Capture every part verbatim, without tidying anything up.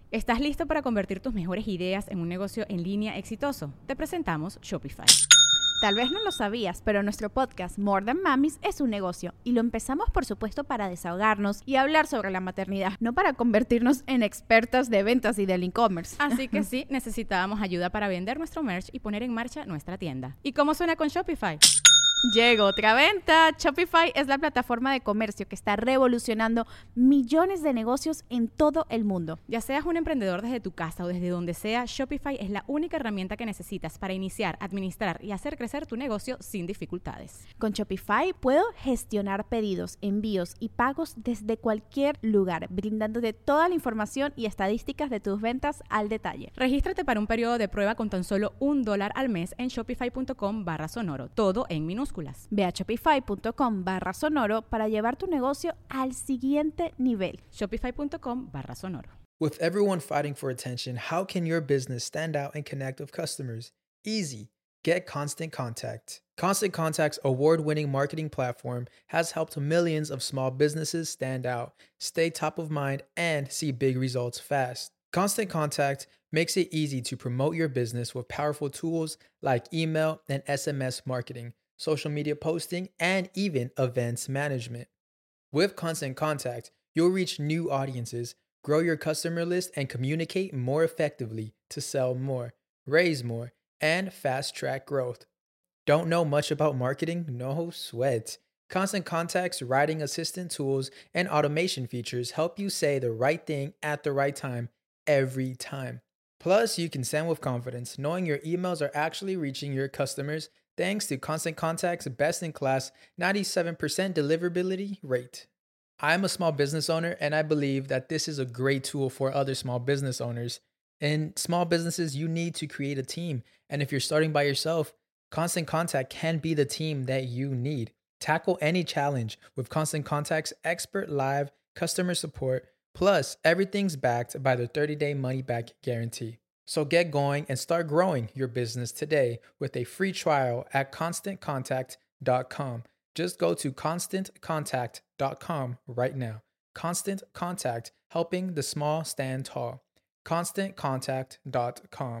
¿Estás listo para convertir tus mejores ideas en un negocio en línea exitoso? Te presentamos Shopify. Tal vez no lo sabías, pero nuestro podcast More Than Mamis es un negocio y lo empezamos por supuesto para desahogarnos y hablar sobre la maternidad, no para convertirnos en expertas de ventas y del e-commerce. Así que sí, necesitábamos ayuda para vender nuestro merch y poner en marcha nuestra tienda. ¿Y cómo suena con Shopify? Llegó otra venta. Shopify es la plataforma de comercio que está revolucionando millones de negocios en todo el mundo. Ya seas un emprendedor desde tu casa o desde donde sea, Shopify es la única herramienta que necesitas para iniciar, administrar y hacer crecer tu negocio sin dificultades. Con Shopify puedo gestionar pedidos, envíos y pagos desde cualquier lugar, brindándote toda la información y estadísticas de tus ventas al detalle. Regístrate para un periodo de prueba con tan solo un dólar al mes en shopify.com barra sonoro, todo en minúsculas. Ve a shopify.com barra sonoro para llevar tu negocio al siguiente nivel. Shopify.com barra sonoro. With everyone fighting for attention, how can your business stand out and connect with customers? Easy. Get Constant Contact. Constant Contact's award-winning marketing platform has helped millions of small businesses stand out, stay top of mind, and see big results fast. Constant Contact makes it easy to promote your business with powerful tools like email and S M S marketing, social media posting, and even events management. With Constant Contact, you'll reach new audiences, grow your customer list, and communicate more effectively to sell more, raise more, and fast-track growth. Don't know much about marketing? No sweat. Constant Contact's writing assistant tools and automation features help you say the right thing at the right time every time. Plus, you can send with confidence, knowing your emails are actually reaching your customers thanks to Constant Contact's best-in-class ninety-seven percent deliverability rate. I'm a small business owner, and I believe that this is a great tool for other small business owners. In small businesses, you need to create a team, and if you're starting by yourself, Constant Contact can be the team that you need. Tackle any challenge with Constant Contact's expert live customer support, plus everything's backed by the thirty-day money-back guarantee. So get going and start growing your business today with a free trial at constant contact dot com. Just go to constant contact dot com right now. Constant Contact, helping the small stand tall. constant contact dot com.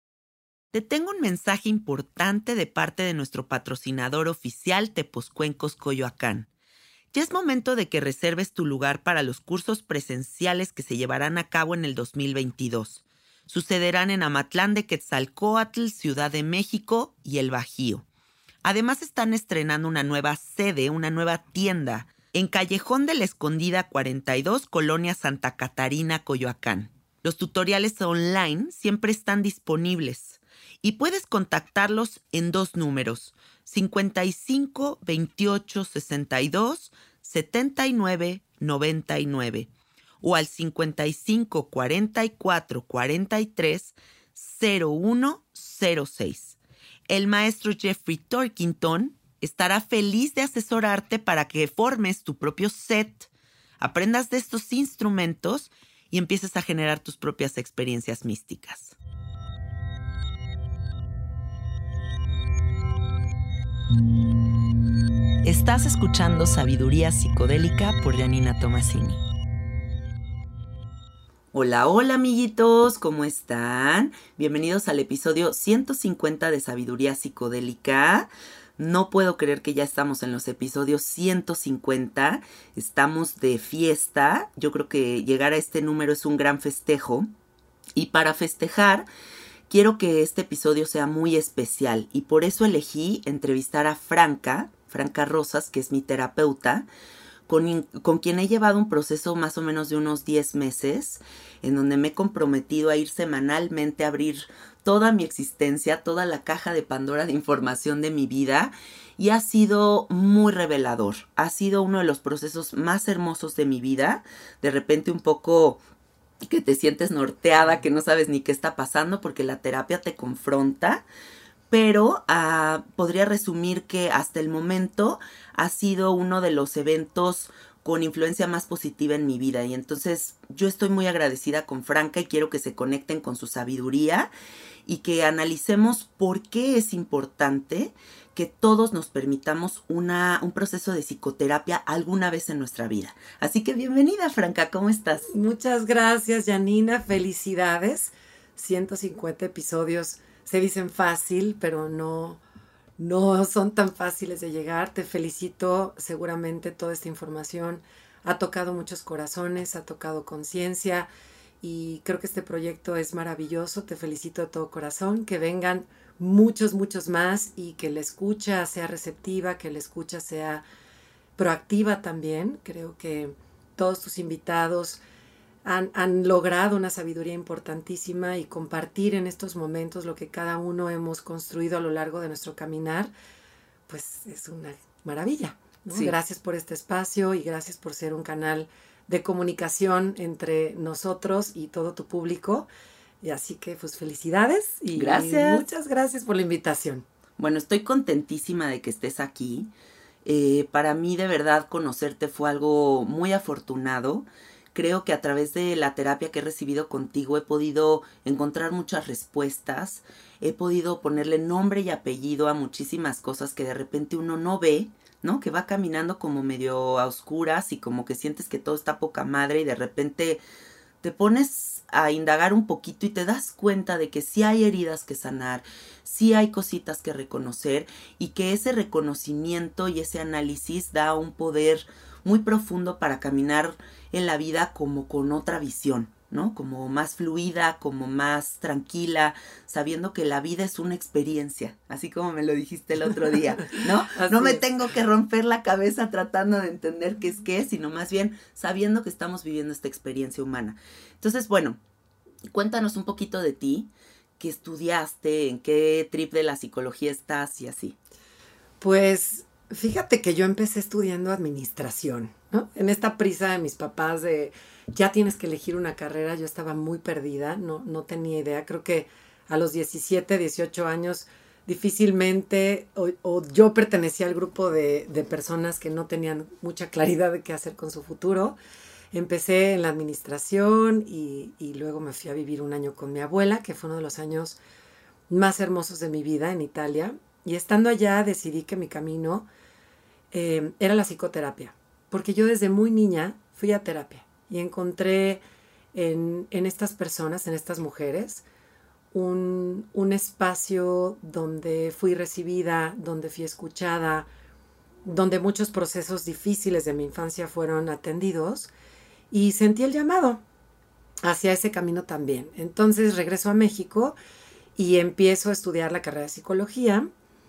Te tengo un mensaje importante de parte de nuestro patrocinador oficial Tepozcuencos Coyoacán. Ya es momento de que reserves tu lugar para los cursos presenciales que se llevarán a cabo en el dos mil veintidós. Sucederán en Amatlán de Quetzalcóatl, Ciudad de México y El Bajío. Además están estrenando una nueva sede, una nueva tienda, en Callejón de la Escondida cuarenta y dos, Colonia Santa Catarina, Coyoacán. Los tutoriales online siempre están disponibles y puedes contactarlos en dos números, cincuenta y cinco, veintiocho, sesenta y dos, setenta y nueve, noventa y nueve. O al cincuenta y cinco, cuarenta y cuatro, cuarenta y tres, cero uno cero seis. El maestro Jeffrey Torkington estará feliz de asesorarte para que formes tu propio set, aprendas de estos instrumentos y empieces a generar tus propias experiencias místicas. Estás escuchando Sabiduría Psicodélica por Janina Tomasini. Hola, hola amiguitos, ¿cómo están? Bienvenidos al episodio ciento cincuenta de Sabiduría Psicodélica. No puedo creer que ya estamos en los episodios ciento cincuenta. Estamos de fiesta. Yo creo que llegar a este número es un gran festejo. Y para festejar, quiero que este episodio sea muy especial. Y por eso elegí entrevistar a Franca, Franca Rosas, que es mi terapeuta, Con, con quien he llevado un proceso más o menos de unos diez meses, en donde me he comprometido a ir semanalmente a abrir toda mi existencia, toda la caja de Pandora de información de mi vida, y ha sido muy revelador. Ha sido uno de los procesos más hermosos de mi vida. De repente un poco que te sientes norteada, que no sabes ni qué está pasando, porque la terapia te confronta. Pero uh, podría resumir que hasta el momento ha sido uno de los eventos con influencia más positiva en mi vida. Y entonces yo estoy muy agradecida con Franca y quiero que se conecten con su sabiduría y que analicemos por qué es importante que todos nos permitamos una, un proceso de psicoterapia alguna vez en nuestra vida. Así que bienvenida, Franca, ¿cómo estás? Muchas gracias, Janina, felicidades. ciento cincuenta episodios se dicen fácil, pero no, no son tan fáciles de llegar. Te felicito, seguramente toda esta información ha tocado muchos corazones, ha tocado conciencia y creo que este proyecto es maravilloso. Te felicito de todo corazón, que vengan muchos, muchos más y que la escucha sea receptiva, que la escucha sea proactiva también. Creo que todos tus invitados han, han logrado una sabiduría importantísima y compartir en estos momentos lo que cada uno hemos construido a lo largo de nuestro caminar, pues es una maravilla, ¿no? Sí. Gracias por este espacio y gracias por ser un canal de comunicación entre nosotros y todo tu público. Y así que, pues, felicidades y gracias. Muchas gracias por la invitación. Bueno, estoy contentísima de que estés aquí. Eh, para mí, de verdad, conocerte fue algo muy afortunado. Creo que a través de la terapia que he recibido contigo he podido encontrar muchas respuestas. He podido ponerle nombre y apellido a muchísimas cosas que de repente uno no ve, ¿no? Que va caminando como medio a oscuras y como que sientes que todo está poca madre y de repente te pones a indagar un poquito y te das cuenta de que sí hay heridas que sanar, sí hay cositas que reconocer y que ese reconocimiento y ese análisis da un poder muy profundo para caminar en la vida como con otra visión, ¿no? Como más fluida, como más tranquila, sabiendo que la vida es una experiencia, así como me lo dijiste el otro día, ¿no? No me tengo que romper la cabeza tratando de entender qué es qué, sino más bien sabiendo que estamos viviendo esta experiencia humana. Entonces, bueno, cuéntanos un poquito de ti, qué estudiaste, en qué trip de la psicología estás y así. Pues fíjate que yo empecé estudiando administración, ¿no? En esta prisa de mis papás de ya tienes que elegir una carrera, yo estaba muy perdida, no, no tenía idea. Creo que a los diecisiete, dieciocho años difícilmente o, o yo pertenecía al grupo de, de personas que no tenían mucha claridad de qué hacer con su futuro. Empecé en la administración y, y luego me fui a vivir un año con mi abuela, que fue uno de los años más hermosos de mi vida en Italia. Y estando allá decidí que mi camino eh, era la psicoterapia, porque yo desde muy niña fui a terapia y encontré en, en estas personas, en estas mujeres, un, un espacio donde fui recibida, donde fui escuchada, donde muchos procesos difíciles de mi infancia fueron atendidos y sentí el llamado hacia ese camino también. Entonces regreso a México y empiezo a estudiar la carrera de psicología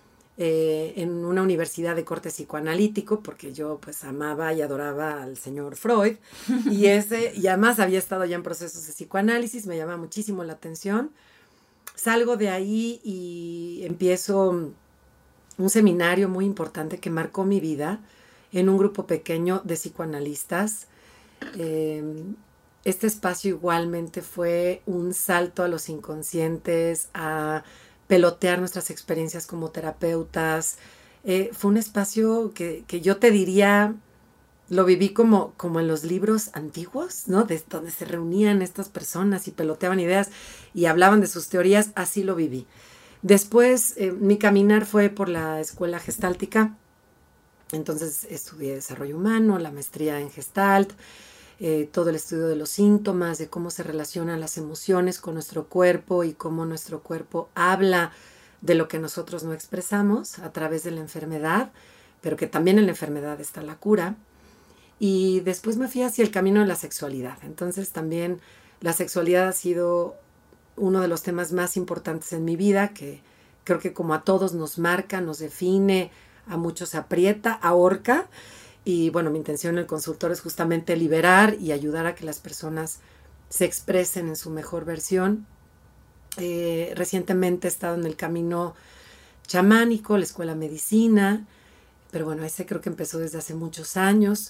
eh, en una universidad de corte psicoanalítico, porque yo pues amaba y adoraba al señor Freud y, ese, y además había estado ya en procesos de psicoanálisis, me llama muchísimo la atención. Salgo de ahí y empiezo un seminario muy importante que marcó mi vida en un grupo pequeño de psicoanalistas. Eh, este espacio igualmente fue un salto a los inconscientes, a pelotear nuestras experiencias como terapeutas. Eh, fue un espacio que, que yo te diría, lo viví como, como en los libros antiguos, ¿no? De donde se reunían estas personas y peloteaban ideas y hablaban de sus teorías, así lo viví. Después, eh, mi caminar fue por la escuela gestáltica, entonces estudié desarrollo humano, la maestría en Gestalt, eh, todo el estudio de los síntomas, de cómo se relacionan las emociones con nuestro cuerpo y cómo nuestro cuerpo habla de lo que nosotros no expresamos a través de la enfermedad, pero que también en la enfermedad está la cura. Y después me fui hacia el camino de la sexualidad. Entonces también la sexualidad ha sido uno de los temas más importantes en mi vida, que creo que como a todos nos marca, nos define, a muchos aprieta, ahorca. Y bueno, mi intención en el consultorio es justamente liberar y ayudar a que las personas se expresen en su mejor versión. Eh, recientemente he estado en el camino chamánico, la escuela de medicina, pero bueno, ese creo que empezó desde hace muchos años.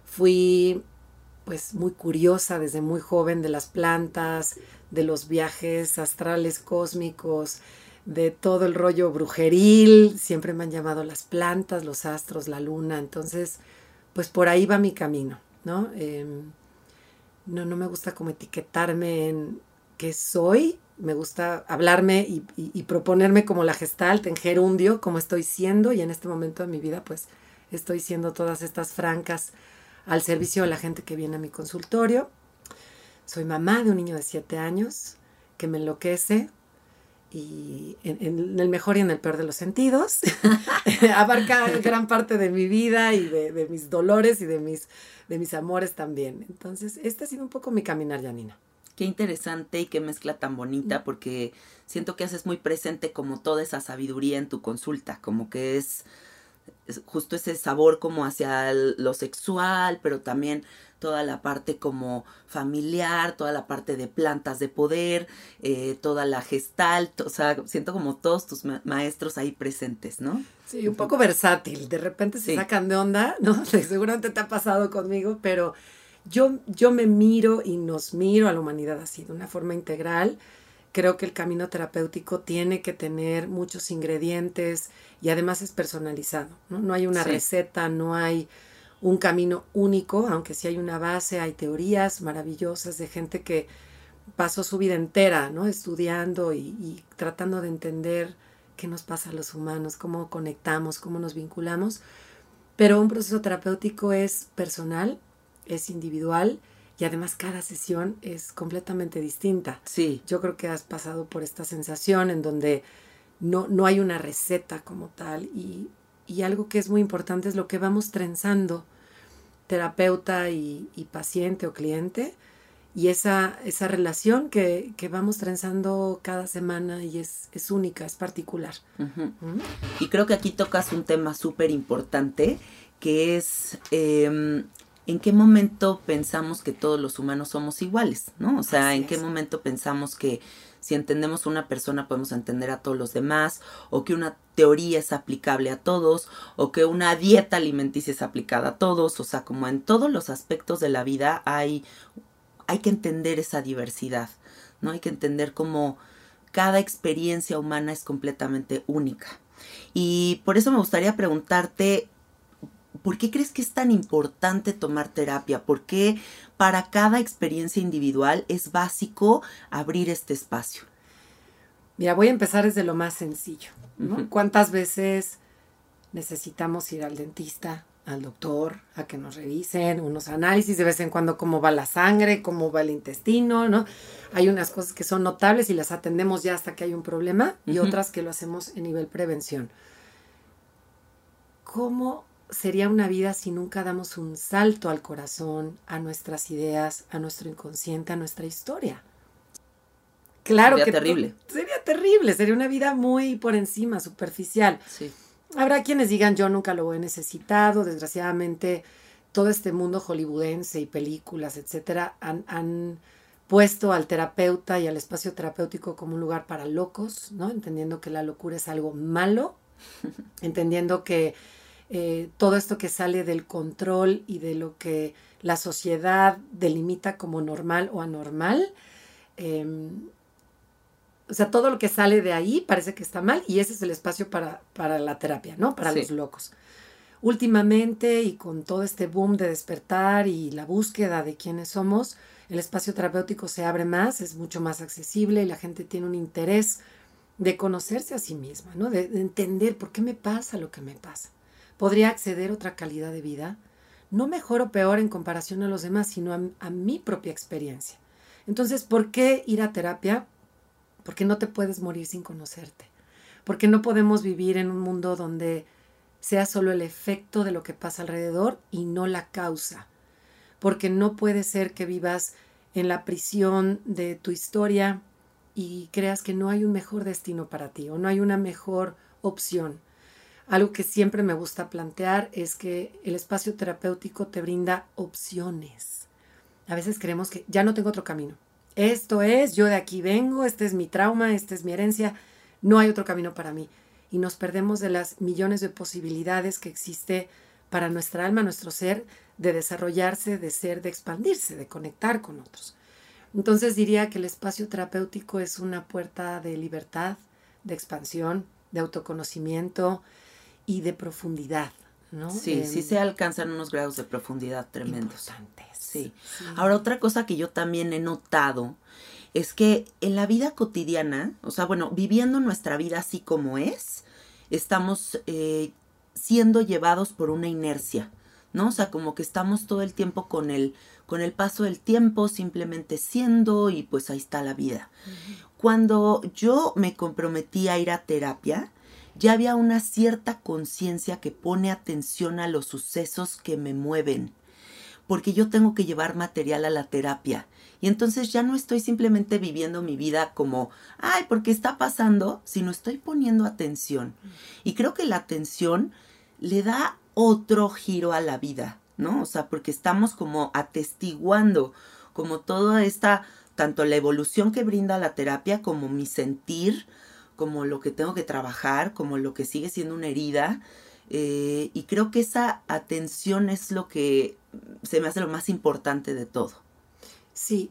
Fui pues muy curiosa desde muy joven de las plantas, de los viajes astrales cósmicos, de todo el rollo brujeril. Siempre me han llamado las plantas, los astros, la luna. Entonces, pues por ahí va mi camino, ¿no? Eh, no, no me gusta como etiquetarme en qué soy, me gusta hablarme y, y, y proponerme como la gestalt en gerundio, como estoy siendo, y en este momento de mi vida pues estoy siendo todas estas francas al servicio de la gente que viene a mi consultorio. Soy mamá de un niño de siete años que me enloquece y en, en el mejor y en el peor de los sentidos. Abarca gran parte de mi vida y de, de mis dolores y de mis, de mis amores también. Entonces, este ha sido un poco mi caminar, Janina. Qué interesante y qué mezcla tan bonita, porque siento que haces muy presente como toda esa sabiduría en tu consulta, como que es, es justo ese sabor como hacia el, lo sexual, pero también toda la parte como familiar, toda la parte de plantas de poder, eh, toda la gestalt, o sea, siento como todos tus ma- maestros ahí presentes, ¿no? Sí, un poco versátil, de repente se Sí. sacan de onda, ¿no? Seguramente te ha pasado conmigo, pero yo, yo me miro y nos miro a la humanidad así, de una forma integral. Creo que el camino terapéutico tiene que tener muchos ingredientes y además es personalizado, ¿no? No hay una Sí. receta, no hay un camino único, aunque sí hay una base, hay teorías maravillosas de gente que pasó su vida entera, ¿no? Estudiando y, y tratando de entender qué nos pasa a los humanos, cómo conectamos, cómo nos vinculamos. Pero un proceso terapéutico es personal, es individual y además cada sesión es completamente distinta. Sí. Yo creo que has pasado por esta sensación en donde no, no hay una receta como tal y, y algo que es muy importante es lo que vamos trenzando terapeuta y, y paciente o cliente y esa, esa relación que, que vamos trenzando cada semana y es, es única, es particular. Uh-huh. ¿Mm? Y creo que aquí tocas un tema súper importante, que es eh, en qué momento pensamos que todos los humanos somos iguales, ¿no? O sea, Así en qué es. momento pensamos que si entendemos una persona podemos entender a todos los demás, o que una teoría es aplicable a todos, o que una dieta alimenticia es aplicada a todos. O sea, como en todos los aspectos de la vida hay, hay que entender esa diversidad, ¿no? Hay que entender cómo cada experiencia humana es completamente única. Y por eso me gustaría preguntarte, ¿por qué crees que es tan importante tomar terapia? ¿Por qué para cada experiencia individual es básico abrir este espacio? Mira, voy a empezar desde lo más sencillo, ¿no? Uh-huh. ¿Cuántas veces necesitamos ir al dentista, al doctor, a que nos revisen unos análisis de vez en cuando, cómo va la sangre, cómo va el intestino, ¿no? Hay unas cosas que son notables y las atendemos ya hasta que hay un problema y Uh-huh. otras que lo hacemos en nivel prevención. ¿Cómo sería una vida si nunca damos un salto al corazón, a nuestras ideas, a nuestro inconsciente, a nuestra historia? Claro Sería que terrible. to- sería terrible, sería una vida muy por encima, superficial. Sí. Habrá quienes digan, yo nunca lo he necesitado, desgraciadamente todo este mundo hollywoodense y películas, etcétera, han, han puesto al terapeuta y al espacio terapéutico como un lugar para locos, ¿no? Entendiendo que la locura es algo malo, entendiendo que eh, todo esto que sale del control y de lo que la sociedad delimita como normal o anormal, eh, o sea, todo lo que sale de ahí parece que está mal y ese es el espacio para, para la terapia, ¿no? Para Sí. los locos. Últimamente y con todo este boom de despertar y la búsqueda de quiénes somos, el espacio terapéutico se abre más, es mucho más accesible y la gente tiene un interés de conocerse a sí misma, ¿no? De, de entender por qué me pasa lo que me pasa. ¿Podría acceder a otra calidad de vida? No mejor o peor en comparación a los demás, sino a, a mi propia experiencia. Entonces, ¿por qué ir a terapia? Porque no te puedes morir sin conocerte. Porque no podemos vivir en un mundo donde sea solo el efecto de lo que pasa alrededor y no la causa. Porque no puede ser que vivas en la prisión de tu historia y creas que no hay un mejor destino para ti o no hay una mejor opción. Algo que siempre me gusta plantear es que el espacio terapéutico te brinda opciones. A veces creemos que ya no tengo otro camino. Esto es, yo de aquí vengo, este es mi trauma, esta es mi herencia, no hay otro camino para mí. Y nos perdemos de las millones de posibilidades que existe para nuestra alma, nuestro ser, de desarrollarse, de ser, de expandirse, de conectar con otros. Entonces diría que el espacio terapéutico es una puerta de libertad, de expansión, de autoconocimiento y de profundidad, ¿no? Sí, Eh, sí se alcanzan unos grados de profundidad tremendos. Importantes. Sí. sí. Ahora, otra cosa que yo también he notado es que en la vida cotidiana, o sea, bueno, viviendo nuestra vida así como es, estamos eh, siendo llevados por una inercia, ¿no? O sea, como que estamos todo el tiempo con el, con el paso del tiempo, simplemente siendo, y pues ahí está la vida. Uh-huh. Cuando yo me comprometí a ir a terapia, ya había una cierta conciencia que pone atención a los sucesos que me mueven, porque yo tengo que llevar material a la terapia. Y entonces ya no estoy simplemente viviendo mi vida como, ay, porque está pasando, sino estoy poniendo atención. Y creo que la atención le da otro giro a la vida, ¿no? O sea, porque estamos como atestiguando como toda esta, tanto la evolución que brinda la terapia como mi sentir, como lo que tengo que trabajar, como lo que sigue siendo una herida. Eh, y creo que esa atención es lo que se me hace lo más importante de todo. Sí,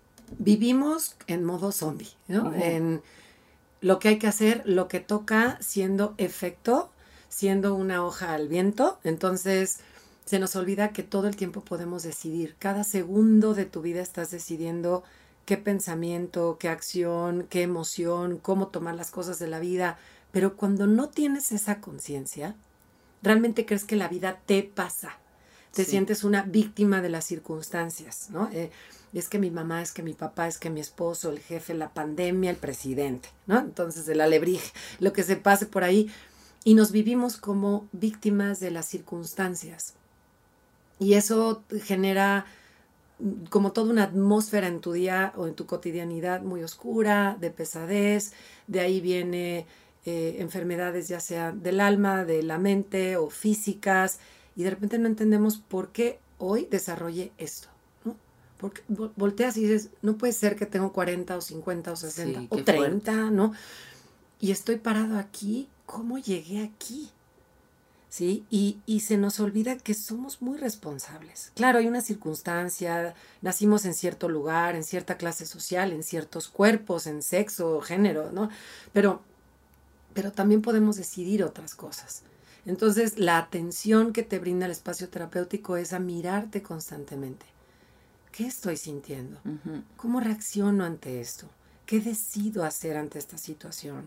vivimos en modo zombie, ¿no? Uh-huh. En lo que hay que hacer, lo que toca siendo efecto, siendo una hoja al viento. Entonces se nos olvida que todo el tiempo podemos decidir. Cada segundo de tu vida estás decidiendo qué pensamiento, qué acción, qué emoción, cómo tomar las cosas de la vida. Pero cuando no tienes esa conciencia, realmente crees que la vida te pasa. Te sí. sientes una víctima de las circunstancias, ¿no? Eh, es que mi mamá, es que mi papá, es que mi esposo, el jefe, la pandemia, el presidente, ¿no? Entonces el alebrije, lo que se pase por ahí. Y nos vivimos como víctimas de las circunstancias. Y eso genera como toda una atmósfera en tu día o en tu cotidianidad muy oscura, de pesadez. De ahí viene eh, enfermedades ya sea del alma, de la mente o físicas. Y de repente no entendemos por qué hoy desarrollé esto, ¿no? Porque volteas y dices, no puede ser que tengo cuarenta o cincuenta o sesenta sí, o treinta, fuerte. ¿No? Y estoy parado aquí, ¿cómo llegué aquí? ¿Sí? Y, y se nos olvida que somos muy responsables. Claro, hay una circunstancia, nacimos en cierto lugar, en cierta clase social, en ciertos cuerpos, en sexo, género, ¿no? Pero, pero también podemos decidir otras cosas. Entonces, la atención que te brinda el espacio terapéutico es a mirarte constantemente. ¿Qué estoy sintiendo? Uh-huh. ¿Cómo reacciono ante esto? ¿Qué decido hacer ante esta situación?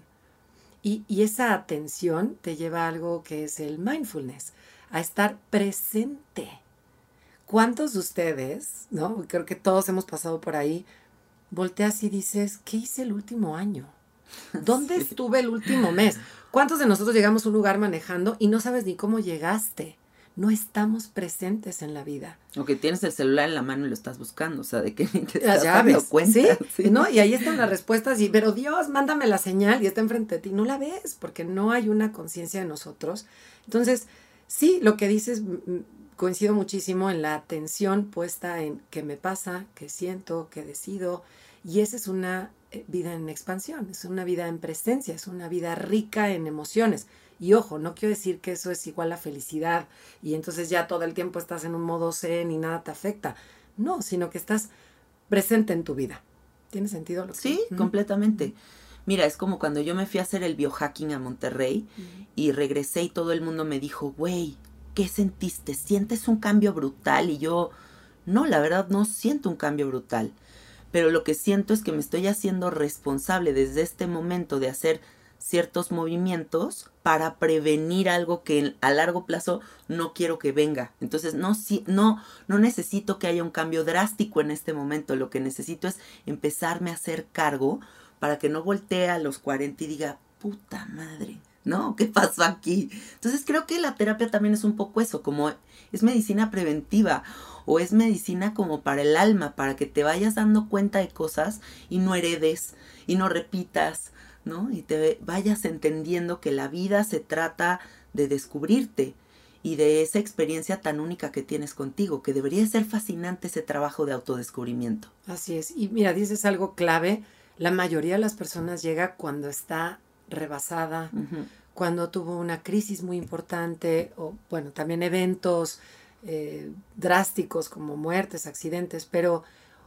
Y, y esa atención te lleva a algo que es el mindfulness, a estar presente. ¿Cuántos de ustedes, no? Creo que todos hemos pasado por ahí, volteas y dices, ¿qué hice el último año? ¿Dónde sí. estuve el último mes? ¿Cuántos de nosotros llegamos a un lugar manejando y no sabes ni cómo llegaste? No estamos presentes en la vida. O que tienes el celular en la mano y lo estás buscando, o sea, de que ni te estás ya dando ves, cuenta. ¿sí? ¿Sí? ¿No? Y ahí están las respuestas, y, pero Dios, mándame la señal, y está enfrente de ti. No la ves, porque no hay una conciencia de nosotros. Entonces, sí, lo que dices, coincido muchísimo en la atención puesta en qué me pasa, qué siento, qué decido, y esa es una vida en expansión, es una vida en presencia, es una vida rica en emociones. Y ojo, no quiero decir que eso es igual a felicidad y entonces ya todo el tiempo estás en un modo zen y nada te afecta. No, sino que estás presente en tu vida. ¿Tiene sentido lo que Sí, ¿Mm? completamente. Mira, es como cuando yo me fui a hacer el biohacking a Monterrey uh-huh. y regresé y todo el mundo me dijo, güey, ¿qué sentiste? ¿Sientes un cambio brutal? Y yo, no, la verdad no siento un cambio brutal. Pero lo que siento es que me estoy haciendo responsable desde este momento de hacer ciertos movimientos para prevenir algo que a largo plazo no quiero que venga. Entonces no, no, no necesito que haya un cambio drástico en este momento. Lo que necesito es empezarme a hacer cargo para que no voltee a los cuarenta y diga, puta madre, ¿no? ¿Qué pasó aquí? Entonces creo que la terapia también es un poco eso, como es medicina preventiva o es medicina como para el alma, para que te vayas dando cuenta de cosas y no heredes y no repitas, ¿no? Y te vayas entendiendo que la vida se trata de descubrirte y de esa experiencia tan única que tienes contigo, que debería ser fascinante ese trabajo de autodescubrimiento. Así es. Y mira, dices algo clave. La mayoría de las personas llega cuando está rebasada, uh-huh. cuando tuvo una crisis muy importante o, bueno, también eventos eh, drásticos como muertes, accidentes, pero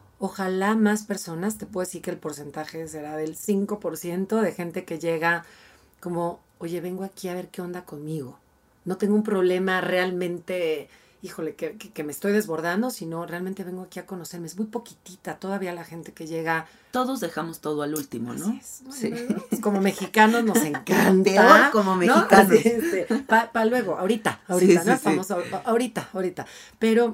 ojalá más personas, te puedo decir que el porcentaje será del cinco por ciento de gente que llega como, oye, vengo aquí a ver qué onda conmigo, no tengo un problema realmente, híjole, que, que, que me estoy desbordando, sino realmente vengo aquí a conocerme. Es muy poquitita todavía la gente que llega. Todos dejamos todo al último, ¿no? Es, ¿no? Sí. ¿no? Como mexicanos nos encanta. Peor como mexicanos. ¿No? Este, Para pa luego, ahorita, ahorita, sí, ¿no? Sí, Estamos sí. ahorita, ahorita. Pero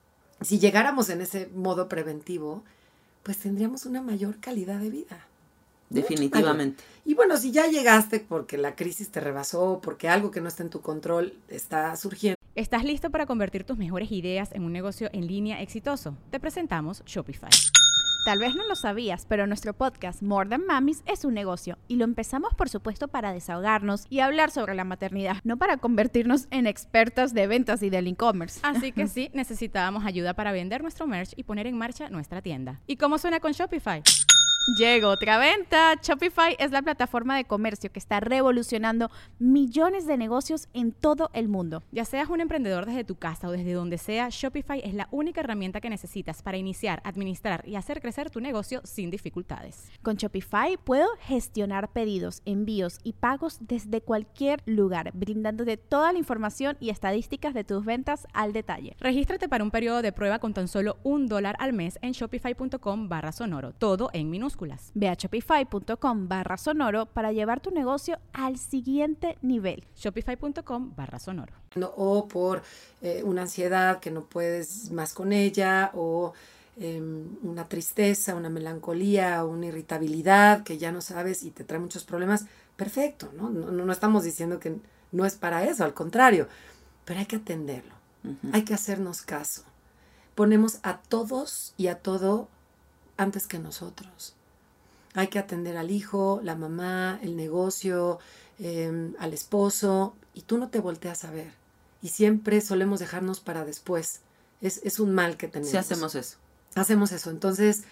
si llegáramos en ese modo preventivo, pues tendríamos una mayor calidad de vida. Definitivamente. Y bueno, si ya llegaste porque la crisis te rebasó, porque algo que no está en tu control está surgiendo. ¿Estás listo para convertir tus mejores ideas en un negocio en línea exitoso? Te presentamos Shopify. Tal vez no lo sabías, pero nuestro podcast More Than Mamis es un negocio y lo empezamos por supuesto para desahogarnos y hablar sobre la maternidad, no para convertirnos en expertas de ventas y del e-commerce. Así que sí, necesitábamos ayuda para vender nuestro merch y poner en marcha nuestra tienda. ¿Y cómo suena con Shopify? Llegó otra venta. Shopify es la plataforma de comercio que está revolucionando millones de negocios en todo el mundo. Ya seas un emprendedor desde tu casa o desde donde sea, Shopify es la única herramienta que necesitas para iniciar, administrar y hacer crecer tu negocio sin dificultades. Con Shopify puedo gestionar pedidos, envíos y pagos desde cualquier lugar, brindándote toda la información y estadísticas de tus ventas al detalle. Regístrate para un periodo de prueba con tan solo un dólar al mes en shopify.com barra sonoro, todo en minúsculas. Ve a shopify.com barra sonoro para llevar tu negocio al siguiente nivel. Shopify.com barra sonoro. O por eh, una ansiedad que no puedes más con ella, o eh, una tristeza, una melancolía, una irritabilidad que ya no sabes y te trae muchos problemas. Perfecto, ¿no? No, no estamos diciendo que no es para eso, al contrario, pero hay que atenderlo, uh-huh. Hay que hacernos caso. Ponemos a todos y a todo antes que nosotros. Hay que atender al hijo, la mamá, el negocio, eh, al esposo, y tú no te volteas a ver. Y siempre solemos dejarnos para después. Es, es un mal que tenemos. Sí, hacemos eso. Hacemos eso. Entonces,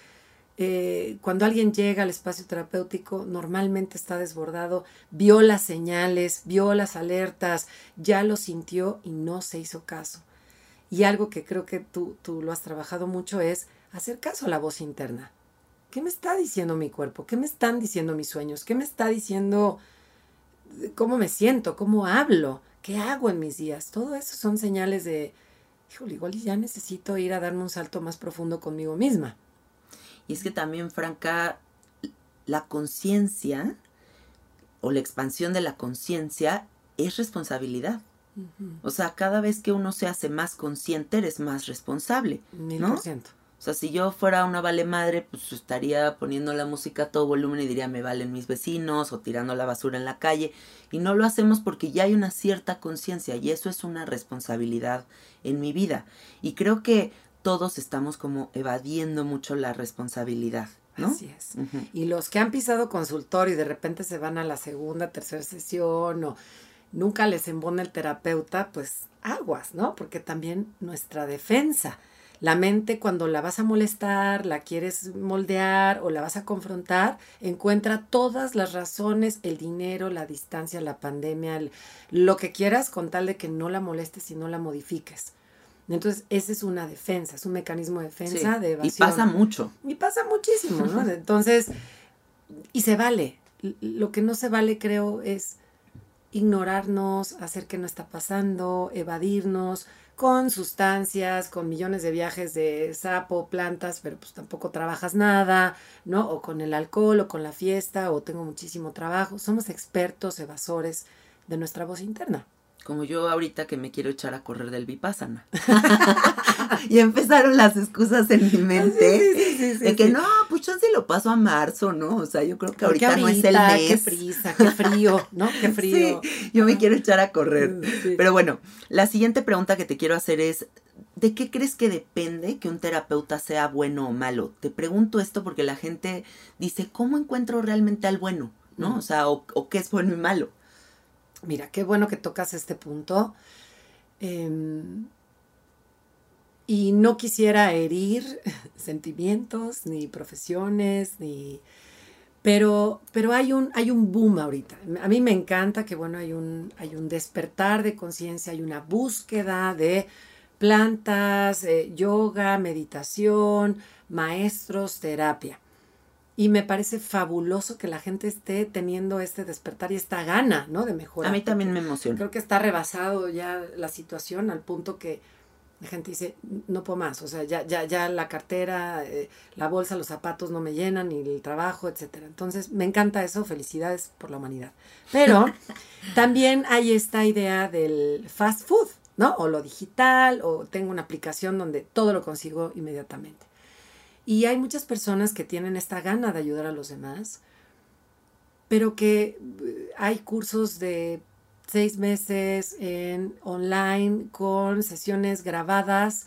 eh, cuando alguien llega al espacio terapéutico, normalmente está desbordado, vio las señales, vio las alertas, ya lo sintió y no se hizo caso. Y algo que creo que tú, tú lo has trabajado mucho es hacer caso a la voz interna. ¿Qué me está diciendo mi cuerpo? ¿Qué me están diciendo mis sueños? ¿Qué me está diciendo cómo me siento? ¿Cómo hablo? ¿Qué hago en mis días? Todo eso son señales de, híjole, igual ya necesito ir a darme un salto más profundo conmigo misma. Y es que también, Franca, la conciencia o la expansión de la conciencia es responsabilidad. Uh-huh. O sea, cada vez que uno se hace más consciente, eres más responsable, Mil ¿no? por ciento. O sea, si yo fuera una vale madre, pues estaría poniendo la música a todo volumen y diría, me valen mis vecinos, o tirando la basura en la calle. Y no lo hacemos porque ya hay una cierta conciencia, y eso es una responsabilidad en mi vida. Y creo que todos estamos como evadiendo mucho la responsabilidad, ¿no? Así es. Uh-huh. Y los que han pisado consultorio y de repente se van a la segunda, tercera sesión, o nunca les embona el terapeuta, pues aguas, ¿no? Porque también nuestra defensa. La mente, cuando la vas a molestar, la quieres moldear o la vas a confrontar, encuentra todas las razones, el dinero, la distancia, la pandemia, el, lo que quieras, con tal de que no la molestes y no la modifiques. Entonces, esa es una defensa, es un mecanismo de defensa, sí, de evasión. Y pasa mucho. Y pasa muchísimo, ¿no? Entonces, y se vale. Lo que no se vale, creo, es ignorarnos, hacer que no está pasando, evadirnos, con sustancias, con millones de viajes de sapo, plantas, pero pues tampoco trabajas nada, ¿no? O con el alcohol, o con la fiesta, o tengo muchísimo trabajo. Somos expertos evasores de nuestra voz interna. Como yo ahorita que me quiero echar a correr del Vipassana. Y empezaron las excusas en mi mente. Sí, sí, sí, sí, de que sí. no, pues yo sí lo paso a marzo, ¿no? O sea, yo creo que Porque ahorita, ahorita no es el mes. Qué prisa, qué frío, ¿no? Qué frío. Sí, yo me quiero echar a correr. Sí. Pero bueno, la siguiente pregunta que te quiero hacer es, ¿de qué crees que depende que un terapeuta sea bueno o malo? Te pregunto esto porque la gente dice, ¿cómo encuentro realmente al bueno? ¿No? Mm. O sea, o, o qué es bueno y malo. Mira, qué bueno que tocas este punto. Eh, y no quisiera herir sentimientos, ni profesiones, ni... Pero, pero hay un, hay un boom ahorita. A mí me encanta que, bueno, hay un, hay un despertar de conciencia, hay una búsqueda de plantas, eh, yoga, meditación, maestros, terapia. Y me parece fabuloso que la gente esté teniendo este despertar y esta gana, ¿no? De mejorar. A mí también me emociona. Creo que está rebasado ya la situación al punto que la gente dice, no puedo más. O sea, ya, ya, ya la cartera, eh, la bolsa, los zapatos no me llenan, ni el trabajo, etcétera. Entonces, me encanta eso. Felicidades por la humanidad. Pero también hay esta idea del fast food, ¿no? O lo digital, o tengo una aplicación donde todo lo consigo inmediatamente. Y hay muchas personas que tienen esta gana de ayudar a los demás, pero que hay cursos de seis meses en online con sesiones grabadas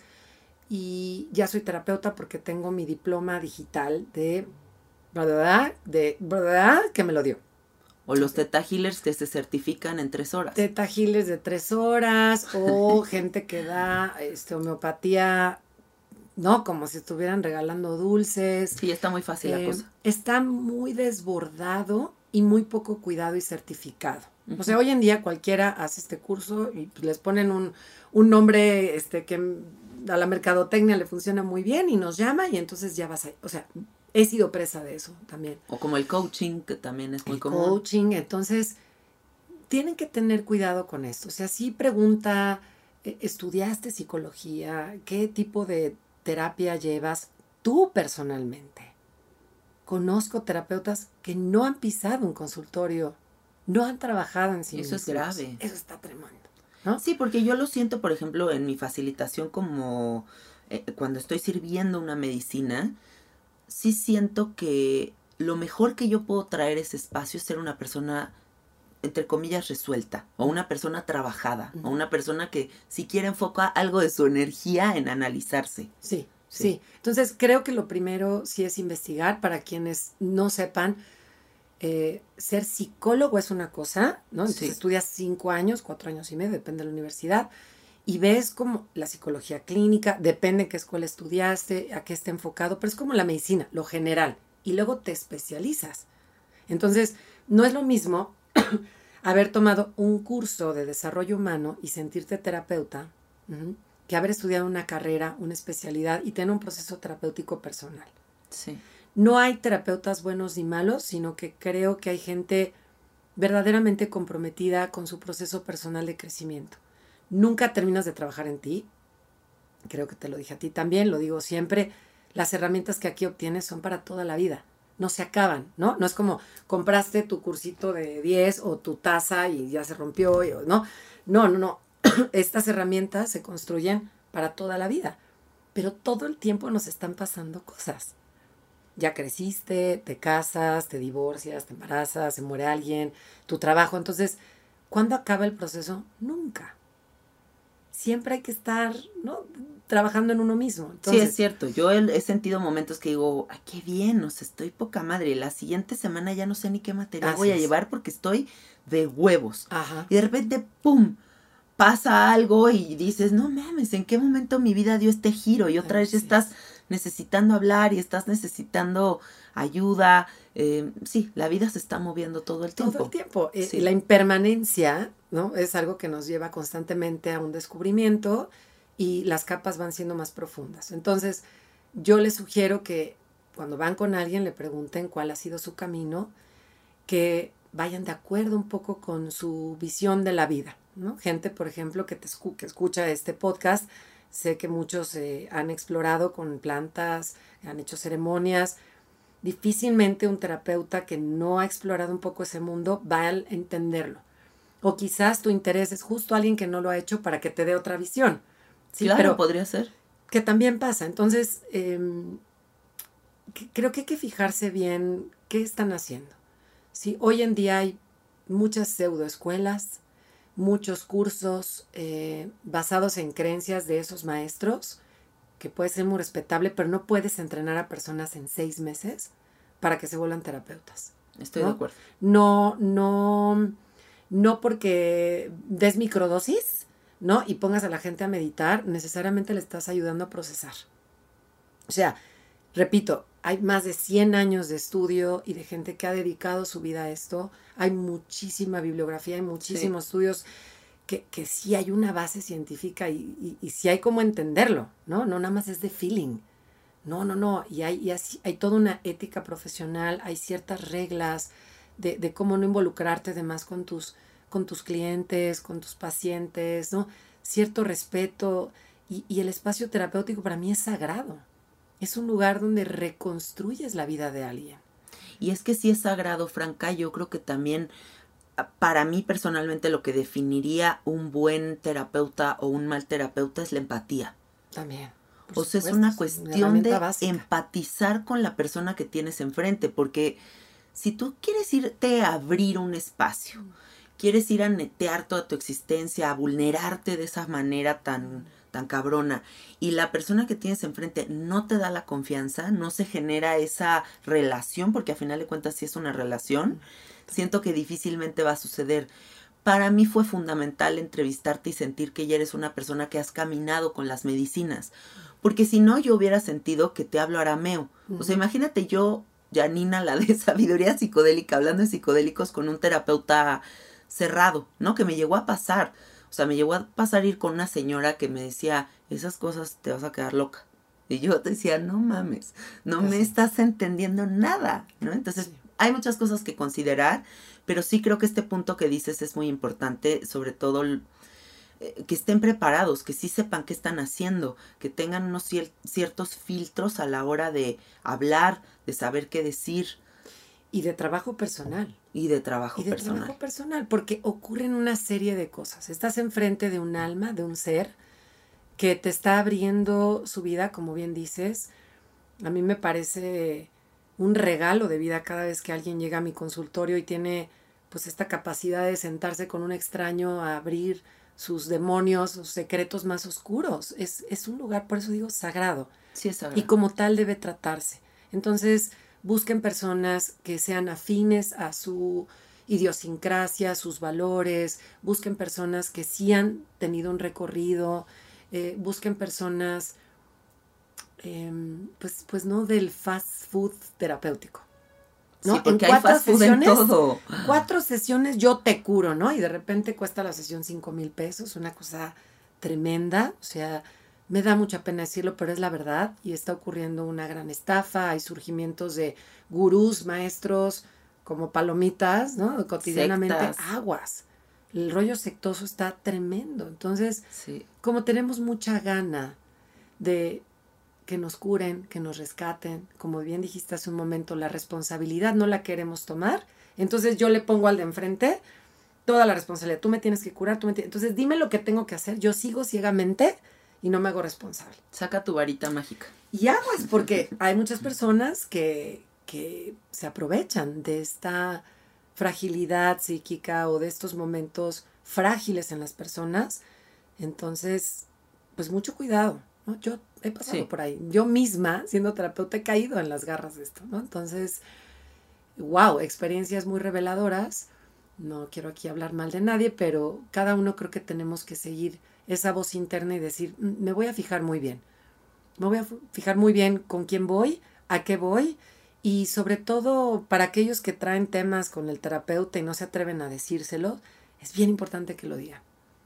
y ya soy terapeuta porque tengo mi diploma digital de ¿verdad? De ¿verdad? Que me lo dio. O los Theta Healers que se certifican en tres horas. Theta Healers de tres horas o gente que da este, homeopatía, ¿no? Como si estuvieran regalando dulces. Sí, está muy fácil eh, la cosa. Está muy desbordado y muy poco cuidado y certificado. Uh-huh. O sea, hoy en día cualquiera hace este curso y pues les ponen un, un nombre este, que a la mercadotecnia le funciona muy bien y nos llama y entonces ya vas a... O sea, he sido presa de eso también. O como el coaching, que también es muy el común. Coaching, entonces tienen que tener cuidado con esto. O sea, sí pregunta, ¿estudiaste psicología? ¿Qué tipo de terapia llevas tú personalmente? Conozco terapeutas que no han pisado un consultorio, no han trabajado en sí mismos. Eso es grave. Eso está tremendo, ¿no? Sí, porque yo lo siento, por ejemplo, en mi facilitación como eh, cuando estoy sirviendo una medicina, sí siento que lo mejor que yo puedo traer a ese espacio es ser una persona, entre comillas, resuelta, o una persona trabajada, uh-huh. o una persona que siquiera enfoca algo de su energía en analizarse. Sí, sí, sí. Entonces, creo que lo primero sí es investigar. Para quienes no sepan, eh, ser psicólogo es una cosa, ¿no? Entonces, sí. estudias cinco años, cuatro años y medio, depende de la universidad, y ves como la psicología clínica, depende de qué escuela estudiaste, a qué esté enfocado, pero es como la medicina, lo general, y luego te especializas. Entonces, no es lo mismo haber tomado un curso de desarrollo humano y sentirte terapeuta, uh-huh, que haber estudiado una carrera, una especialidad y tener un proceso terapéutico personal. Sí. No hay terapeutas buenos ni malos, sino que creo que hay gente verdaderamente comprometida con su proceso personal de crecimiento. Nunca terminas de trabajar en ti. Creo que te lo dije a ti también, lo digo siempre. Las herramientas que aquí obtienes son para toda la vida. No se acaban, ¿no? No es como compraste tu cursito de diez o tu taza y ya se rompió, ¿no? No, no, no. Estas herramientas se construyen para toda la vida. Pero todo el tiempo nos están pasando cosas. Ya creciste, te casas, te divorcias, te embarazas, se muere alguien, tu trabajo. Entonces, ¿cuándo acaba el proceso? Nunca. Siempre hay que estar, ¿no?, trabajando en uno mismo. Entonces, sí, es cierto. Yo he, he sentido momentos que digo, ¡ay, qué bien! O sea, estoy poca madre. La siguiente semana ya no sé ni qué material voy a es. llevar porque estoy de huevos. Ajá. Y de repente, ¡pum!, pasa algo y dices, no mames, ¿en qué momento mi vida dio este giro? Y otra vez ya estás necesitando hablar y estás necesitando ayuda. Eh, sí, la vida se está moviendo todo el tiempo. Todo el tiempo. Sí. Eh, la impermanencia, ¿no?, es algo que nos lleva constantemente a un descubrimiento y las capas van siendo más profundas. Entonces, yo les sugiero que cuando van con alguien le pregunten cuál ha sido su camino, que vayan de acuerdo un poco con su visión de la vida, ¿no? Gente, por ejemplo, que, te escu- que escucha este podcast, sé que muchos eh, han explorado con plantas, han hecho ceremonias. Difícilmente un terapeuta que no ha explorado un poco ese mundo va a entenderlo. O quizás tu interés es justo alguien que no lo ha hecho para que te dé otra visión. Sí, claro, pero podría ser. Que también pasa. Entonces, eh, que, creo que hay que fijarse bien qué están haciendo. Sí, hoy en día hay muchas pseudoescuelas, muchos cursos eh, basados en creencias de esos maestros, que puede ser muy respetable, pero no puedes entrenar a personas en seis meses para que se vuelvan terapeutas. Estoy ¿no? de acuerdo. No, no, no porque des microdosis, ¿no?, y pongas a la gente a meditar, necesariamente le estás ayudando a procesar. O sea, repito, hay más de cien años de estudio y de gente que ha dedicado su vida a esto. Hay muchísima bibliografía, hay muchísimos sí. estudios que, que sí hay una base científica y, y, y sí hay cómo entenderlo, ¿no? No nada más es de feeling. No, no, no. Y hay, y así, hay toda una ética profesional, hay ciertas reglas de, de cómo no involucrarte de más con tus, con tus clientes, con tus pacientes, ¿no? Cierto respeto. Y, y el espacio terapéutico para mí es sagrado. Es un lugar donde reconstruyes la vida de alguien. Y es que sí es sagrado, Franca. Yo creo que también, para mí personalmente, lo que definiría un buen terapeuta o un mal terapeuta es la empatía. También. O sea, es una cuestión de básica. Empatizar con la persona que tienes enfrente, porque si tú quieres irte a abrir un espacio, quieres ir a netear toda tu existencia, a vulnerarte de esa manera tan, tan cabrona, y la persona que tienes enfrente no te da la confianza, no se genera esa relación, porque a final de cuentas sí es una relación, siento que difícilmente va a suceder. Para mí fue fundamental entrevistarte y sentir que ya eres una persona que has caminado con las medicinas. Porque si no, yo hubiera sentido que te hablo arameo. Uh-huh. O sea, imagínate yo, Janina, la de sabiduría psicodélica, hablando de psicodélicos con un terapeuta cerrado, ¿no? Que me llegó a pasar. O sea, me llegó a pasar ir con una señora que me decía, esas cosas te vas a quedar loca. Y yo te decía, no mames, no pues me sí. estás entendiendo nada, ¿no? Entonces, sí. hay muchas cosas que considerar, pero sí creo que este punto que dices es muy importante, sobre todo eh, que estén preparados, que sí sepan qué están haciendo, que tengan unos cier- ciertos filtros a la hora de hablar, de saber qué decir. Y de trabajo personal. Y de trabajo y de personal. trabajo personal, porque ocurren una serie de cosas. Estás enfrente de un alma, de un ser, que te está abriendo su vida, como bien dices. A mí me parece un regalo de vida cada vez que alguien llega a mi consultorio y tiene pues esta capacidad de sentarse con un extraño a abrir sus demonios, sus secretos más oscuros. Es, es un lugar, por eso digo, sagrado. Sí, es sagrado. Y como tal debe tratarse. Entonces, busquen personas que sean afines a su idiosincrasia, sus valores, busquen personas que sí han tenido un recorrido, eh, busquen personas, eh, pues, pues no del fast food terapéutico. ¿No? Sí, porque en cuatro hay fast food sesiones, en todo. Cuatro sesiones yo te curo, ¿no? Y de repente cuesta la sesión cinco mil pesos, una cosa tremenda, o sea, me da mucha pena decirlo, pero es la verdad y está ocurriendo una gran estafa, hay surgimientos de gurús, maestros, como palomitas, ¿no? Cotidianamente, sectas. Aguas. El rollo sectoso está tremendo. Entonces, sí. como tenemos mucha gana de que nos curen, que nos rescaten, como bien dijiste hace un momento, la responsabilidad no la queremos tomar, entonces yo le pongo al de enfrente toda la responsabilidad. Tú me tienes que curar, tú me tienes... Entonces dime lo que tengo que hacer, yo sigo ciegamente y no me hago responsable. Saca tu varita mágica. Y aguas, porque hay muchas personas que, que se aprovechan de esta fragilidad psíquica o de estos momentos frágiles en las personas. Entonces, pues mucho cuidado, ¿no? Yo he pasado sí. por ahí. Yo misma, siendo terapeuta, he caído en las garras de esto, ¿no? Entonces, wow, experiencias muy reveladoras. No quiero aquí hablar mal de nadie, pero cada uno creo que tenemos que seguir esa voz interna y decir, me voy a fijar muy bien. Me voy a fijar muy bien con quién voy, a qué voy, y sobre todo para aquellos que traen temas con el terapeuta y no se atreven a decírselo, es bien importante que lo digan.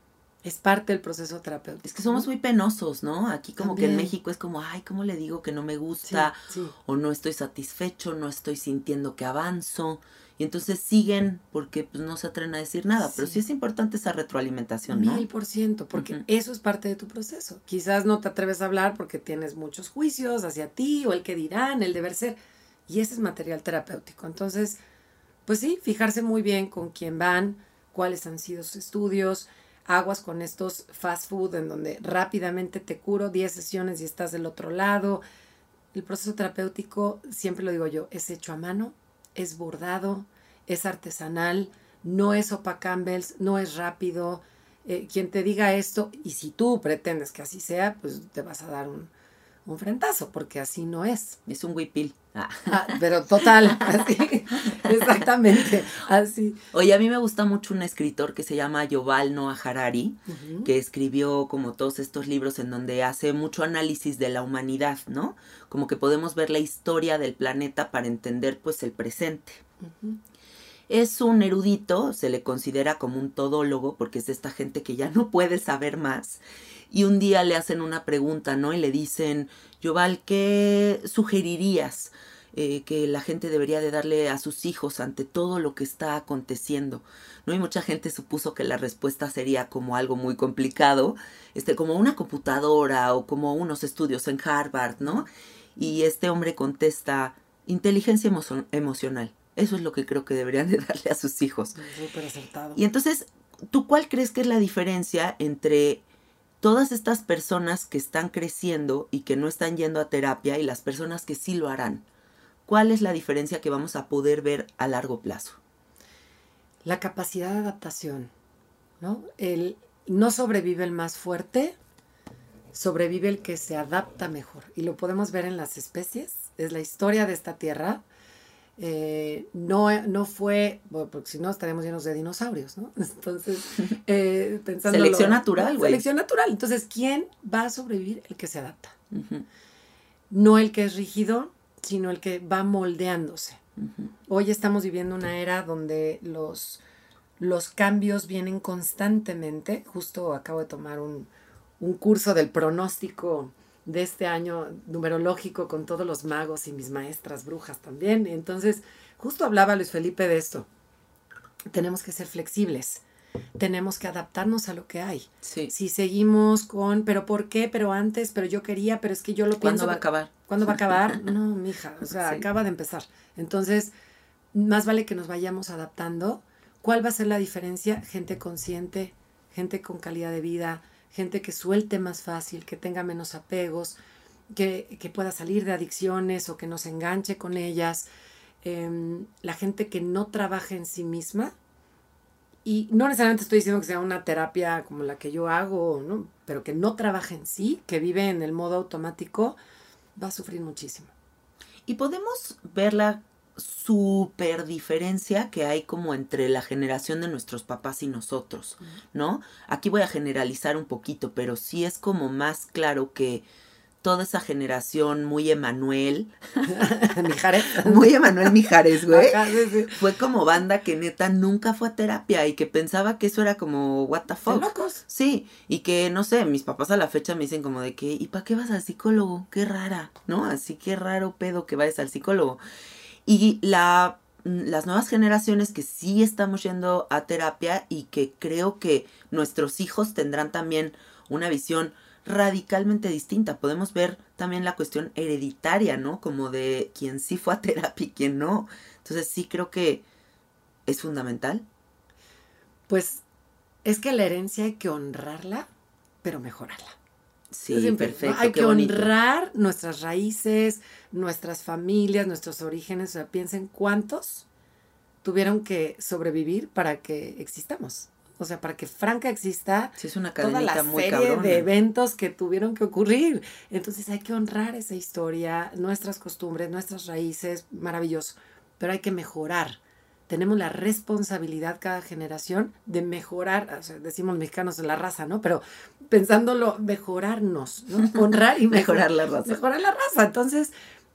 Es parte del proceso terapéutico. Es que somos ¿no? muy penosos, ¿no? Aquí como También. que en México es como, ay, ¿cómo le digo que no me gusta? Sí, sí. O no estoy satisfecho, no estoy sintiendo que avanzo. Y entonces siguen porque pues, no se atreven a decir nada. Sí. Pero sí es importante esa retroalimentación, ¿no? Mil por ciento, porque uh-huh. eso es parte de tu proceso. Quizás no te atreves a hablar porque tienes muchos juicios hacia ti o el que dirán, el deber ser. Y ese es material terapéutico. Entonces, pues sí, fijarse muy bien con quién van, cuáles han sido sus estudios. Aguas con estos fast food en donde rápidamente te curo diez sesiones y estás del otro lado. El proceso terapéutico, siempre lo digo yo, es hecho a mano, es bordado, es artesanal, no es Sopa Campbell's, no es rápido. Eh, quien te diga esto, y si tú pretendes que así sea, pues te vas a dar un, un frentazo, porque así no es. Es un huipil. Ah. Ah, pero total, así, exactamente, así. Oye, a mí me gusta mucho un escritor que se llama Yuval Noah Harari, Uh-huh. que escribió como todos estos libros en donde hace mucho análisis de la humanidad, ¿no? Como que podemos ver la historia del planeta para entender, pues, el presente. Uh-huh. Es un erudito, se le considera como un todólogo, porque es de esta gente que ya no puede saber más. Y un día le hacen una pregunta, ¿no? Y le dicen, Yuval, ¿qué sugerirías eh, que la gente debería de darle a sus hijos ante todo lo que está aconteciendo? ¿No? Y mucha gente supuso que la respuesta sería como algo muy complicado, este, como una computadora o como unos estudios en Harvard, ¿no? Y este hombre contesta, inteligencia emo- emocional. Eso es lo que creo que deberían de darle a sus hijos. Súper acertado. Y entonces, ¿tú cuál crees que es la diferencia entre todas estas personas que están creciendo y que no están yendo a terapia y las personas que sí lo harán? ¿Cuál es la diferencia que vamos a poder ver a largo plazo? La capacidad de adaptación, ¿no? El, no sobrevive el más fuerte, sobrevive el que se adapta mejor. Y lo podemos ver en las especies, es la historia de esta tierra. Eh, no, no fue, bueno, porque si no estaríamos llenos de dinosaurios, ¿no? Entonces, eh, pensando selección natural, güey. Selección natural. Entonces, ¿quién va a sobrevivir? El que se adapta. Uh-huh. No el que es rígido, sino el que va moldeándose. Uh-huh. Hoy estamos viviendo una era donde los, los cambios vienen constantemente. Justo acabo de tomar un, un curso del pronóstico de este año numerológico con todos los magos y mis maestras brujas también. Entonces, justo hablaba Luis Felipe de esto. Tenemos que ser flexibles. Tenemos que adaptarnos a lo que hay. Sí. Si seguimos con, pero ¿por qué? Pero antes, pero yo quería, pero es que yo lo ¿Cuándo pienso. va a acabar? ¿Cuándo va a acabar? No, mija, o sea, sí. Acaba de empezar. Entonces, más vale que nos vayamos adaptando. ¿Cuál va a ser la diferencia? Gente consciente, gente con calidad de vida, gente que suelte más fácil, que tenga menos apegos, que, que pueda salir de adicciones o que no se enganche con ellas. Eh, la gente que no trabaja en sí misma. Y no necesariamente estoy diciendo que sea una terapia como la que yo hago, ¿no? Pero que no trabaja en sí, que vive en el modo automático, va a sufrir muchísimo. Y podemos ver la súper diferencia que hay como entre la generación de nuestros papás y nosotros, ¿no? Aquí voy a generalizar un poquito, pero sí es como más claro que toda esa generación muy Emanuel, Mijares, muy Emanuel Mijares, güey, Ajá, sí, sí. Fue como banda que neta nunca fue a terapia y que pensaba que eso era como what the fuck. Locos. Sí, y que no sé, mis papás a la fecha me dicen como de que, ¿y para qué vas al psicólogo? Qué rara, ¿no? Así que raro pedo que vayas al psicólogo. Y la, las nuevas generaciones que sí estamos yendo a terapia y que creo que nuestros hijos tendrán también una visión radicalmente distinta. Podemos ver también la cuestión hereditaria, ¿no? Como de quién sí fue a terapia y quién no. Entonces sí creo que es fundamental. Pues es que la herencia hay que honrarla, pero mejorarla. Sí, Siempre, perfecto. ¿no? Hay qué que bonito. honrar nuestras raíces, nuestras familias, nuestros orígenes. O sea, piensen cuántos tuvieron que sobrevivir para que existamos. O sea, para que Franca exista, Sí, es una toda la cadenita muy serie cabrona. de eventos que tuvieron que ocurrir. Entonces hay que honrar esa historia, nuestras costumbres, nuestras raíces, maravilloso. Pero hay que mejorar. Tenemos la responsabilidad cada generación de mejorar, o sea, decimos mexicanos en la raza, ¿no? Pero pensándolo, mejorarnos, ¿no? Honrar y Mejorar la raza. Mejorar la raza. Entonces,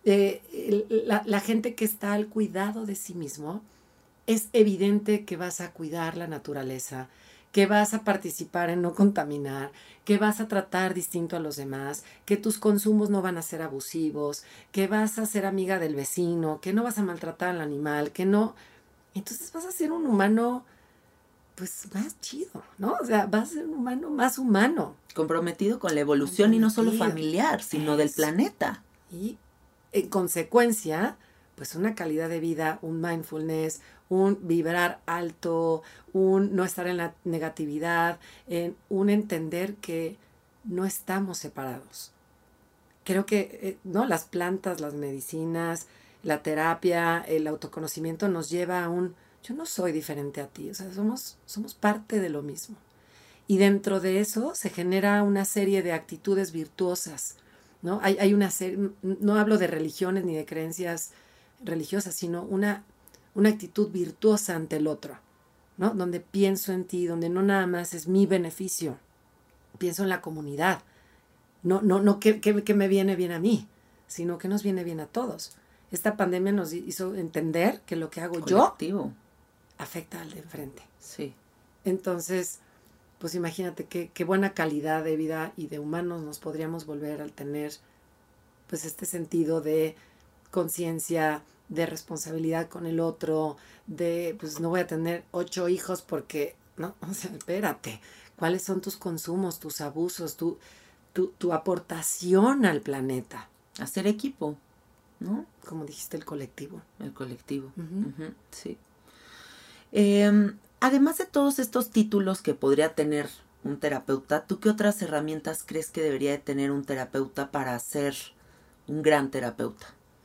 eh, la, la gente que está al cuidado de sí mismo, es evidente que vas a cuidar la naturaleza, que vas a participar en no contaminar, que vas a tratar distinto a los demás, que tus consumos no van a ser abusivos, que vas a ser amiga del vecino, que no vas a maltratar al animal, que no... Entonces vas a ser un humano, pues, más chido, ¿no? O sea, vas a ser un humano más humano. Comprometido con la evolución y no solo Comprometido. familiar, sino Eso. del planeta. Y en consecuencia, pues una calidad de vida, un mindfulness, un vibrar alto, un no estar en la negatividad, en un entender que no estamos separados. Creo que eh, no, las plantas, las medicinas, la terapia, el autoconocimiento nos lleva a un yo no soy diferente a ti, o sea, somos, somos parte de lo mismo. Y dentro de eso se genera una serie de actitudes virtuosas, ¿no? Hay, hay una serie, no hablo de religiones ni de creencias religiosas, sino una, una actitud virtuosa ante el otro, ¿no? Donde pienso en ti, donde no nada más es mi beneficio, pienso en la comunidad, no, no, no que, que, que me viene bien a mí, sino que nos viene bien a todos. Esta pandemia nos hizo entender que lo que hago Colectivo. yo afecta al de enfrente. Sí. Entonces, pues imagínate qué, qué buena calidad de vida y de humanos nos podríamos volver al tener pues este sentido de conciencia, de responsabilidad con el otro, de pues no voy a tener ocho hijos porque, no, o sea, espérate, ¿cuáles son tus consumos, tus abusos, tu, tu, tu aportación al planeta? Hacer equipo, ¿no? Como dijiste, el colectivo. El colectivo, Uh-huh. uh-huh, sí. Eh, además de todos estos títulos que podría tener un terapeuta, ¿tú qué otras herramientas crees que debería de tener un terapeuta para ser un gran terapeuta?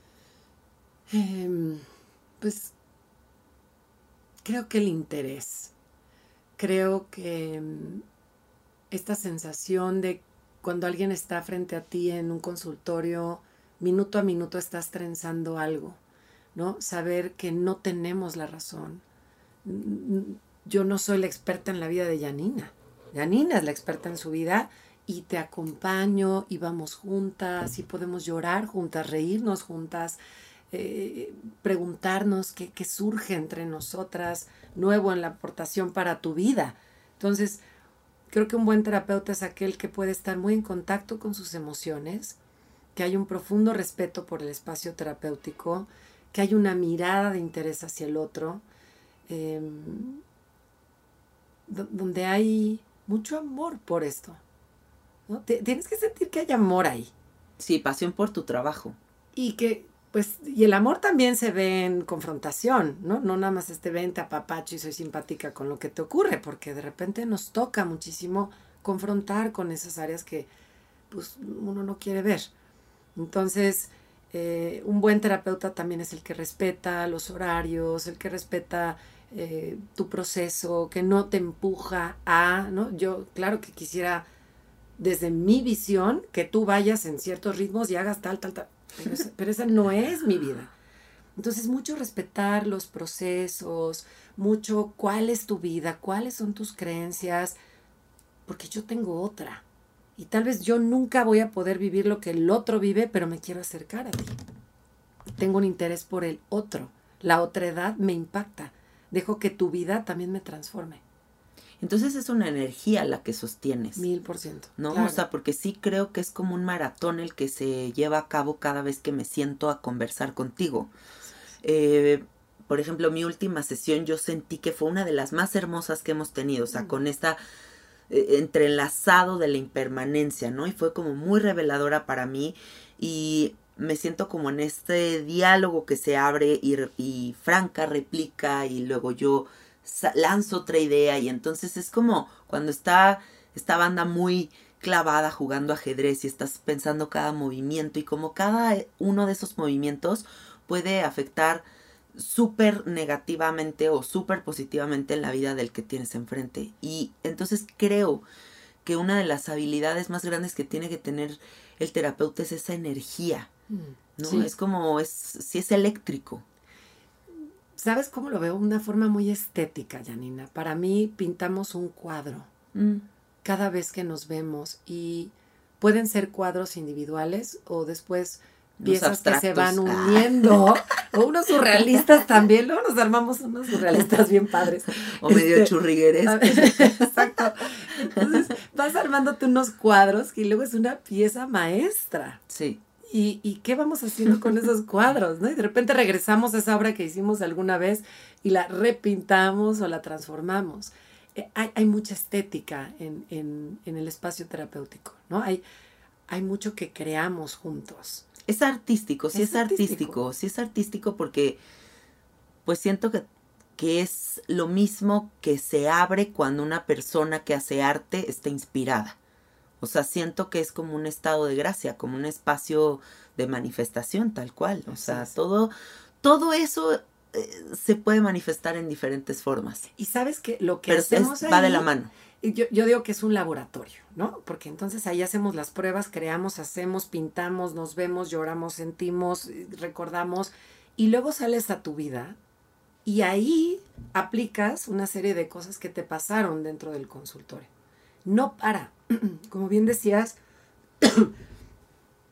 Eh, pues creo que el interés, creo que um, esta sensación de cuando alguien está frente a ti en un consultorio, minuto a minuto estás trenzando algo, ¿no? Saber que no tenemos la razón. Yo no soy la experta en la vida de Janina. Janina es la experta en su vida y te acompaño y vamos juntas y podemos llorar juntas, reírnos juntas, eh, preguntarnos qué, qué surge entre nosotras nuevo en la aportación para tu vida. Entonces, creo que un buen terapeuta es aquel que puede estar muy en contacto con sus emociones, que hay un profundo respeto por el espacio terapéutico, que hay una mirada de interés hacia el otro, eh, do- donde hay mucho amor por esto, ¿no? Te- tienes que sentir que hay amor ahí. Sí, pasión por tu trabajo. Y que, pues, y el amor también se ve en confrontación, ¿no? No nada más este vente apapacho y soy simpática con lo que te ocurre, porque de repente nos toca muchísimo confrontar con esas áreas que, pues, uno no quiere ver. Entonces, eh, un buen terapeuta también es el que respeta los horarios, el que respeta eh, tu proceso, que no te empuja a, ¿no? Yo, claro que quisiera, desde mi visión, que tú vayas en ciertos ritmos y hagas tal, tal, tal, pero esa, pero esa no es mi vida. Entonces, mucho respetar los procesos, mucho cuál es tu vida, cuáles son tus creencias, porque yo tengo otra. Y tal vez yo nunca voy a poder vivir lo que el otro vive, pero me quiero acercar a ti. Tengo un interés por el otro. La otredad me impacta. Dejo que tu vida también me transforme. Entonces es una energía la que sostienes. Mil por ciento. ¿No? Claro. O sea, porque sí creo que es como un maratón el que se lleva a cabo cada vez que me siento a conversar contigo. Eh, por ejemplo, mi última sesión yo sentí que fue una de las más hermosas que hemos tenido. O sea, mm. con esta eh, entrelazado de la impermanencia, ¿no? Y fue como muy reveladora para mí y me siento como en este diálogo que se abre y, y Franca replica y luego yo lanzo otra idea y entonces es como cuando está esta banda muy clavada jugando ajedrez y estás pensando cada movimiento y como cada uno de esos movimientos puede afectar súper negativamente o súper positivamente en la vida del que tienes enfrente. Y entonces creo que una de las habilidades más grandes que tiene que tener el terapeuta es esa energía, ¿no? Sí. Es como, es, sí es eléctrico. ¿Sabes cómo lo veo? Una forma muy estética, Janina. Para mí pintamos un cuadro mm. cada vez que nos vemos y pueden ser cuadros individuales o después piezas que se van uniendo ah. o unos surrealistas también, luego nos armamos unos surrealistas bien padres. O medio este, churrigueres. Exacto. Entonces vas armándote unos cuadros y luego es una pieza maestra. Sí. ¿Y, ¿Y qué vamos haciendo con esos cuadros? ¿No? Y de repente regresamos a esa obra que hicimos alguna vez y la repintamos o la transformamos. Eh, hay, hay mucha estética en, en, en el espacio terapéutico, ¿no? Hay, hay mucho que creamos juntos. Es artístico, sí es, es artístico. artístico, sí es artístico porque pues siento que, que es lo mismo que se abre cuando una persona que hace arte está inspirada. O sea, siento que es como un estado de gracia, como un espacio de manifestación tal cual. O sea, todo, todo eso eh, se puede manifestar en diferentes formas. Y sabes que lo que Pero hacemos es, ahí, va de la mano. Yo, yo digo que es un laboratorio, ¿no? Porque entonces ahí hacemos las pruebas, creamos, hacemos, pintamos, nos vemos, lloramos, sentimos, recordamos, y luego sales a tu vida y ahí aplicas una serie de cosas que te pasaron dentro del consultorio. No para. Como bien decías,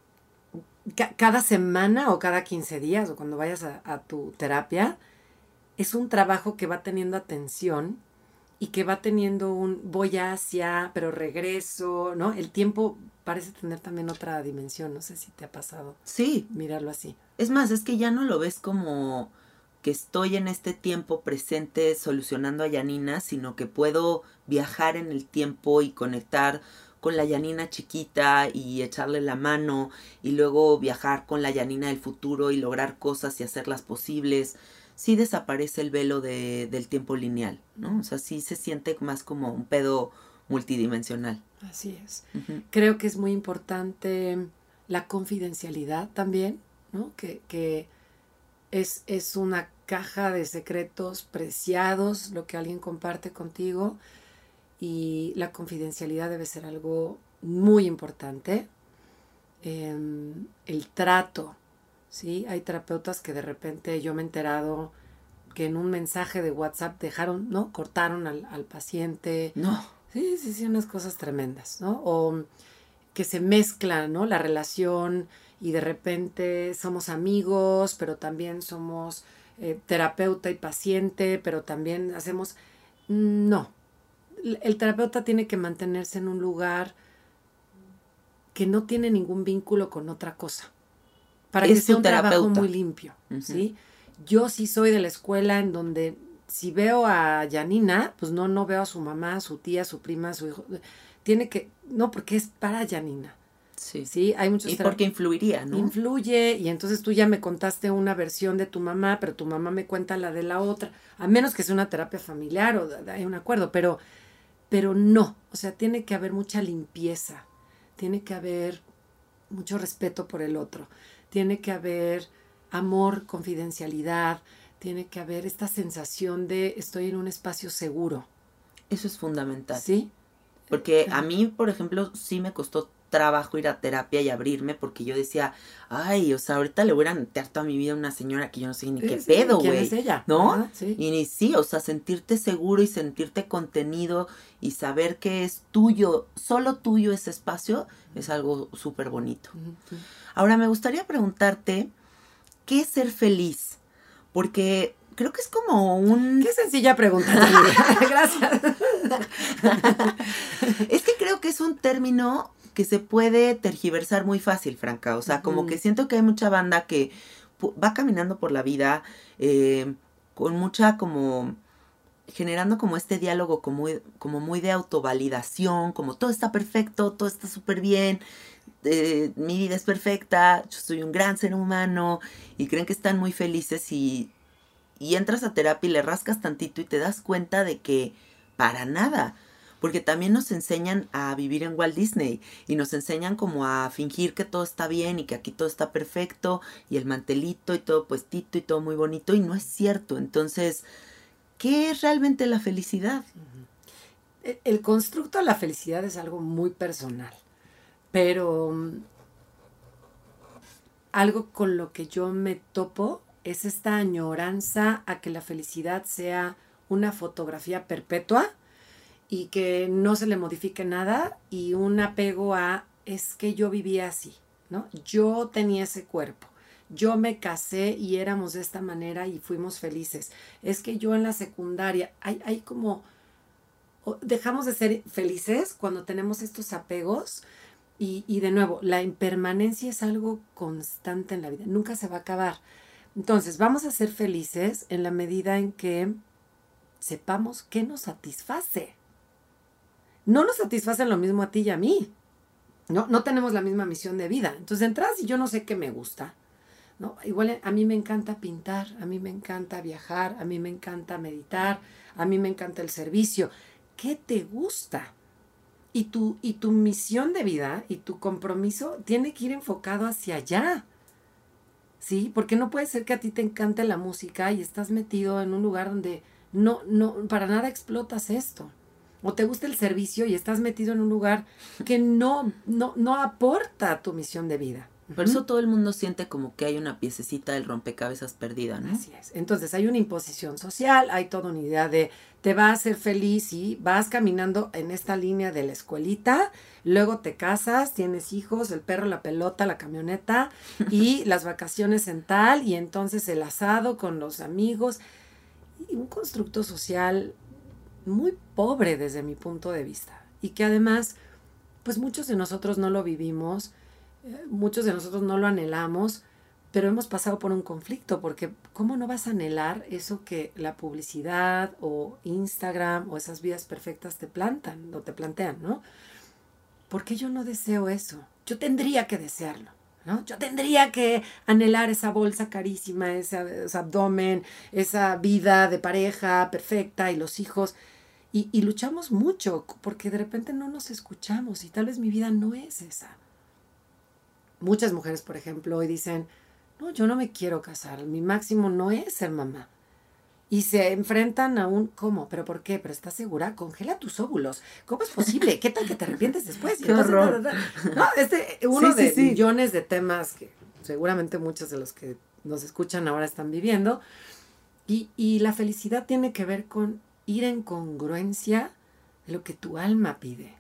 cada semana o cada quince días o cuando vayas a, a tu terapia, es un trabajo que va teniendo atención y que va teniendo un voy hacia, pero regreso, ¿no? El tiempo parece tener también otra dimensión, no sé si te ha pasado. Sí. Mirarlo así. Es más, es que ya no lo ves como que estoy en este tiempo presente solucionando a Janina, sino que puedo viajar en el tiempo y conectar con la Janina chiquita y echarle la mano y luego viajar con la Janina del futuro y lograr cosas y hacerlas posibles. Sí desaparece el velo de, del tiempo lineal, ¿no? O sea, sí se siente más como un pedo multidimensional. Así es. Uh-huh. Creo que es muy importante la confidencialidad también, ¿no? Que, que es, es una caja de secretos preciados lo que alguien comparte contigo y la confidencialidad debe ser algo muy importante. Eh, el trato, ¿sí? Hay terapeutas que de repente yo me he enterado que en un mensaje de WhatsApp dejaron, ¿no? Cortaron al, al paciente. No. Sí, sí, sí, unas cosas tremendas, ¿no? O que se mezcla, ¿no? La relación y de repente somos amigos, pero también somos eh, terapeuta y paciente, pero también hacemos... No. El terapeuta tiene que mantenerse en un lugar que no tiene ningún vínculo con otra cosa. Para es que sea un terapeuta. Trabajo muy limpio, uh-huh. ¿sí? Yo sí soy de la escuela en donde si veo a Janina, pues no, no veo a su mamá, a su tía, a su prima, a su hijo. Tiene que, no, porque es para Janina. Sí. Sí, hay muchos. Y porque influiría, ¿no? Influye, y entonces tú ya me contaste una versión de tu mamá, pero tu mamá me cuenta la de la otra, a menos que sea una terapia familiar o hay un acuerdo, pero, pero no, o sea, tiene que haber mucha limpieza, tiene que haber mucho respeto por el otro, tiene que haber amor, confidencialidad, tiene que haber esta sensación de estoy en un espacio seguro. Eso es fundamental. ¿Sí? Porque a mí, por ejemplo, sí me costó trabajo ir a terapia y abrirme porque yo decía, ay, o sea, ahorita le voy a meter toda mi vida a una señora que yo no sé ni sí, qué sí, pedo, güey. ¿Quién es ella? ¿No? Ajá, sí. Y ni sí, o sea, sentirte seguro y sentirte contenido y saber que es tuyo, solo tuyo ese espacio, es algo súper bonito. Uh-huh. Ahora, me gustaría preguntarte, ¿qué es ser feliz? Porque creo que es como un... Qué sencilla pregunta. Gracias. Es que creo que es un término que se puede tergiversar muy fácil, Franca. O sea, uh-huh. como que siento que hay mucha banda que va caminando por la vida eh, con mucha como... generando como este diálogo como muy, como muy de autovalidación, como todo está perfecto, todo está súper bien, eh, mi vida es perfecta, yo soy un gran ser humano, y creen que están muy felices y, y entras a terapia y le rascas tantito y te das cuenta de que para nada, porque también nos enseñan a vivir en Walt Disney y nos enseñan como a fingir que todo está bien y que aquí todo está perfecto y el mantelito y todo puestito y todo muy bonito, y no es cierto. Entonces, ¿qué es realmente la felicidad? El, el constructo de la felicidad es algo muy personal, pero um, algo con lo que yo me topo es esta añoranza a que la felicidad sea una fotografía perpetua y que no se le modifique nada, y un apego a es que yo vivía así, ¿no? Yo tenía ese cuerpo. Yo me casé y éramos de esta manera y fuimos felices. Es que yo en la secundaria, hay, hay como, dejamos de ser felices cuando tenemos estos apegos y, y de nuevo, la impermanencia es algo constante en la vida, nunca se va a acabar. Entonces, vamos a ser felices en la medida en que sepamos qué nos satisface. No nos satisface lo mismo a ti y a mí. No, no tenemos la misma misión de vida. Entonces, de entrada, si yo no sé qué me gusta, ¿no? Igual a mí me encanta pintar, a mí me encanta viajar, a mí me encanta meditar, a mí me encanta el servicio. ¿Qué te gusta? Y tu, y tu misión de vida y tu compromiso tiene que ir enfocado hacia allá, ¿sí? Porque no puede ser que a ti te encante la música y estás metido en un lugar donde no, no, para nada explotas esto. O te gusta el servicio y estás metido en un lugar que no, no, no aporta a tu misión de vida. Por eso todo el mundo siente como que hay una piececita del rompecabezas perdida, ¿no? Así es. Entonces hay una imposición social, hay toda una idea de te va a hacer feliz y vas caminando en esta línea de la escuelita, luego te casas, tienes hijos, el perro, la pelota, la camioneta y las vacaciones en tal, y entonces el asado con los amigos. y un constructo social muy pobre desde mi punto de vista. Y que además, pues muchos de nosotros no lo vivimos, eh, muchos de nosotros no lo anhelamos, pero hemos pasado por un conflicto, porque ¿cómo no vas a anhelar eso que la publicidad o Instagram o esas vidas perfectas te plantan o te plantean, ¿no? ¿Por qué yo no deseo eso? Yo tendría que desearlo, ¿no? Yo tendría que anhelar esa bolsa carísima, ese, ese abdomen, esa vida de pareja perfecta y los hijos. Y, y luchamos mucho porque de repente no nos escuchamos y tal vez mi vida no es esa. Muchas mujeres, por ejemplo, hoy dicen, no, yo no me quiero casar, mi máximo no es ser mamá. Y se enfrentan a un, ¿cómo? ¿Pero por qué? ¿Pero estás segura? Congela tus óvulos. ¿Cómo es posible? ¿Qué tal que te arrepientes después? ¡Qué horror! No, este uno sí, de sí, sí. millones de temas que seguramente muchos de los que nos escuchan ahora están viviendo. Y, y la felicidad tiene que ver con ir en congruencia de lo que tu alma pide.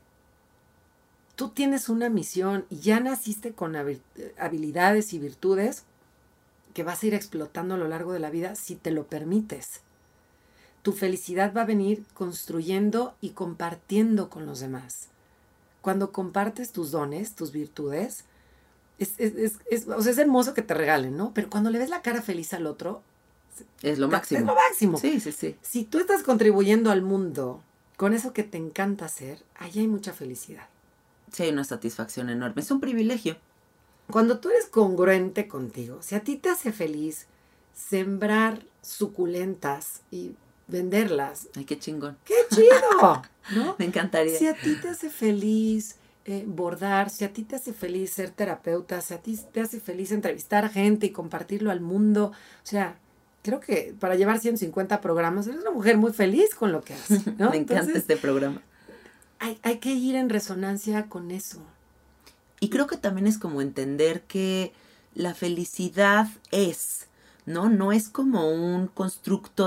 Tú tienes una misión y ya naciste con habilidades y virtudes que vas a ir explotando a lo largo de la vida si te lo permites. Tu felicidad va a venir construyendo y compartiendo con los demás. Cuando compartes tus dones, tus virtudes, es, es, es, es, o sea, es hermoso que te regalen, ¿no? Pero cuando le ves la cara feliz al otro, es lo máximo. Es lo máximo. Sí, sí, sí. Si tú estás contribuyendo al mundo con eso que te encanta hacer, ahí hay mucha felicidad. Sí, hay una satisfacción enorme. Es un privilegio. Cuando tú eres congruente contigo, si a ti te hace feliz sembrar suculentas y venderlas. Ay, qué chingón. ¡Qué chido! ¿No? Me encantaría. Si a ti te hace feliz eh, bordar, si a ti te hace feliz ser terapeuta, si a ti te hace feliz entrevistar a gente y compartirlo al mundo, o sea, creo que para llevar ciento cincuenta programas eres una mujer muy feliz con lo que haces, ¿no? Me encanta Entonces, este programa. Hay, hay que ir en resonancia con eso. Y creo que también es como entender que la felicidad es, ¿no? No es como un constructo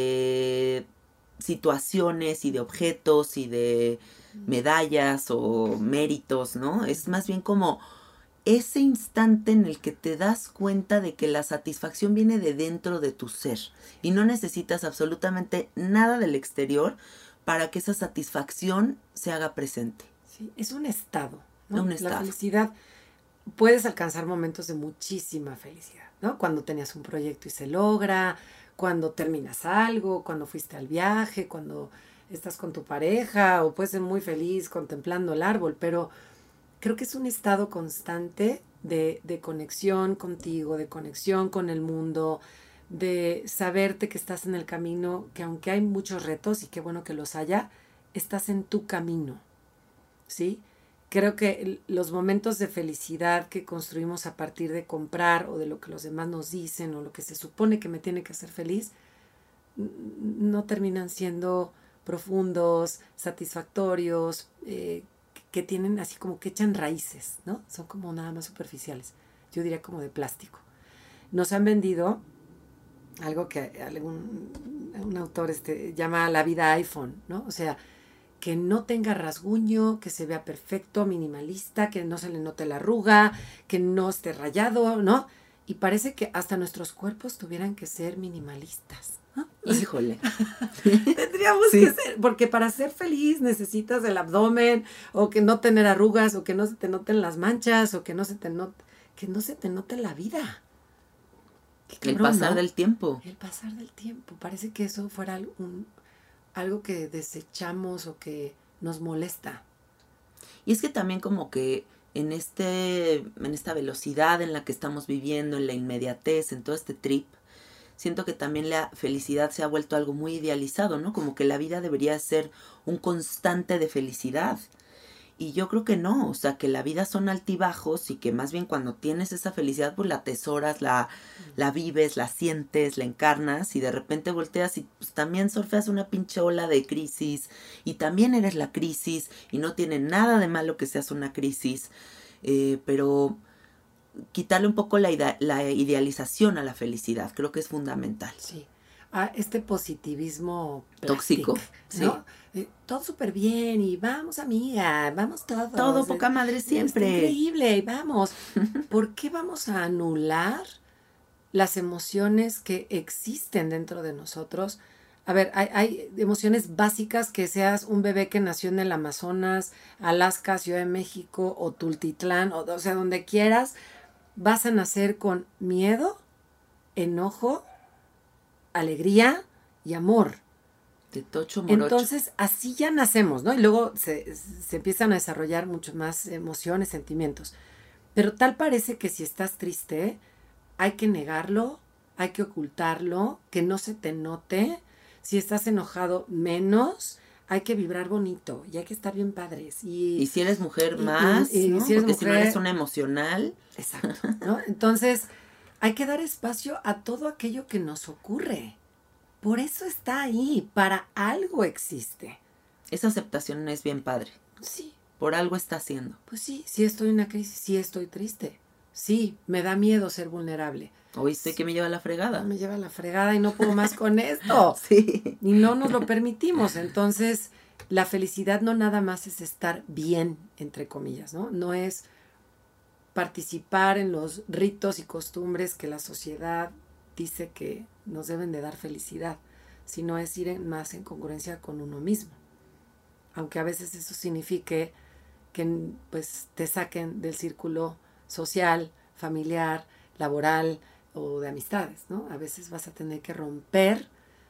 de situaciones y de objetos y de medallas o méritos, ¿no? Es más bien como ese instante en el que te das cuenta de que la satisfacción viene de dentro de tu ser y no necesitas absolutamente nada del exterior para que esa satisfacción se haga presente. Sí, es un estado, ¿no? Un La estado. felicidad, puedes alcanzar momentos de muchísima felicidad, ¿no? Cuando tenías un proyecto y se logra, cuando terminas algo, cuando fuiste al viaje, cuando estás con tu pareja, o puedes ser muy feliz contemplando el árbol, pero creo que es un estado constante de, de conexión contigo, de conexión con el mundo, de saberte que estás en el camino, que aunque hay muchos retos, y qué bueno que los haya, estás en tu camino, ¿sí? Creo que los momentos de felicidad que construimos a partir de comprar o de lo que los demás nos dicen o lo que se supone que me tiene que hacer feliz, no terminan siendo profundos, satisfactorios, eh, que tienen así como que echan raíces, ¿no? Son como nada más superficiales. Yo diría como de plástico. Nos han vendido algo que algún un autor este, llama la vida iPhone, ¿no? O sea, que no tenga rasguño, que se vea perfecto, minimalista, que no se le note la arruga, que no esté rayado, ¿no? Y parece que hasta nuestros cuerpos tuvieran que ser minimalistas, ¿no? Híjole. Tendríamos Sí. que ser, porque para ser feliz necesitas el abdomen, o que no tener arrugas, o que no se te noten las manchas, o que no se te note, que no se te note la vida. Qué El cabrón, pasar ¿no? del tiempo. El pasar del tiempo. Parece que eso fuera un, algo que desechamos o que nos molesta. Y es que también como que en este, en esta velocidad en la que estamos viviendo, en la inmediatez, en todo este trip, siento que también la felicidad se ha vuelto algo muy idealizado, ¿no? Como que la vida debería ser un constante de felicidad. Y yo creo que no, o sea, que la vida son altibajos y que más bien cuando tienes esa felicidad, pues la atesoras, la, la vives, la sientes, la encarnas y de repente volteas y pues también surfeas una pinche ola de crisis y también eres la crisis y no tiene nada de malo que seas una crisis, eh, pero quitarle un poco la, ide- la idealización a la felicidad, creo que es fundamental. Sí. Ah, este positivismo Tóxico, plastic, ¿no? Eh, todo súper bien y vamos, amiga, vamos todos. Todo poca madre Está siempre. increíble y vamos. ¿Por qué vamos a anular las emociones que existen dentro de nosotros A ver, hay, hay emociones básicas que seas un bebé que nació en el Amazonas, Alaska, Ciudad de México o Tultitlán, o, o sea, donde quieras, vas a nacer con miedo, enojo, alegría y amor. De tocho morocho. Entonces, así ya nacemos, ¿no? Y luego se, se empiezan a desarrollar mucho más emociones, sentimientos. Pero tal parece que si estás triste, hay que negarlo, hay que ocultarlo, que no se te note. Si estás enojado, menos. Hay que vibrar bonito y hay que estar bien padres. Y, y si eres mujer, y, más, y, y, ¿no? si eres Porque mujer, si no eres una emocional. Exacto, ¿no? Entonces, hay que dar espacio a todo aquello que nos ocurre. Por eso está ahí, para algo existe. Esa aceptación es bien padre. Sí. Por algo está haciendo. Pues sí, sí estoy en una crisis, sí estoy triste. Sí, me da miedo ser vulnerable. Hoy estoy que me lleva la fregada. Me lleva la fregada y no puedo más con esto. Sí. Y no nos lo permitimos. Entonces, la felicidad no nada más es estar bien, entre comillas, ¿no? No es participar en los ritos y costumbres que la sociedad dice que nos deben de dar felicidad, sino es ir en, más en congruencia con uno mismo. Aunque a veces eso signifique que pues te saquen del círculo social, familiar, laboral o de amistades, ¿no? A veces vas a tener que romper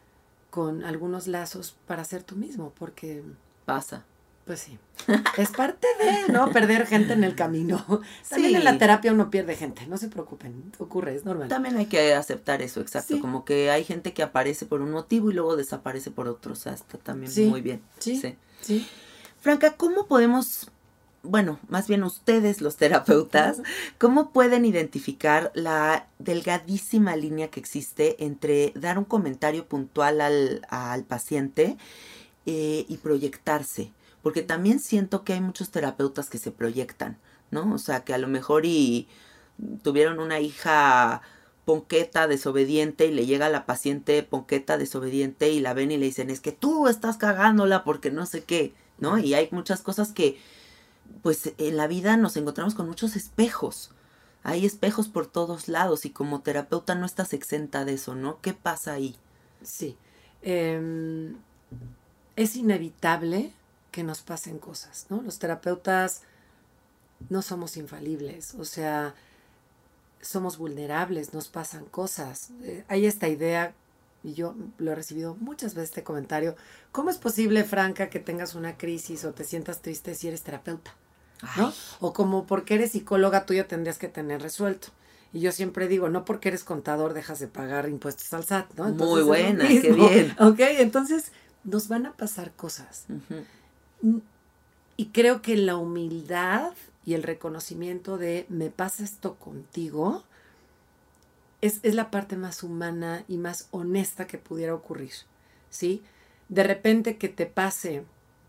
con algunos lazos para ser tú mismo, porque... Pasa. Pues sí. Es parte de, ¿no? Perder gente en el camino. También sí. en la terapia uno pierde gente, no se preocupen, ocurre, es normal. También hay que aceptar eso, exacto. Sí. Como que hay gente que aparece por un motivo y luego desaparece por otro, o sea, está también sí. muy bien. Sí, sí, sí. Franca, ¿cómo podemos... Bueno, más bien ustedes, los terapeutas, ¿cómo pueden identificar la delgadísima línea que existe entre dar un comentario puntual al, al paciente eh, y proyectarse? Porque también siento que hay muchos terapeutas que se proyectan, ¿no? O sea, que a lo mejor y tuvieron una hija ponqueta, desobediente, y le llega a la paciente ponqueta, desobediente, y la ven y le dicen, es que tú estás cagándola porque no sé qué, ¿no? Y hay muchas cosas que... pues en la vida nos encontramos con muchos espejos. Hay espejos por todos lados y como terapeuta no estás exenta de eso, ¿no? ¿Qué pasa ahí? Sí. Eh, es inevitable que nos pasen cosas, ¿no? Los terapeutas no somos infalibles, o sea, somos vulnerables, nos pasan cosas. Eh, hay esta idea, y yo lo he recibido muchas veces este comentario, ¿cómo es posible, Franca, que tengas una crisis o te sientas triste si eres terapeuta? ¿No? Ay. O como porque eres psicóloga tú ya tendrías que tener resuelto. Y yo siempre digo, no porque eres contador dejas de pagar impuestos al S A T, ¿no? Entonces, muy buena, qué bien. Ok, entonces nos van a pasar cosas. Uh-huh. Y creo que la humildad y el reconocimiento de me pasa esto contigo es, es la parte más humana y más honesta que pudiera ocurrir, ¿sí? De repente que te pase...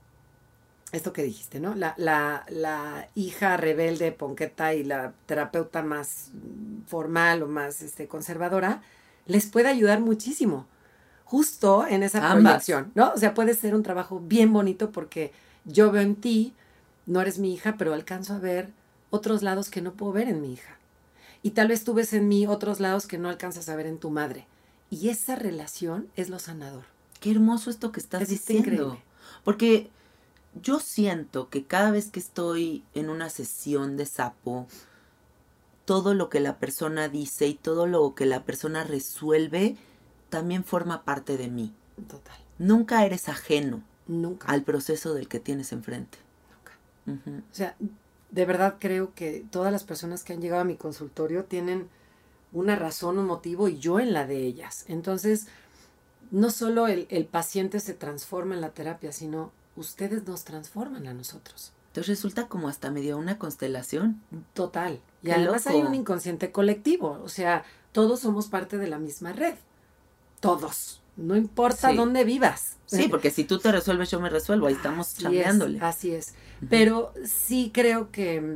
esto que dijiste, ¿no? La, la, la hija rebelde, ponqueta y la terapeuta más formal o más este, conservadora, les puede ayudar muchísimo. Justo en esa Ambas. proyección, ¿no? O sea, puede ser un trabajo bien bonito porque yo veo en ti, no eres mi hija, pero alcanzo a ver otros lados que no puedo ver en mi hija. Y tal vez tú ves en mí otros lados que no alcanzas a ver en tu madre. Y esa relación es lo sanador. Qué hermoso esto que estás es diciendo. Increíble. Porque... yo siento que cada vez que estoy en una sesión de sapo, todo lo que la persona dice y todo lo que la persona resuelve también forma parte de mí. Total. Nunca eres ajeno Nunca. al proceso del que tienes enfrente. Nunca. Uh-huh. O sea, de verdad creo que todas las personas que han llegado a mi consultorio tienen una razón, un motivo y yo en la de ellas. Entonces, no solo el, el paciente se transforma en la terapia, sino... ustedes nos transforman a nosotros. Entonces resulta como hasta medio una constelación. Total. Y Qué además loco. hay un inconsciente colectivo. O sea, todos somos parte de la misma red. Todos. No importa sí. dónde vivas. Sí, porque si tú te resuelves, yo me resuelvo. Ahí estamos así chambeándole. Es, así es. Uh-huh. Pero sí creo que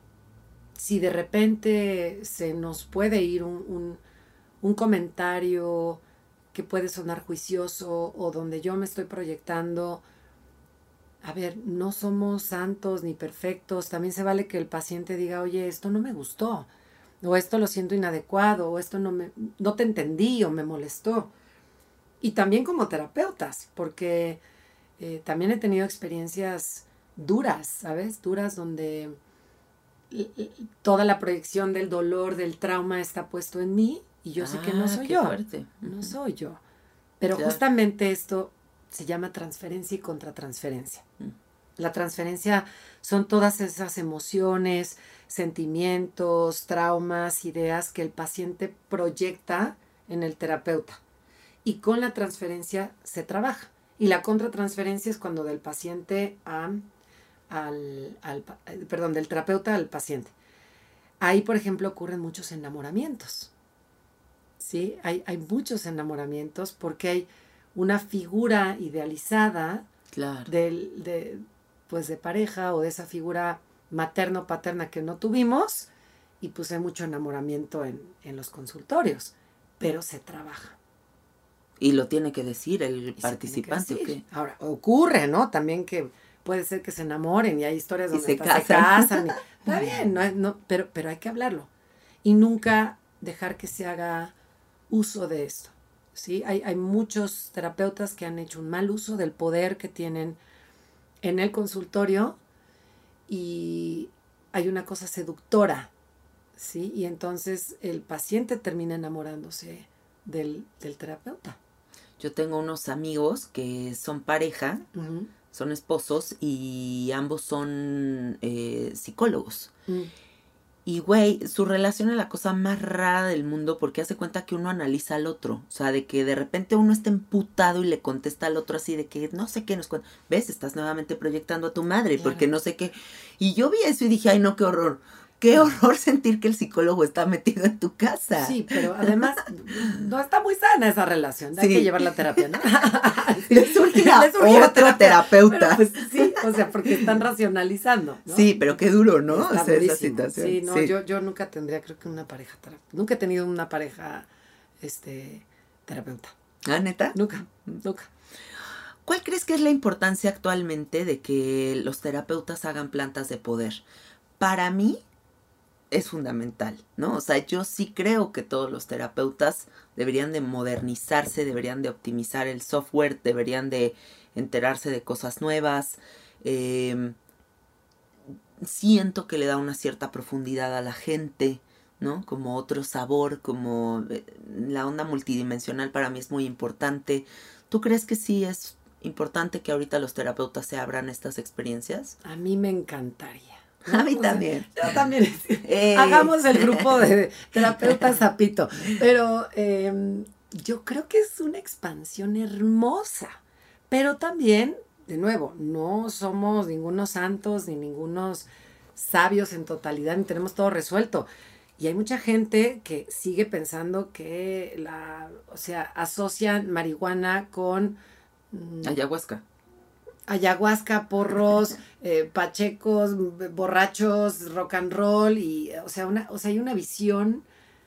si de repente se nos puede ir un, un, un comentario que puede sonar juicioso o donde yo me estoy proyectando... a ver, no somos santos ni perfectos. También se vale que el paciente diga, oye, esto no me gustó, o esto lo siento inadecuado, o esto no me, no te entendí, o me molestó. Y también como terapeutas, porque eh, también he tenido experiencias duras, ¿sabes? Duras donde toda la proyección del dolor, del trauma está puesto en mí y yo ah, sé que no soy qué yo. Fuerte. No soy yo. Pero claro. Justamente esto se llama transferencia y contratransferencia. Mm. La transferencia son todas esas emociones, sentimientos, traumas, ideas que el paciente proyecta en el terapeuta. Y con la transferencia se trabaja. Y la contratransferencia es cuando del paciente a, al, al, perdón, del terapeuta al paciente. Ahí, por ejemplo, ocurren muchos enamoramientos. ¿Sí? Hay, hay muchos enamoramientos porque hay una figura idealizada claro. del, de, pues de pareja o de esa figura materno-paterna que no tuvimos y pues hay mucho enamoramiento en, en los consultorios, pero se trabaja. Y lo tiene que decir el y participante. Decir. ¿O qué? Ahora, ocurre, ¿no? También que puede ser que se enamoren y hay historias donde y se, hasta casan. se casan. Y, está bien, no, no, pero, pero hay que hablarlo. Y nunca dejar que se haga uso de esto. ¿Sí? Hay, hay muchos terapeutas que han hecho un mal uso del poder que tienen en el consultorio y hay una cosa seductora, ¿sí? Y entonces el paciente termina enamorándose del, del terapeuta. Yo tengo unos amigos que son pareja, uh-huh. son esposos y ambos son eh, psicólogos. Uh-huh. Y, güey, su relación es la cosa más rara del mundo porque hace cuenta que uno analiza al otro. O sea, de que de repente uno está emputado y le contesta al otro así de que no sé qué nos cuenta. ¿Ves? Estás nuevamente proyectando a tu madre claro. porque no sé qué. Y yo vi eso y dije, ay, no, qué horror. Qué horror sentir que el psicólogo está metido en tu casa. Sí, pero además no está muy sana esa relación. Hay sí. que llevar la terapia, ¿no? Le surgirá otro terapeuta. Pues, sí, o sea, porque están racionalizando, ¿no? Sí, pero qué duro, ¿no? Está o sea, durísimo. Esa situación. Sí, no, sí. Yo, yo nunca tendría, creo que una pareja terapeuta. Nunca he tenido una pareja, este, terapeuta. ¿Ah, neta? Nunca, nunca. ¿Cuál crees que es la importancia actualmente de que los terapeutas hagan plantas de poder? Para mí, es fundamental, ¿no? O sea, yo sí creo que todos los terapeutas deberían de modernizarse, deberían de optimizar el software, deberían de enterarse de cosas nuevas. Eh, siento que le da una cierta profundidad a la gente, ¿no? Como otro sabor, como eh, la onda multidimensional para mí es muy importante. ¿Tú crees que sí es importante que ahorita los terapeutas se abran estas experiencias? A mí me encantaría. ¿No? A mí también. O sea, yo también. Eh. Hagamos el grupo de terapeutas Zapito. Pero eh, yo creo que es una expansión hermosa. Pero también, de nuevo, no somos ningunos santos ni ningunos sabios en totalidad, ni tenemos todo resuelto. Y hay mucha gente que sigue pensando que la, o sea, asocian marihuana con mmm, ayahuasca. Ayahuasca, porros, eh, pachecos, borrachos, rock and roll, y, o sea, una, o sea, hay una visión,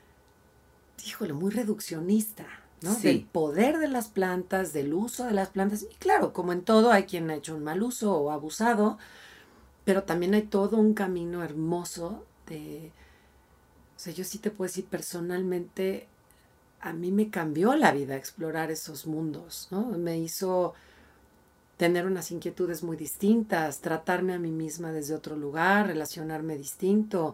híjole, muy reduccionista, ¿no? Sí. Del poder de las plantas, del uso de las plantas, y claro, como en todo, hay quien ha hecho un mal uso o abusado, pero también hay todo un camino hermoso de, o sea, yo sí te puedo decir personalmente, a mí me cambió la vida explorar esos mundos, ¿no? Me hizo tener unas inquietudes muy distintas, tratarme a mí misma desde otro lugar, relacionarme distinto.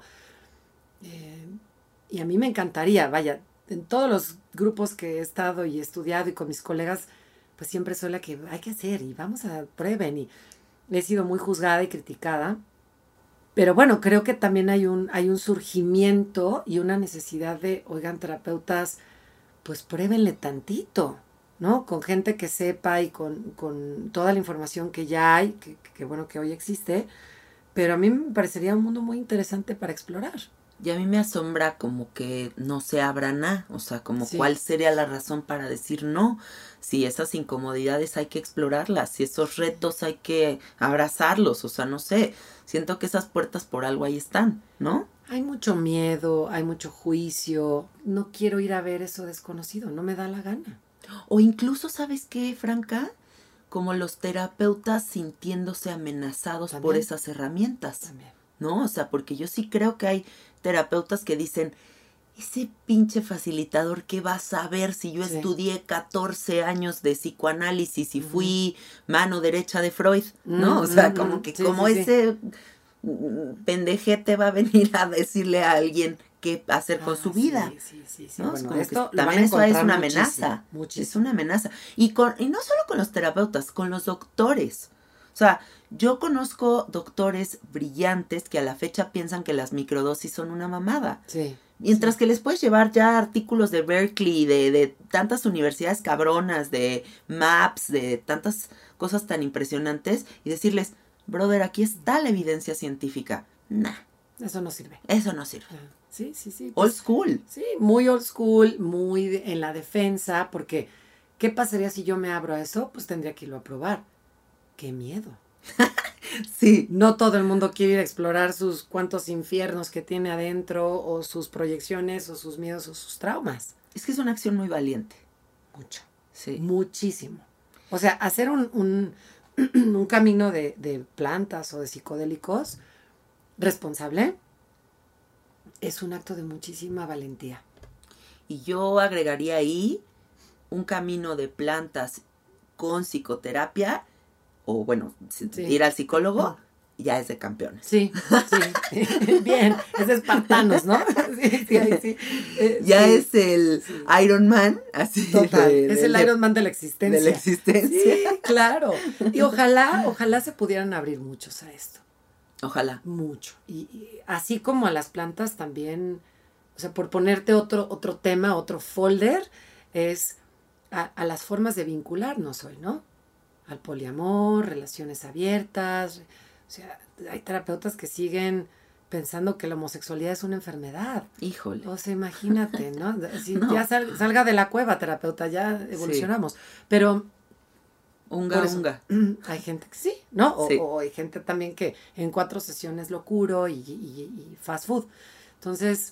Eh, y a mí me encantaría, vaya, en todos los grupos que he estado y estudiado y con mis colegas, pues siempre soy la que hay que hacer y vamos a prueben. Y he sido muy juzgada y criticada. Pero bueno, creo que también hay un, hay un surgimiento y una necesidad de, oigan, terapeutas, pues pruébenle tantito, ¿no? Con gente que sepa y con, con toda la información que ya hay, que, que bueno que hoy existe, pero a mí me parecería un mundo muy interesante para explorar. Y a mí me asombra como que no se abra nada, o sea, como sí. cuál sería la razón para decir no, si esas incomodidades hay que explorarlas, si esos retos hay que abrazarlos, o sea, no sé, siento que esas puertas por algo ahí están, ¿no? Hay mucho miedo, hay mucho juicio, no quiero ir a ver eso desconocido, no me da la gana. O incluso, ¿sabes qué, Franca? Como los terapeutas sintiéndose amenazados ¿También? Por esas herramientas, También. ¿no? O sea, porque yo sí creo que hay terapeutas que dicen, ese pinche facilitador que va a saber si yo Sí. estudié catorce años de psicoanálisis y Ujú. fui mano derecha de Freud, ¿no? Mm, O sea, mm, como mm. que Sí, como sí, sí. ese mm, pendejete va a venir a decirle a alguien qué hacer con Ah, su vida. Sí, sí, sí. sí. ¿No? Bueno, Es como esto que lo van a también eso es encontrar una muchísimo, amenaza. muchísimo. Es una amenaza. Y, con, y no solo con los terapeutas, con los doctores. O sea, yo conozco doctores brillantes que a la fecha piensan que las microdosis son una mamada. Sí. Mientras sí. que les puedes llevar ya artículos de Berkeley, de, de tantas universidades cabronas, de MAPS, de tantas cosas tan impresionantes, y decirles, brother, aquí está la evidencia científica. Nah, Eso no sirve. eso no sirve. Ah, Sí, sí, sí. Old pues, school. Sí, muy old school, muy de- en la defensa, porque ¿qué pasaría si yo me abro a eso? Pues tendría que irlo a probar. Qué miedo. Sí. No todo el mundo quiere ir a explorar sus cuantos infiernos que tiene adentro, o sus proyecciones, o sus miedos, o sus traumas. Es que es una acción muy valiente. Mucho. Sí. Muchísimo. O sea, hacer un, un, un camino de, de plantas o de psicodélicos responsable es un acto de muchísima valentía. Y yo agregaría ahí un camino de plantas con psicoterapia, o bueno, si- Sí. ir al psicólogo, ya es de campeones. Sí, sí. Bien, es de espartanos, ¿no? Sí, sí, ahí sí. Eh, Ya sí, es el sí. Iron Man, así. Total, de- es de- el de- Iron Man de la existencia. de la existencia. Sí, claro. Y ojalá, ojalá se pudieran abrir muchos a esto. Ojalá. Mucho. Y, y así como a las plantas también, o sea, por ponerte otro, otro tema, otro folder, es a, a las formas de vincularnos hoy, ¿no? Al poliamor, relaciones abiertas. O sea, hay terapeutas que siguen pensando que la homosexualidad es una enfermedad. Híjole. O sea, imagínate, ¿no? Si No. ya sal- salga de la cueva, terapeuta, ya evolucionamos. Pero Unga, por eso, unga. hay gente que sí, ¿no? O, Sí. o hay gente también que en cuatro sesiones lo curo y, y- y fast food. Entonces,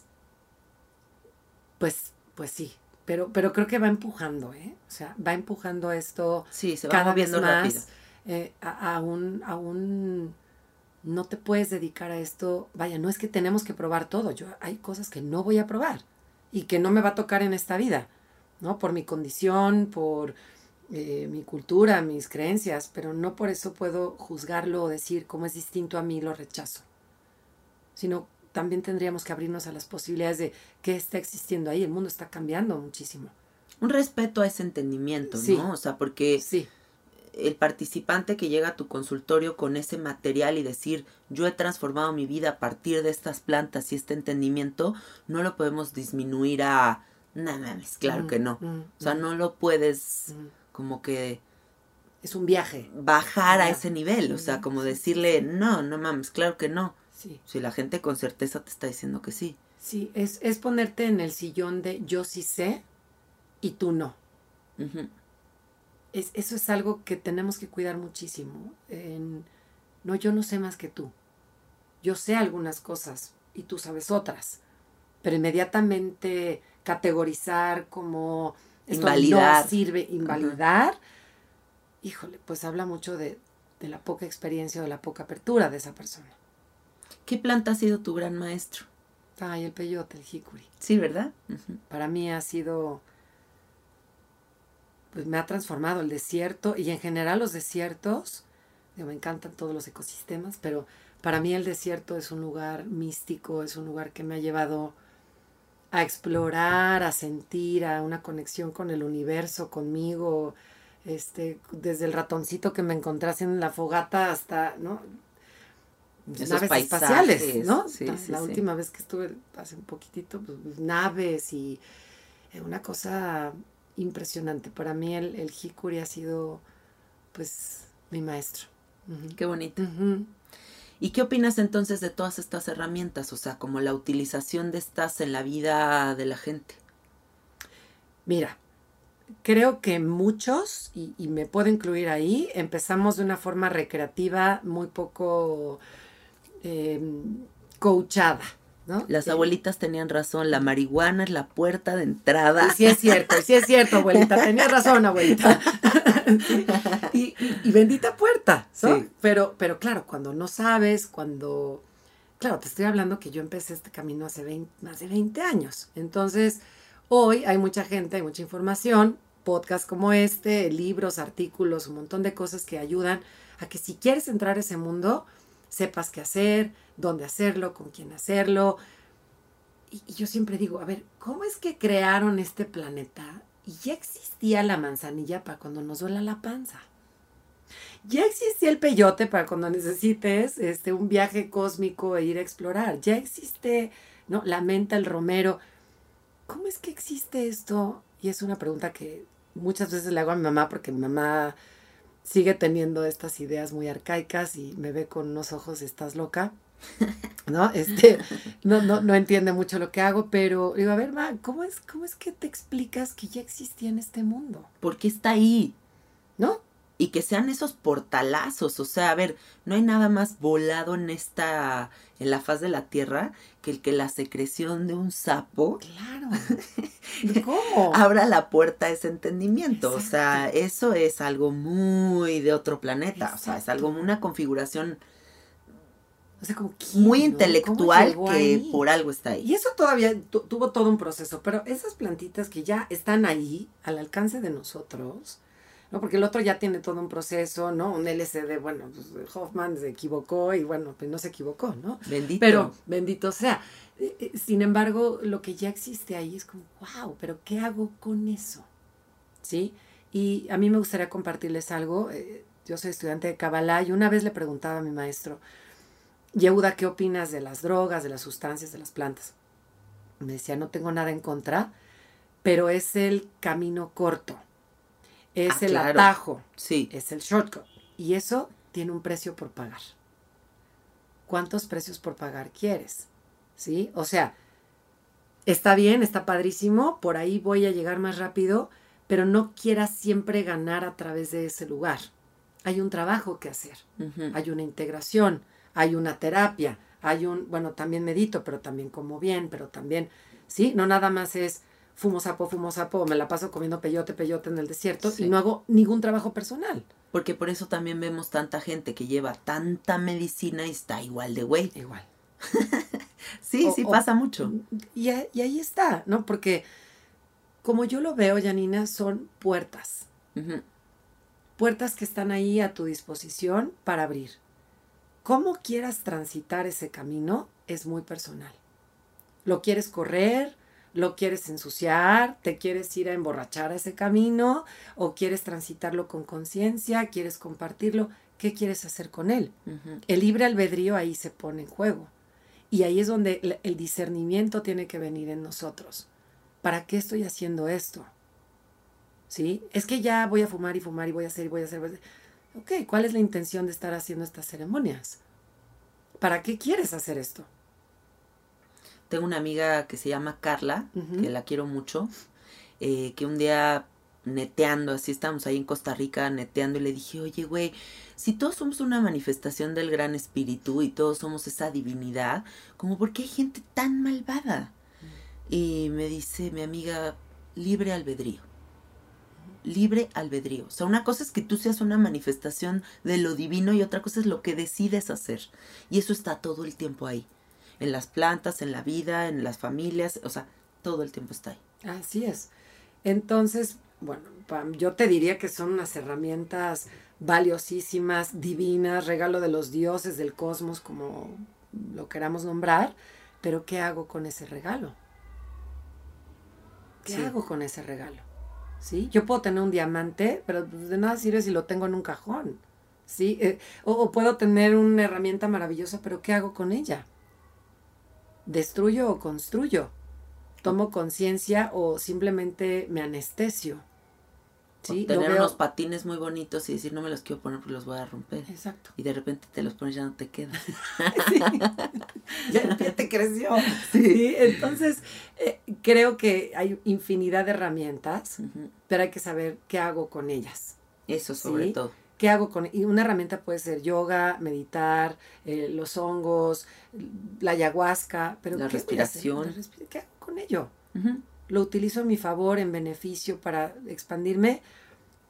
pues, pues sí. Pero, pero creo que va empujando, ¿eh? O sea, va empujando esto Sí, se va cada vez moviendo rápido. más eh, a, a un, a un... No te puedes dedicar a esto. Vaya, no es que tenemos que probar todo. Yo hay cosas que no voy a probar y que no me va a tocar en esta vida, ¿no? Por mi condición, por eh, mi cultura, mis creencias, pero no por eso puedo juzgarlo o decir cómo es distinto a mí, lo rechazo. Sino también tendríamos que abrirnos a las posibilidades de qué está existiendo ahí. El mundo está cambiando muchísimo. Un respeto a ese entendimiento, Sí. ¿no? O sea, porque Sí, el participante que llega a tu consultorio con ese material y decir, yo he transformado mi vida a partir de estas plantas y este entendimiento, no lo podemos disminuir a, no mames, claro Mm, que no. mm, O sea, mm, no lo puedes mm. como que Es un viaje. bajar a Ya. ese nivel, o Sí, sea, como sí, sí, decirle, sí. no, no mames, claro que no. Sí, Si la gente con certeza te está diciendo que sí. sí, es, es ponerte en el sillón de yo sí sé y tú no. Ujú. Es, eso es algo que tenemos que cuidar muchísimo. En, no, yo no sé más que tú. Yo sé algunas cosas y tú sabes otras. Pero inmediatamente categorizar como esto Invalidar. no sirve, invalidar, híjole, pues habla mucho de, de la poca experiencia o de la poca apertura de esa persona. ¿Qué planta ha sido tu gran maestro? Ay, el peyote, el jicuri. Sí, ¿verdad? Ujú. Para mí ha sido, pues me ha transformado el desierto y en general los desiertos, digo, me encantan todos los ecosistemas, pero para mí el desierto es un lugar místico, es un lugar que me ha llevado a explorar, a sentir, a una conexión con el universo, conmigo, este, desde el ratoncito que me encontré en la fogata hasta, ¿no? Esos Naves paisajes, espaciales, ¿no? sí, la sí, la sí. última vez que estuve, hace un poquitito, pues, pues, naves y eh, una cosa impresionante. Para mí el, el jicuri ha sido, pues, mi maestro. Ujú. Qué bonito. Ujú. ¿Y qué opinas entonces de todas estas herramientas? O sea, como la utilización de estas en la vida de la gente. Mira, creo que muchos, y, y me puedo incluir ahí, empezamos de una forma recreativa muy poco eh, coachada, ¿no? Las Eh, abuelitas tenían razón, la marihuana es la puerta de entrada. Y sí es cierto, y sí es cierto, abuelita. Tenías razón, abuelita. y, y- y bendita puerta, ¿no? Sí. Pero, pero claro, cuando no sabes, cuando Claro, te estoy hablando que yo empecé este camino hace veinte, más de veinte años. Entonces, hoy hay mucha gente, hay mucha información, podcasts como este, libros, artículos, un montón de cosas que ayudan a que si quieres entrar a ese mundo, sepas qué hacer, dónde hacerlo, con quién hacerlo. Y, y yo siempre digo, a ver, ¿cómo es que crearon este planeta? Y ya existía la manzanilla para cuando nos duela la panza. Ya existía el peyote para cuando necesites este, un viaje cósmico e ir a explorar. Ya existe, ¿no? La menta, el romero. ¿Cómo es que existe esto? Y es una pregunta que muchas veces le hago a mi mamá porque mi mamá sigue teniendo estas ideas muy arcaicas y me ve con unos ojos, estás loca, ¿no? Este, no, no, no entiende mucho lo que hago, pero digo, a ver, ma, ¿cómo es, cómo es que te explicas que ya existía en este mundo? ¿Por qué está ahí? ¿No? Y que sean esos portalazos, o sea, a ver, no hay nada más volado en esta, en la faz de la tierra, que el que la secreción de un sapo Claro. ¿Cómo? abra la puerta a ese entendimiento. Exacto. O sea, eso es algo muy de otro planeta, Exacto. o sea, es algo, una configuración O sea, como ¿quién, muy no? intelectual ¿Cómo llegó que ahí? por algo está ahí. Y eso todavía tu, tuvo todo un proceso, pero esas plantitas que ya están ahí, al alcance de nosotros, ¿no? Porque el otro ya tiene todo un proceso, ¿no? Un L C D, bueno, pues Hoffman se equivocó y bueno, pues no se equivocó, ¿no? Bendito. Pero, bendito sea. Eh, eh, Sin embargo, lo que ya existe ahí es como, wow, pero ¿qué hago con eso? ¿Sí? Y a mí me gustaría compartirles algo. Eh, yo soy estudiante de Kabbalah y una vez le preguntaba a mi maestro, Yehuda, ¿qué opinas de las drogas, de las sustancias, de las plantas? Me decía, no tengo nada en contra, pero es el camino corto, es Ah, el claro. atajo, Sí, es el shortcut. Y eso tiene un precio por pagar. ¿Cuántos precios por pagar quieres? ¿Sí? O sea, está bien, está padrísimo, por ahí voy a llegar más rápido, pero no quieras siempre ganar a través de ese lugar. Hay un trabajo que hacer, ujú. hay una integración, hay una terapia, hay un, bueno, también medito, pero también como bien, pero también, ¿sí? No nada más es fumo sapo, fumo sapo, o me la paso comiendo peyote, peyote en el desierto Sí. y no hago ningún trabajo personal. Porque por eso también vemos tanta gente que lleva tanta medicina y está igual de güey. Igual. Sí, O- sí o- pasa mucho. Y, a- y ahí está, ¿no? Porque como yo lo veo, Janina, son puertas. Ujú. Puertas que están ahí a tu disposición para abrir. Cómo quieras transitar ese camino es muy personal. ¿Lo quieres correr? ¿Lo quieres ensuciar? ¿Te quieres ir a emborrachar a ese camino? ¿O quieres transitarlo con conciencia? ¿Quieres compartirlo? ¿Qué quieres hacer con él? Ujú. El libre albedrío ahí se pone en juego. Y ahí es donde el- el discernimiento tiene que venir en nosotros. ¿Para qué estoy haciendo esto? ¿Sí? Es que ya voy a fumar y fumar y voy a hacer y voy a hacer. Voy a hacer. Ok, ¿cuál es la intención de estar haciendo estas ceremonias? ¿Para qué quieres hacer esto? Tengo una amiga que se llama Carla, Ujú. que la quiero mucho, eh, que un día neteando, así estábamos ahí en Costa Rica neteando y le dije, oye, güey, si todos somos una manifestación del gran espíritu y todos somos esa divinidad, ¿cómo por qué hay gente tan malvada? Y me dice mi amiga, libre albedrío. Libre albedrío. O sea, una cosa es que tú seas una manifestación de lo divino y otra cosa es lo que decides hacer. Y eso está todo el tiempo ahí. En las plantas, en la vida, en las familias, o sea, todo el tiempo está ahí. Así es. Entonces, bueno, pa- yo te diría que son unas herramientas valiosísimas, divinas, regalo de los dioses, del cosmos, como lo queramos nombrar, pero ¿qué hago con ese regalo? ¿Qué Sí. hago con ese regalo? ¿Sí? Yo puedo tener un diamante, pero pues de nada sirve si lo tengo en un cajón. ¿Sí? Eh, o, o puedo tener una herramienta maravillosa, pero ¿qué hago con ella? ¿Destruyo o construyo? ¿Tomo conciencia o simplemente me anestesio? ¿Sí? O tener Lo veo- unos patines muy bonitos y decir, no me los quiero poner porque los voy a romper. Exacto. Y de repente te los pones y ya no te quedan. Sí. Ya el pie te creció. Sí. Entonces, eh, creo que hay infinidad de herramientas, Ujú. pero hay que saber qué hago con ellas. Eso sobre Sí. todo. ¿Qué hago con Y una herramienta puede ser yoga, meditar, eh, los hongos, la ayahuasca, pero La ¿qué voy a hacer? respiración. La respi- ¿Qué hago con ello? Ujú. ¿Lo utilizo a mi favor, en beneficio, para expandirme?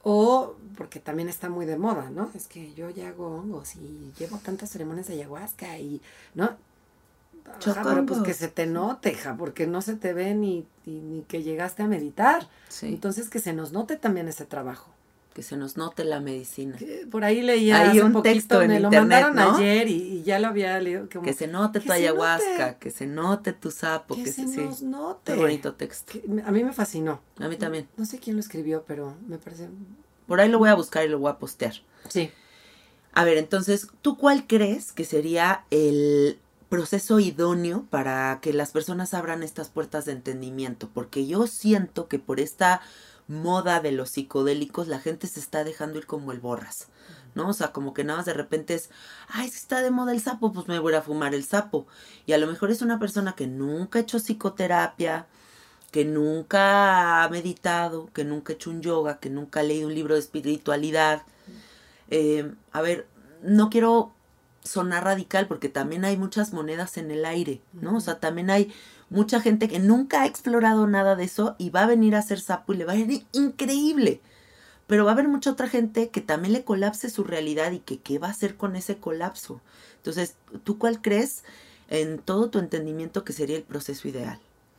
O porque también está muy de moda, ¿no? Es que yo ya hago hongos y llevo tantas ceremonias de ayahuasca y, ¿no? Ajá, pero pues que se te note, hija, porque no se te ve ni, ni, ni que llegaste a meditar. Sí. Entonces que se nos note también ese trabajo. Que se nos note la medicina. Que por ahí leía Hay hace un poquito, texto en me lo internet, mandaron ¿no? ayer y, y ya lo había leído. Como, Que se note que tu se ayahuasca, note. que se note tu sapo. Que, Que se se, nos sí. note. Qué bonito texto. Que a mí me fascinó. A mí también. No sé quién lo escribió, pero me parece... Por ahí lo voy a buscar y lo voy a postear. Sí. A ver, entonces, ¿tú cuál crees que sería el proceso idóneo para que las personas abran estas puertas de entendimiento? Porque yo siento que por esta moda de los psicodélicos la gente se está dejando ir como el borras, ¿no? O sea, como que nada más de repente es, ay, si está de moda el sapo, pues me voy a fumar el sapo. Y a lo mejor es una persona que nunca ha hecho psicoterapia, que nunca ha meditado, que nunca ha hecho un yoga, que nunca ha leído un libro de espiritualidad. Eh, a ver, no quiero sonar radical porque también hay muchas monedas en el aire, ¿no? O sea, también hay mucha gente que nunca ha explorado nada de eso y va a venir a hacer sapo y le va a ir increíble. Pero va a haber mucha otra gente que también le colapse su realidad y que qué va a hacer con ese colapso. Entonces, ¿tú cuál crees en todo tu entendimiento que sería el proceso ideal?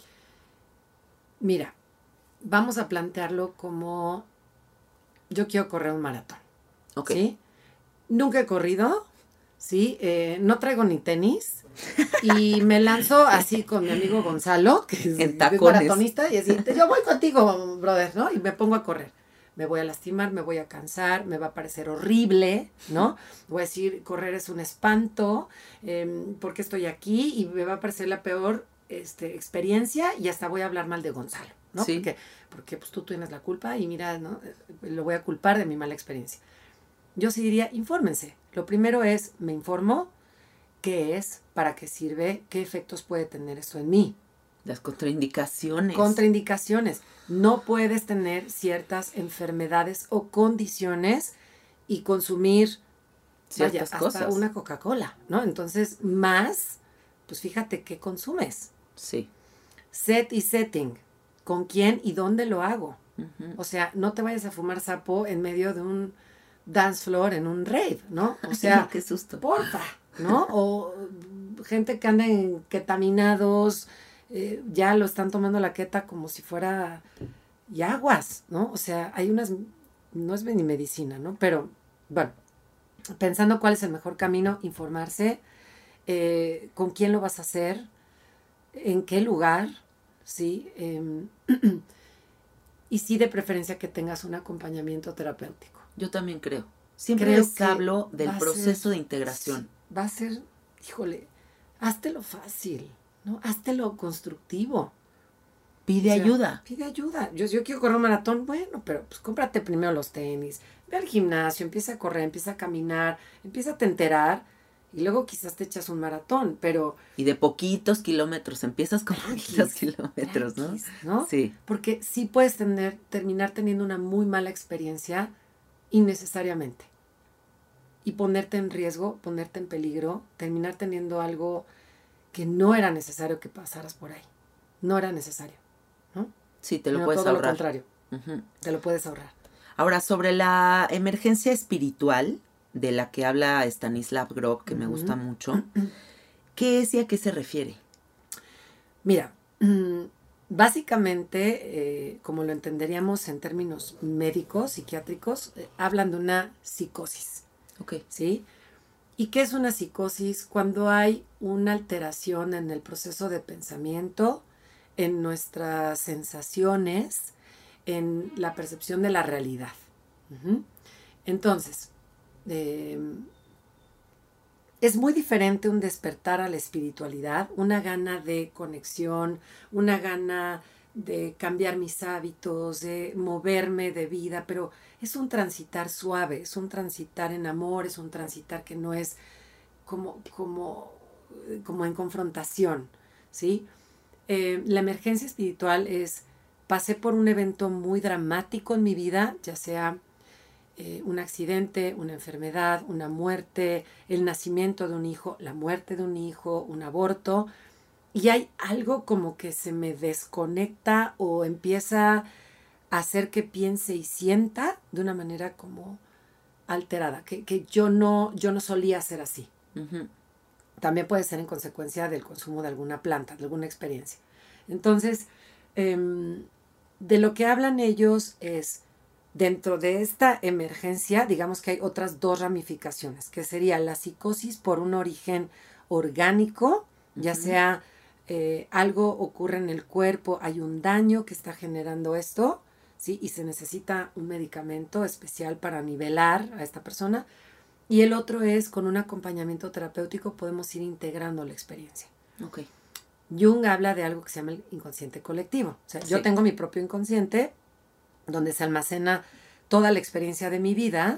Mira, vamos a plantearlo como yo quiero correr un maratón. Ok. ¿Sí? Nunca he corrido, ¿sí? Eh, no traigo ni tenis y me lanzo así con mi amigo Gonzalo, que es, En es tacones. maratonista, y así, yo voy contigo, brother, ¿no? Y me pongo a correr. Me voy a lastimar, me voy a cansar, me va a parecer horrible, ¿no? Voy a decir, correr es un espanto, eh, ¿por qué estoy aquí? Y me va a parecer la peor este, experiencia y hasta voy a hablar mal de Gonzalo, ¿no? Sí. Porque, porque pues tú tienes la culpa y mira, ¿no? Lo voy a culpar de mi mala experiencia. Yo sí diría, infórmense. Lo primero es, me informo, qué es, para qué sirve, qué efectos puede tener esto en mí. Las contraindicaciones. Contraindicaciones. No puedes tener ciertas enfermedades o condiciones y consumir Ciertas vaya, cosas. hasta una Coca-Cola, ¿no? Entonces, más, pues fíjate qué consumes. Sí. Set y setting. ¿Con quién y dónde lo hago? Uh-huh. O sea, no te vayas a fumar sapo en medio de un dance floor en un rave, ¿no? O sea, no, qué susto. Porfa, ¿no? O gente que anda en ketaminados, eh, ya lo están tomando la keta como si fuera y aguas, ¿no? O sea, hay unas, no es ni medicina, ¿no? Pero, bueno, pensando cuál es el mejor camino, informarse, eh, con quién lo vas a hacer, en qué lugar, ¿sí? Eh, y sí, de preferencia que tengas un acompañamiento terapéutico. Yo también creo. Siempre Creo les que hablo del va a proceso ser- de integración. Va a ser, híjole, háztelo fácil, ¿no? Háztelo constructivo. Pide O sea, ayuda. Pide ayuda. Yo, yo quiero correr un maratón, bueno, pero pues cómprate primero los tenis, ve al gimnasio, empieza a correr, empieza a caminar, empieza a te enterar y luego quizás te echas un maratón, pero Y de poquitos kilómetros. Empiezas con Tranquis, poquitos kilómetros, ¿no? tranquis, ¿no? Sí. Porque sí puedes tener, terminar teniendo una muy mala experiencia innecesariamente. Y ponerte en riesgo, ponerte en peligro, terminar teniendo algo que no era necesario que pasaras por ahí. No era necesario, ¿no? Sí, te lo Sino puedes todo ahorrar. lo contrario, Ujú. te lo puedes ahorrar. Ahora, sobre la emergencia espiritual de la que habla Stanislav Grof, que me Ujú. gusta mucho, ¿qué es y a qué se refiere? Mira, mm, básicamente, eh, como lo entenderíamos en términos médicos, psiquiátricos, eh, hablan de una psicosis. Ok. ¿Sí? ¿Y qué es una psicosis? Cuando hay una alteración en el proceso de pensamiento, en nuestras sensaciones, en la percepción de la realidad. Ujú. Entonces, eh, es muy diferente un despertar a la espiritualidad, una gana de conexión, una gana de cambiar mis hábitos, de moverme de vida, pero es un transitar suave, es un transitar en amor, es un transitar que no es como, como, como en confrontación, ¿sí? Eh, la emergencia espiritual es, pasé por un evento muy dramático en mi vida, ya sea eh, un accidente, una enfermedad, una muerte, el nacimiento de un hijo, la muerte de un hijo, un aborto, y hay algo como que se me desconecta o empieza hacer que piense y sienta de una manera como alterada, que, que yo no, yo no solía ser así. Uh-huh. También puede ser en consecuencia del consumo de alguna planta, de alguna experiencia. Entonces, eh, de lo que hablan ellos es, dentro de esta emergencia, digamos que hay otras dos ramificaciones, que sería la psicosis por un origen orgánico, uh-huh. ya sea eh, algo ocurre en el cuerpo, hay un daño que está generando esto, ¿sí? Y se necesita un medicamento especial para nivelar a esta persona. Y el otro es, con un acompañamiento terapéutico podemos ir integrando la experiencia. Okay. Jung habla de algo que se llama el inconsciente colectivo. O sea, sí. Yo tengo mi propio inconsciente, donde se almacena toda la experiencia de mi vida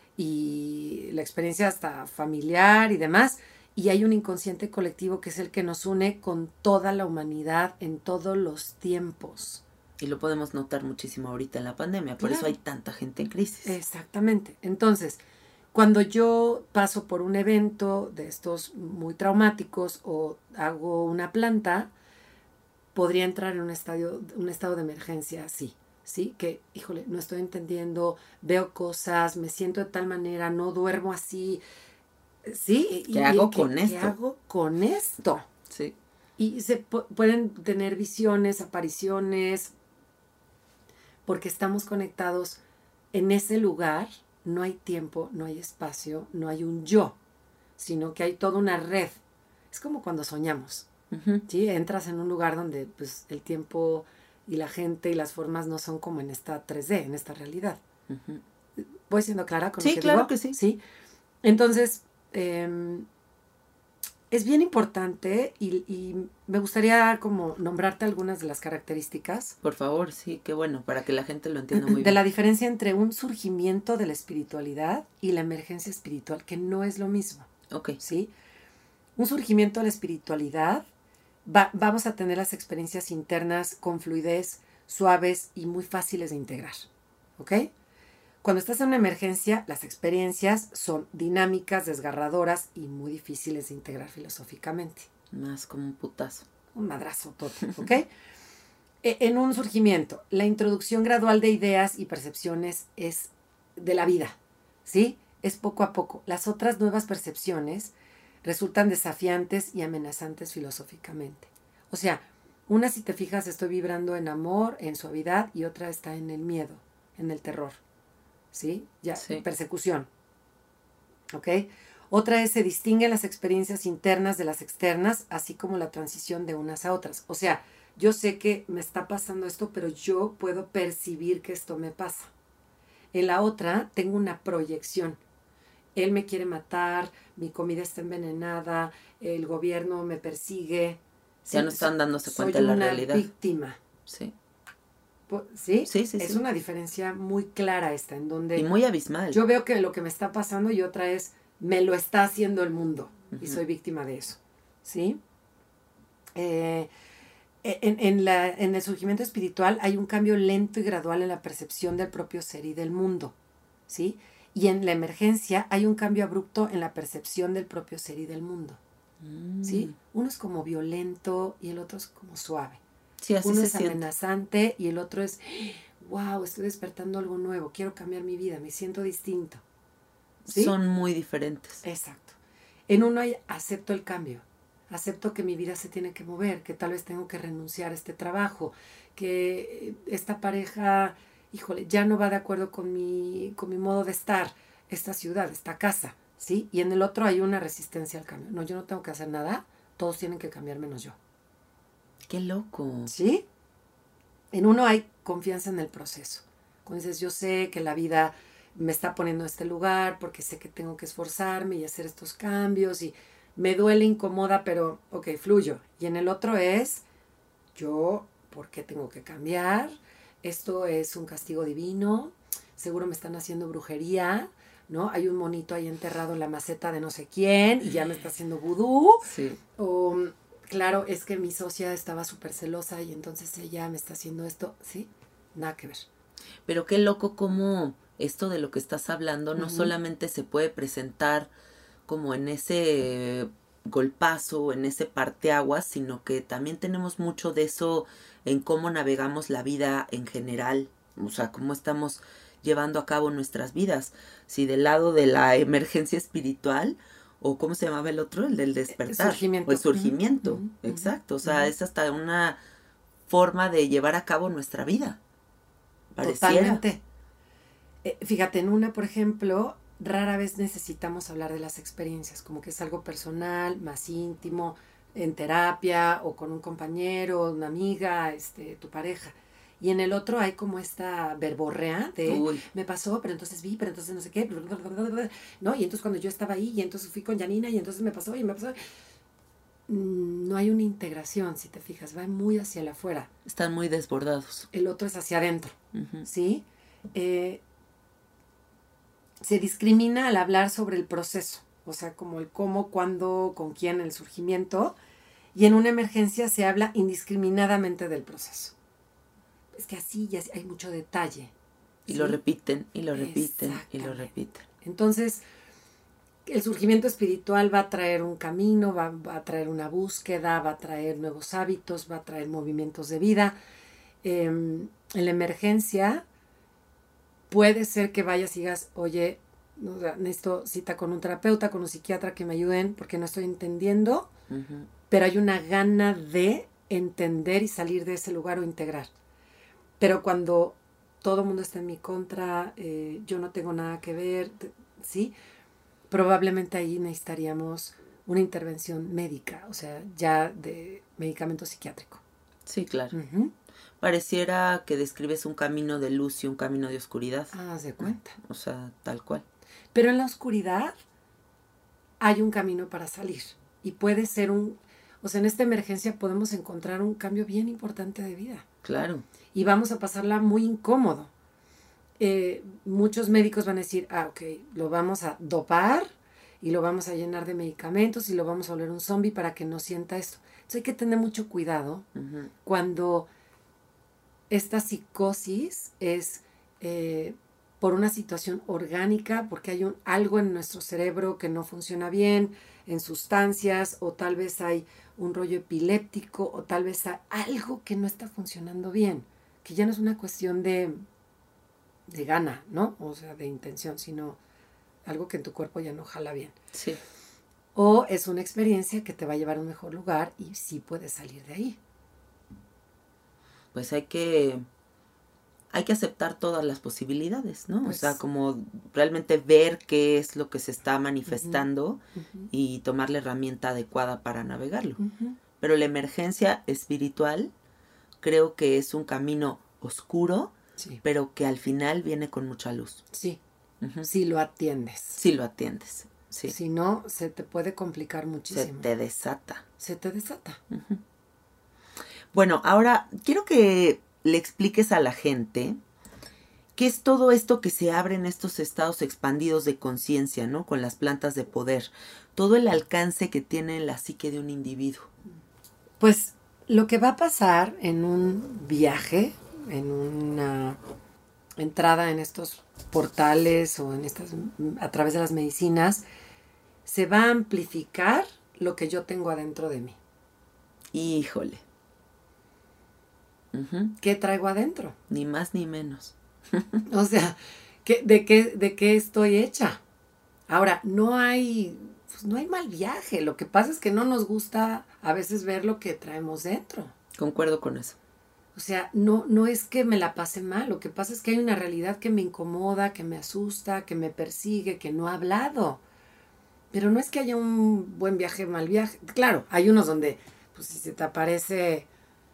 y la experiencia hasta familiar y demás. Y hay un inconsciente colectivo que es el que nos une con toda la humanidad en todos los tiempos. Y lo podemos notar muchísimo ahorita en la pandemia. Por claro. eso hay tanta gente en crisis. Exactamente. Entonces, cuando yo paso por un evento de estos muy traumáticos o hago una planta, podría entrar en un estado, un estado de emergencia así, ¿sí? Que, híjole, no estoy entendiendo, veo cosas, me siento de tal manera, no duermo así, ¿sí? ¿Qué y, hago y, con ¿qué, esto? ¿Qué hago con esto? Sí. Y se pu- pueden tener visiones, apariciones, porque estamos conectados en ese lugar. No hay tiempo, no hay espacio, no hay un yo, sino que hay toda una red. Es como cuando soñamos, uh-huh. ¿sí? Entras en un lugar donde pues, el tiempo y la gente y las formas no son como en esta tres D, en esta realidad. Uh-huh. ¿Voy siendo clara con sí, lo que claro digo? que sí. Sí. Entonces, eh, es bien importante y, y me gustaría como nombrarte algunas de las características. Por favor, sí, qué bueno, para que la gente lo entienda muy bien. De la diferencia entre un surgimiento de la espiritualidad y la emergencia espiritual, que no es lo mismo. Ok. ¿Sí? Un surgimiento de la espiritualidad, va, vamos a tener las experiencias internas con fluidez, suaves y muy fáciles de integrar. ¿Ok? Cuando estás en una emergencia, las experiencias son dinámicas, desgarradoras y muy difíciles de integrar filosóficamente. Más como un putazo. Un madrazo todo, ¿ok? En un surgimiento, la introducción gradual de ideas y percepciones es de la vida, ¿sí? Es poco a poco. Las otras nuevas percepciones resultan desafiantes y amenazantes filosóficamente. O sea, una, si te fijas, estoy vibrando en amor, en suavidad, y otra está en el miedo, en el terror. ¿Sí? Ya, sí. Persecución. ¿Ok? Otra es, se distinguen las experiencias internas de las externas, así como la transición de unas a otras. O sea, yo sé que me está pasando esto, pero yo puedo percibir que esto me pasa. En la otra, tengo una proyección. Él me quiere matar, mi comida está envenenada, el gobierno me persigue. Ya sí, no están dándose cuenta de la realidad. Soy una víctima. Sí. ¿Sí? Sí, sí, es sí. una diferencia muy clara esta, en donde... Y muy abismal. Yo veo que lo que me está pasando y otra es, me lo está haciendo el mundo, uh-huh. y soy víctima de eso, ¿sí? Eh, en, en, la, en el surgimiento espiritual hay un cambio lento y gradual en la percepción del propio ser y del mundo, ¿sí? Y en la emergencia hay un cambio abrupto en la percepción del propio ser y del mundo, mm. ¿sí? Uno es como violento y el otro es como suave. Sí, así Uno se es siente. amenazante y el otro es, wow, estoy despertando algo nuevo, quiero cambiar mi vida, me siento distinto. ¿Sí? Son muy diferentes. Exacto. En uno hay, acepto el cambio, acepto que mi vida se tiene que mover, que tal vez tengo que renunciar a este trabajo, que esta pareja, híjole, ya no va de acuerdo con mi, con mi modo de estar, esta ciudad, esta casa, ¿sí? Y en el otro hay una resistencia al cambio. No, yo no tengo que hacer nada, todos tienen que cambiar menos yo. ¡Qué loco! ¿Sí? En uno hay confianza en el proceso. Cuando dices, yo sé que la vida me está poniendo en este lugar porque sé que tengo que esforzarme y hacer estos cambios y me duele, incomoda, pero ok, fluyo. Y en el otro es, yo, ¿por qué tengo que cambiar? Esto es un castigo divino, seguro me están haciendo brujería, ¿no? Hay un monito ahí enterrado en la maceta de no sé quién y ya me está haciendo vudú. Sí. O... Claro, es que mi socia estaba súper celosa y entonces ella me está haciendo esto, ¿sí? Nada que ver. Pero qué loco cómo esto de lo que estás hablando no uh-huh. solamente se puede presentar como en ese golpazo, en ese parteaguas, sino que también tenemos mucho de eso en cómo navegamos la vida en general, O sea, cómo estamos llevando a cabo nuestras vidas. Si del lado de la emergencia espiritual, o ¿cómo se llamaba el otro? El del despertar. El surgimiento. O el surgimiento, Uh-huh. exacto. O sea, Uh-huh. es hasta una forma de llevar a cabo nuestra vida. Pareciera. Totalmente. Eh, fíjate, en una, por ejemplo, rara vez necesitamos hablar de las experiencias, como que es algo personal, más íntimo, en terapia o con un compañero, una amiga, este, tu pareja. Y en el otro hay como esta verborrea de, Uy. me pasó, pero entonces vi, pero entonces no sé qué, ¿no? Y entonces cuando yo estaba ahí, y entonces fui con Janina, y entonces me pasó, y me pasó. No hay una integración, si te fijas, va muy hacia el afuera. Están muy desbordados. El otro es hacia adentro, Uh-huh. ¿sí? Eh, se discrimina al hablar sobre el proceso, o sea, como el cómo, cuándo, con quién, el surgimiento, y en una emergencia se habla indiscriminadamente del proceso. Es que así ya hay mucho detalle. Y ¿sí? lo repiten, y lo repiten, y lo repiten. Entonces, el surgimiento espiritual va a traer un camino, va, va a traer una búsqueda, va a traer nuevos hábitos, va a traer movimientos de vida. Eh, en la emergencia puede ser que vayas y digas, oye, necesito cita con un terapeuta, con un psiquiatra que me ayuden porque no estoy entendiendo, uh-huh. pero hay una gana de entender y salir de ese lugar o integrar. Pero cuando todo el mundo está en mi contra, eh, yo no tengo nada que ver, ¿sí? Probablemente ahí necesitaríamos una intervención médica, o sea, ya de medicamento psiquiátrico. Sí, claro. Uh-huh. Pareciera que describes un camino de luz y un camino de oscuridad. Ah, haz de cuenta. O sea, tal cual. Pero en la oscuridad hay un camino para salir. Y puede ser un... O sea, en esta emergencia podemos encontrar un cambio bien importante de vida. Claro. Y vamos a pasarla muy incómodo. Eh, muchos médicos van a decir, ah, ok, lo vamos a dopar y lo vamos a llenar de medicamentos y lo vamos a volver un zombie para que no sienta esto. Entonces hay que tener mucho cuidado uh-huh. cuando esta psicosis es eh, por una situación orgánica, porque hay un, algo en nuestro cerebro que no funciona bien, en sustancias, o tal vez hay un rollo epiléptico, o tal vez hay algo que no está funcionando bien, que ya no es una cuestión de, de gana, ¿no? O sea, de intención, sino algo que en tu cuerpo ya no jala bien. Sí. O es una experiencia que te va a llevar a un mejor lugar y sí puedes salir de ahí. Pues hay que hay que aceptar todas las posibilidades, ¿no? Pues, o sea, como realmente ver qué es lo que se está manifestando uh-huh. y tomar la herramienta adecuada para navegarlo. Uh-huh. Pero la emergencia espiritual creo que es un camino oscuro, sí. pero que al final viene con mucha luz. Sí, uh-huh. sí lo atiendes. Sí lo atiendes, sí. Si no, se te puede complicar muchísimo. Se te desata. Se te desata. Uh-huh. Bueno, ahora quiero que le expliques a la gente qué es todo esto que se abre en estos estados expandidos de conciencia, ¿no? Con las plantas de poder. Todo el alcance que tiene la psique de un individuo. Pues lo que va a pasar en un viaje, en una entrada en estos portales o en estas, a través de las medicinas, se va a amplificar lo que yo tengo adentro de mí. Híjole. Uh-huh. ¿Qué traigo adentro? Ni más ni menos. O sea, ¿qué, de, qué, ¿de qué estoy hecha? Ahora, no hay, pues no hay mal viaje. Lo que pasa es que no nos gusta a veces ver lo que traemos dentro. Concuerdo con eso. O sea, no, no es que me la pase mal. Lo que pasa es que hay una realidad que me incomoda, que me asusta, que me persigue, que no ha hablado. Pero no es que haya un buen viaje, mal viaje. Claro, hay unos donde, pues si se te aparece...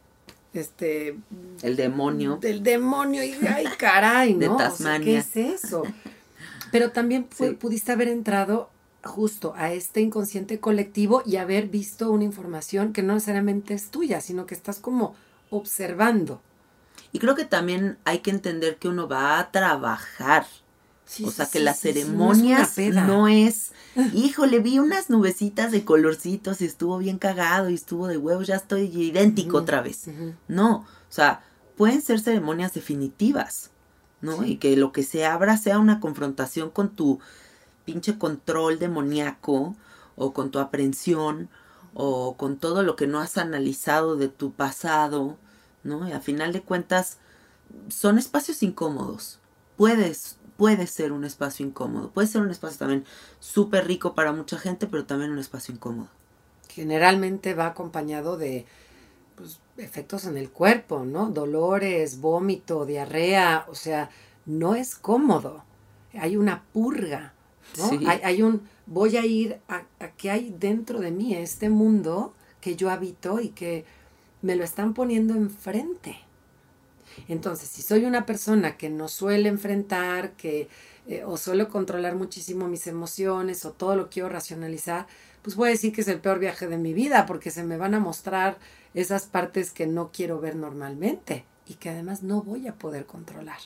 este el demonio del demonio y ay caray, ¿no? De Tasmania. O sea, ¿qué es eso? Pero también pu- sí. pudiste haber entrado justo a este inconsciente colectivo y haber visto una información que no necesariamente es tuya, sino que estás como observando. Y creo que también hay que entender que uno va a trabajar. Sí, o sea, sí, que sí, las sí, ceremonias sí, no, es no es, híjole, vi unas nubecitas de colorcitos y estuvo bien cagado y estuvo de huevos, ya estoy idéntico uh-huh, otra vez. Uh-huh. No, o sea, pueden ser ceremonias definitivas, ¿no? Sí. Y que lo que se abra sea una confrontación con tu pinche control demoníaco o con tu aprensión o con todo lo que no has analizado de tu pasado, ¿no? Y a final de cuentas, son espacios incómodos. Puedes, puede ser un espacio incómodo. Puede ser un espacio también súper rico para mucha gente, pero también un espacio incómodo. Generalmente va acompañado de pues, efectos en el cuerpo, ¿no? Dolores, vómito, diarrea, o sea, no es cómodo. Hay una purga, ¿no? Sí. Hay, hay un, voy a ir a, a qué hay dentro de mí, este mundo que yo habito y que me lo están poniendo enfrente. Entonces, si soy una persona que no suele enfrentar, que eh, o suelo controlar muchísimo mis emociones o todo lo quiero racionalizar, pues voy a decir que es el peor viaje de mi vida porque se me van a mostrar esas partes que no quiero ver normalmente y que además no voy a poder controlar.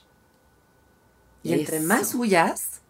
Y entre Eso. más huyas,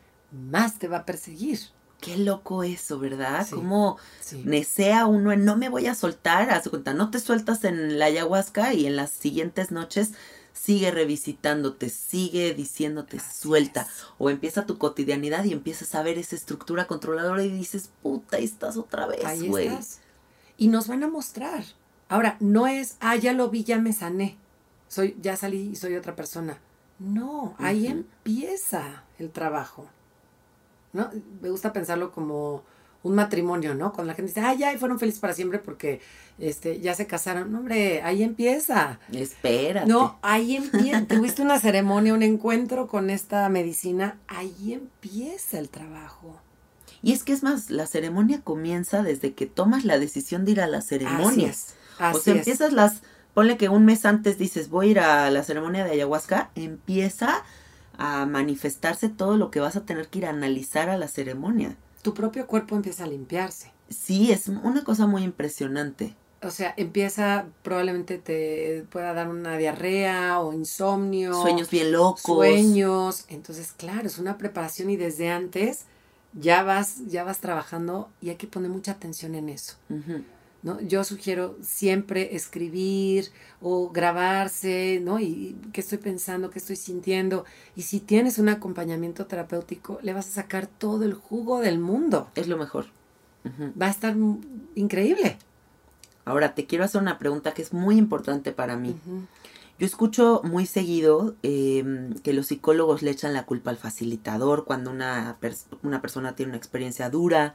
más te va a perseguir. Qué loco eso, ¿verdad? Sí. Cómo Sí. nesea uno en no me voy a soltar, haz de cuenta, no te sueltas en la ayahuasca y en las siguientes noches sigue revisitándote, sigue diciéndote Así suelta. es. O empieza tu cotidianidad y empiezas a ver esa estructura controladora y dices, puta, ahí estás otra vez, Ahí güey. estás. Y nos van a mostrar. Ahora, no es, ah, ya lo vi, ya me sané. Soy, ya salí y soy otra persona. No, ahí Ujú. empieza el trabajo. ¿No? Me gusta pensarlo como un matrimonio, ¿no? Cuando la gente dice, ah, ya, y fueron felices para siempre porque este, ya se casaron. No, hombre, ahí empieza. Espérate. No, ahí empieza. Tuviste una ceremonia, un encuentro con esta medicina. Ahí empieza el trabajo. Y es que es más, la ceremonia comienza desde que tomas la decisión de ir a la ceremonia. Así es. Así O sea, es. empiezas las, ponle que un mes antes dices, voy a ir a la ceremonia de ayahuasca, empieza a manifestarse todo lo que vas a tener que ir a analizar a la ceremonia. Tu propio cuerpo empieza a limpiarse. Sí, es una cosa muy impresionante. O sea, empieza, probablemente te pueda dar una diarrea o insomnio. Sueños bien locos. Sueños. Entonces, claro, es una preparación y desde antes ya vas, ya vas trabajando y hay que poner mucha atención en eso, Ujú. ¿no? Yo sugiero siempre escribir o grabarse, ¿no? Y qué estoy pensando, qué estoy sintiendo. Y si tienes un acompañamiento terapéutico, le vas a sacar todo el jugo del mundo. Es lo mejor. Ujú. Va a estar m- increíble. Ahora, te quiero hacer una pregunta que es muy importante para mí. Ujú. Yo escucho muy seguido eh, que los psicólogos le echan la culpa al facilitador cuando una, pers- una persona tiene una experiencia dura,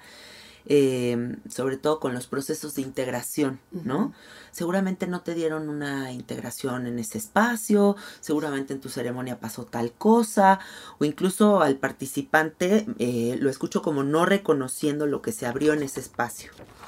eh, sobre todo con los procesos de integración, ¿no? Ujú. Seguramente no te dieron una integración en ese espacio, seguramente en tu ceremonia pasó tal cosa, o incluso al participante eh, lo escucho como no reconociendo lo que se abrió en ese espacio.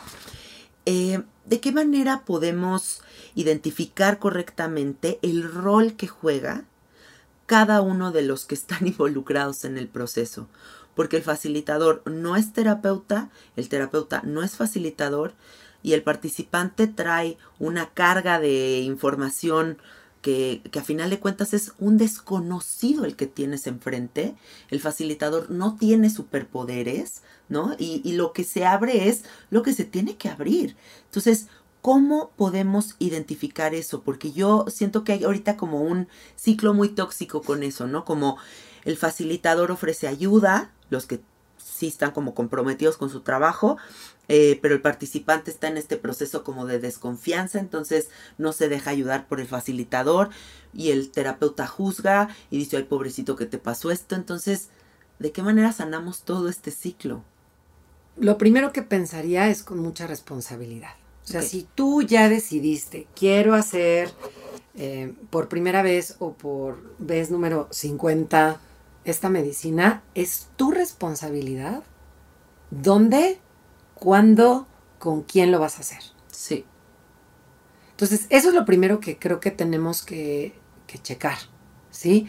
Eh, ¿De qué manera podemos identificar correctamente el rol que juega cada uno de los que están involucrados en el proceso? Porque el facilitador no es terapeuta, el terapeuta no es facilitador y el participante trae una carga de información que, que a final de cuentas es un desconocido el que tienes enfrente. El facilitador no tiene superpoderes, ¿no? Y, y lo que se abre es lo que se tiene que abrir. Entonces, ¿cómo podemos identificar eso? Porque yo siento que hay ahorita como un ciclo muy tóxico con eso, ¿no? Como el facilitador ofrece ayuda, los que sí están como comprometidos con su trabajo, eh, pero el participante está en este proceso como de desconfianza, entonces no se deja ayudar por el facilitador y el terapeuta juzga y dice, ay, pobrecito, que te pasó esto. Entonces, ¿de qué manera sanamos todo este ciclo? Lo primero que pensaría es con mucha responsabilidad. O sea, Ok. si tú ya decidiste, quiero hacer eh, por primera vez o por vez número cincuenta esta medicina, es tu responsabilidad. ¿Dónde? ¿Cuándo? ¿Con quién lo vas a hacer? Sí. Entonces, eso es lo primero que creo que tenemos que, que checar, ¿sí?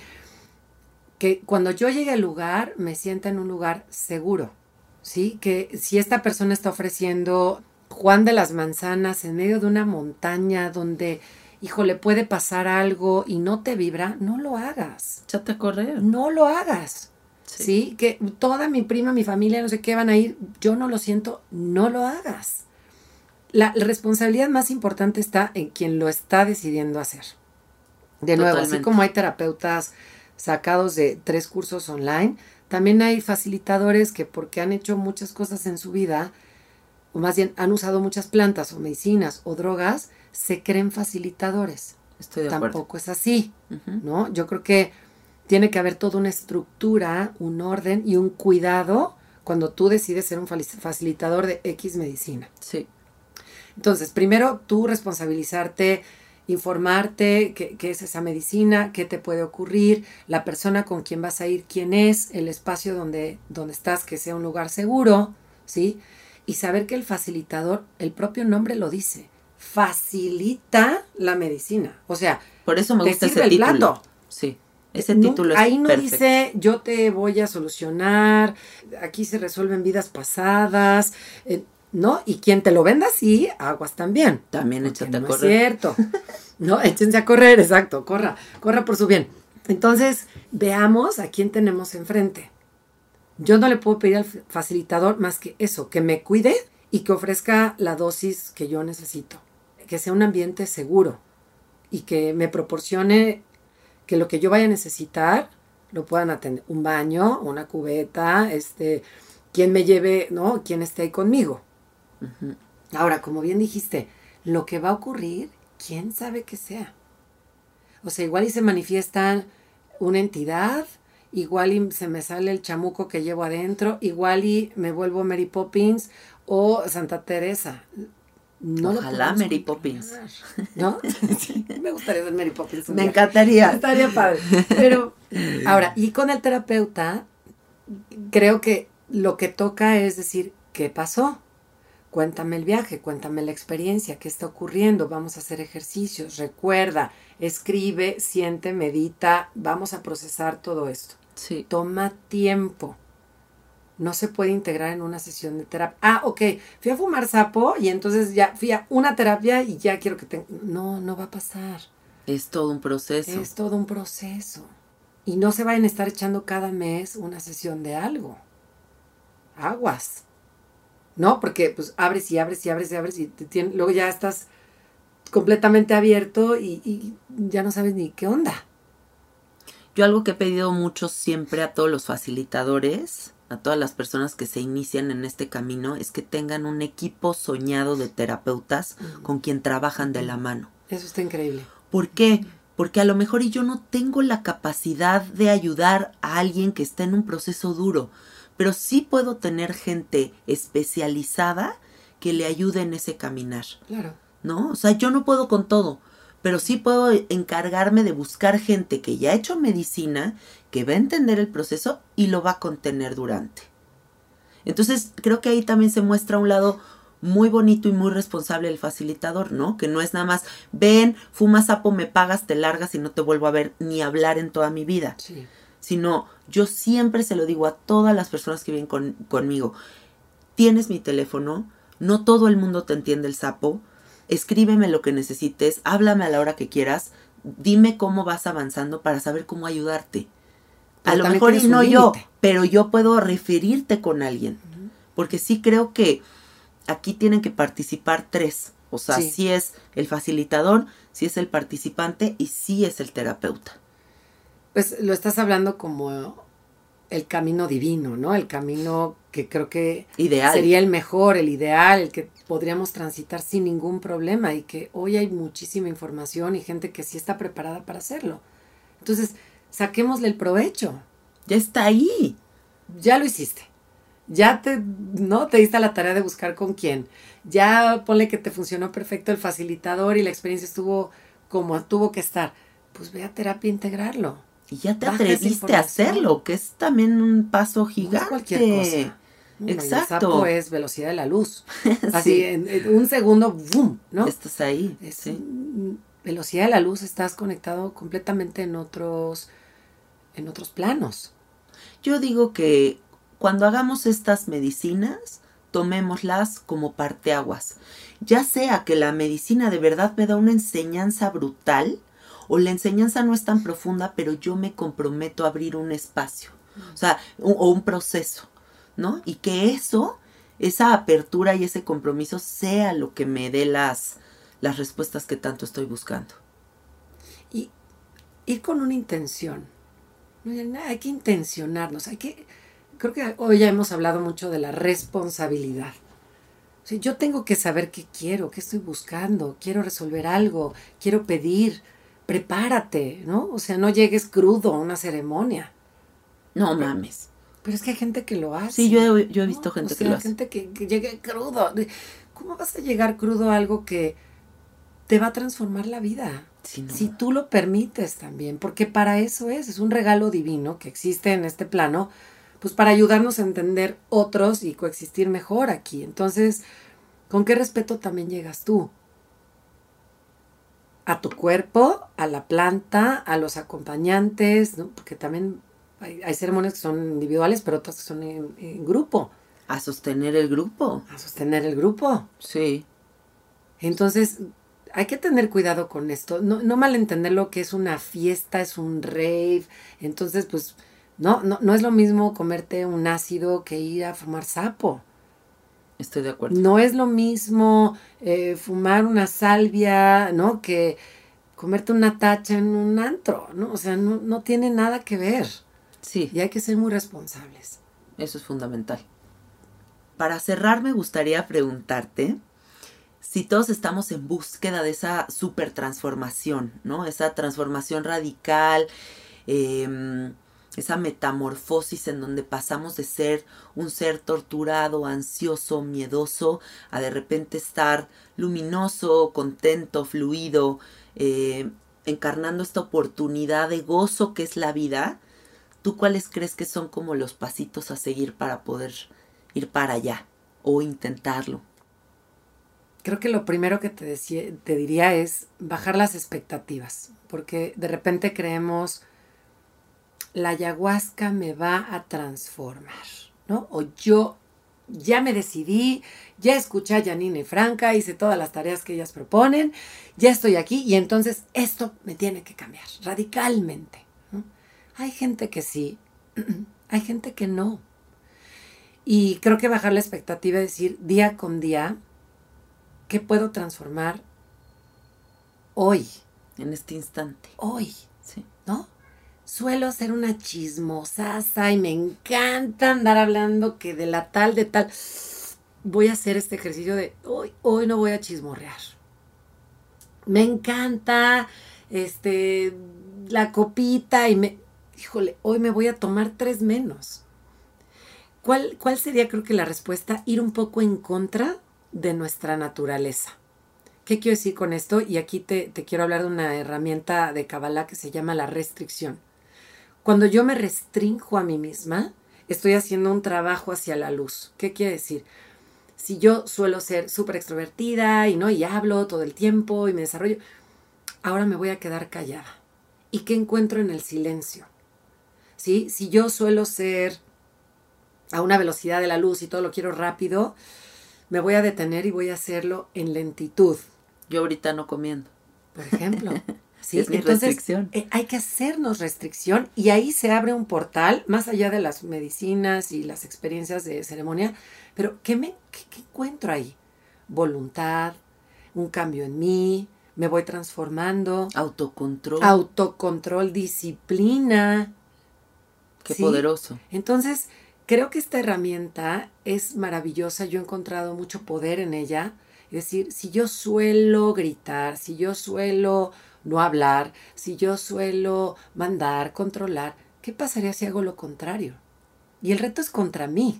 Que cuando yo llegue al lugar, me sienta en un lugar seguro, ¿sí? Que si esta persona está ofreciendo Juan de las Manzanas en medio de una montaña donde, híjole, puede pasar algo y no te vibra, no lo hagas. Échate a correr. No lo hagas. Sí. ¿Sí? Que toda mi prima, mi familia, no sé qué van a ir, yo no lo siento, no lo hagas. La, la responsabilidad más importante está en quien lo está decidiendo hacer. De nuevo, Totalmente. así como hay terapeutas sacados de tres cursos online, también hay facilitadores que porque han hecho muchas cosas en su vida, o más bien han usado muchas plantas o medicinas o drogas, se creen facilitadores. Estoy de acuerdo. Tampoco es así, Uh-huh. ¿no? Yo creo que tiene que haber toda una estructura, un orden y un cuidado cuando tú decides ser un facilitador de X medicina. Sí. Entonces, primero tú responsabilizarte, informarte qué, qué es esa medicina, qué te puede ocurrir, la persona con quien vas a ir, quién es, el espacio donde, donde estás, que sea un lugar seguro, ¿sí? Y saber que el facilitador, el propio nombre lo dice, facilita la medicina. O sea, por eso me te gusta sirve ese el título. plato. Sí. Ese Nunca, título es ahí no perfecto. dice yo te voy a solucionar, aquí se resuelven vidas pasadas, eh, ¿no? Y quien te lo venda así, aguas también. También échate a no correr. Es cierto. No, échense a correr, exacto, corra, corra por su bien. Entonces, veamos a quién tenemos enfrente. Yo no le puedo pedir al facilitador más que eso, que me cuide y que ofrezca la dosis que yo necesito. Que sea un ambiente seguro y que me proporcione que lo que yo vaya a necesitar lo puedan atender. Un baño, una cubeta, este, quien me lleve, ¿no? Quien esté ahí conmigo. Uh-huh. Ahora, como bien dijiste, lo que va a ocurrir, quién sabe qué sea. O sea, igual y se manifiesta una entidad, igual y se me sale el chamuco que llevo adentro, igual y me vuelvo Mary Poppins o Santa Teresa. No Ojalá lo Mary controlar, Poppins. ¿no? Sí, me gustaría ser Mary Poppins. Me encantaría. Estaría padre. Pero, ahora, y con el terapeuta, creo que lo que toca es decir, ¿qué pasó? Cuéntame el viaje, cuéntame la experiencia, qué está ocurriendo, vamos a hacer ejercicios, recuerda, escribe, siente, medita, vamos a procesar todo esto. Sí. Toma tiempo. No se puede integrar en una sesión de terapia. Ah, ok, fui a fumar sapo y entonces ya fui a una terapia y ya quiero que te... No, no va a pasar. Es todo un proceso. Es todo un proceso. Y no se vayan a estar echando cada mes una sesión de algo. Aguas. ¿No? Porque pues abres y abres y abres y abres y te tienes, luego ya estás completamente abierto y, y ya no sabes ni qué onda. Yo algo que he pedido mucho siempre a todos los facilitadores, a todas las personas que se inician en este camino, es que tengan un equipo soñado de terapeutas uh-huh. con quien trabajan de la mano. Eso está increíble. ¿Por qué? Porque a lo mejor yo no tengo la capacidad de ayudar a alguien que está en un proceso duro, pero sí puedo tener gente especializada que le ayude en ese caminar. Claro. ¿No? O sea, yo no puedo con todo, pero sí puedo encargarme de buscar gente que ya ha hecho medicina, que va a entender el proceso y lo va a contener durante. Entonces, creo que ahí también se muestra un lado muy bonito y muy responsable del facilitador, ¿no? Que no es nada más, ven, fuma sapo, me pagas, te largas y no te vuelvo a ver ni hablar en toda mi vida. Sí. Sino, yo siempre se lo digo a todas las personas que vienen con, conmigo, tienes mi teléfono, no todo el mundo te entiende el sapo, escríbeme lo que necesites, háblame a la hora que quieras, dime cómo vas avanzando para saber cómo ayudarte. Pero a lo mejor y no yo, pero yo puedo referirte con alguien, uh-huh. porque sí creo que aquí tienen que participar tres, o sea, sí. sí es el facilitador, sí es el participante y sí es el terapeuta. Pues lo estás hablando como el camino divino, ¿no? El camino que creo que ideal. Sería el mejor, el ideal, el que podríamos transitar sin ningún problema y que hoy hay muchísima información y gente que sí está preparada para hacerlo. Entonces, saquémosle el provecho. Ya está ahí. Ya lo hiciste. Ya te, ¿no? Te diste la tarea de buscar con quién. Ya ponle que te funcionó perfecto el facilitador y la experiencia estuvo como tuvo que estar. Pues ve a terapia a integrarlo. Y ya te atreviste a hacerlo, que es también un paso gigante. No es cualquier cosa. No, exacto. El sapo es velocidad de la luz. Así, sí. en, en un segundo, ¡boom! ¿No? Estás ahí. Es, sí. Velocidad de la luz, estás conectado completamente en otros, en otros planos. Yo digo que cuando hagamos estas medicinas, tomémoslas como parteaguas. Ya sea que la medicina de verdad me da una enseñanza brutal, o la enseñanza no es tan profunda, pero yo me comprometo a abrir un espacio, o sea, un, o un proceso, ¿no? Y que eso, esa apertura y ese compromiso sea lo que me dé las, las respuestas que tanto estoy buscando. Y ir con una intención. Hay que intencionarnos, hay que, creo que hoy ya hemos hablado mucho de la responsabilidad. O sea, yo tengo que saber qué quiero, qué estoy buscando, quiero resolver algo, quiero pedir, prepárate, ¿no? O sea, no llegues crudo a una ceremonia. No mames. Pero es que hay gente que lo hace. Sí, yo he, yo he visto ¿no? gente o sea, que lo hace. gente que, que llegue crudo. ¿Cómo vas a llegar crudo a algo que te va a transformar la vida? Sí, no. Si tú lo permites también, porque para eso es, es un regalo divino que existe en este plano, pues para ayudarnos a entender otros y coexistir mejor aquí. Entonces, ¿con qué respeto también llegas tú? A tu cuerpo, a la planta, a los acompañantes, ¿no? Porque también hay, hay ceremonias que son individuales, pero otras que son en, en grupo. A sostener el grupo. A sostener el grupo. Sí. Entonces, hay que tener cuidado con esto. No, no malentender lo que es una fiesta, es un rave. Entonces, pues, no, no, no es lo mismo comerte un ácido que ir a fumar sapo. Estoy de acuerdo. No es lo mismo eh, fumar una salvia, ¿no? Que comerte una tacha en un antro, ¿no? O sea, no, no tiene nada que ver. Sí. Y hay que ser muy responsables. Eso es fundamental. Para cerrar, me gustaría preguntarte si todos estamos en búsqueda de esa super transformación, ¿no? Esa transformación radical, eh, esa metamorfosis en donde pasamos de ser un ser torturado, ansioso, miedoso, a de repente estar luminoso, contento, fluido, eh, encarnando esta oportunidad de gozo que es la vida. ¿Tú cuáles crees que son como los pasitos a seguir para poder ir para allá o intentarlo? Creo que lo primero que te, decía, te diría es bajar las expectativas, porque de repente creemos la ayahuasca me va a transformar, ¿no? O yo ya me decidí, ya escuché a Janine y Franca, hice todas las tareas que ellas proponen, ya estoy aquí y entonces esto me tiene que cambiar radicalmente, ¿no? Hay gente que sí, hay gente que no. Y creo que bajar la expectativa es decir día con día, ¿qué puedo transformar hoy? En este instante. Hoy, Sí. ¿no? Suelo ser una chismosaza y me encanta andar hablando que de la tal, de tal. Voy a hacer este ejercicio de hoy, hoy no voy a chismorrear. Me encanta este, la copita y me, híjole, hoy me voy a tomar tres menos. ¿Cuál, cuál sería, creo que la respuesta? Ir un poco en contra de nuestra naturaleza. ¿Qué quiero decir con esto? Y aquí te, te quiero hablar de una herramienta de Kabbalah que se llama la restricción. Cuando yo me restrinjo a mí misma, estoy haciendo un trabajo hacia la luz. ¿Qué quiere decir? Si yo suelo ser súper extrovertida y, ¿no? y hablo todo el tiempo y me desarrollo, ahora me voy a quedar callada. ¿Y qué encuentro en el silencio? ¿Sí? Si yo suelo ser a una velocidad de la luz y todo lo quiero rápido, me voy a detener y voy a hacerlo en lentitud. Yo ahorita no comiendo. Por ejemplo. Sí, es mi entonces restricción. Eh, hay que hacernos restricción y ahí se abre un portal, más allá de las medicinas y las experiencias de ceremonia, pero ¿qué, me, qué, qué encuentro ahí? Voluntad, un cambio en mí, me voy transformando. Autocontrol. Autocontrol, disciplina. Qué ¿sí? poderoso. Entonces, creo que esta herramienta es maravillosa. Yo he encontrado mucho poder en ella. Es decir, si yo suelo gritar, si yo suelo no hablar, si yo suelo mandar, controlar, ¿qué pasaría si hago lo contrario? Y el reto es contra mí.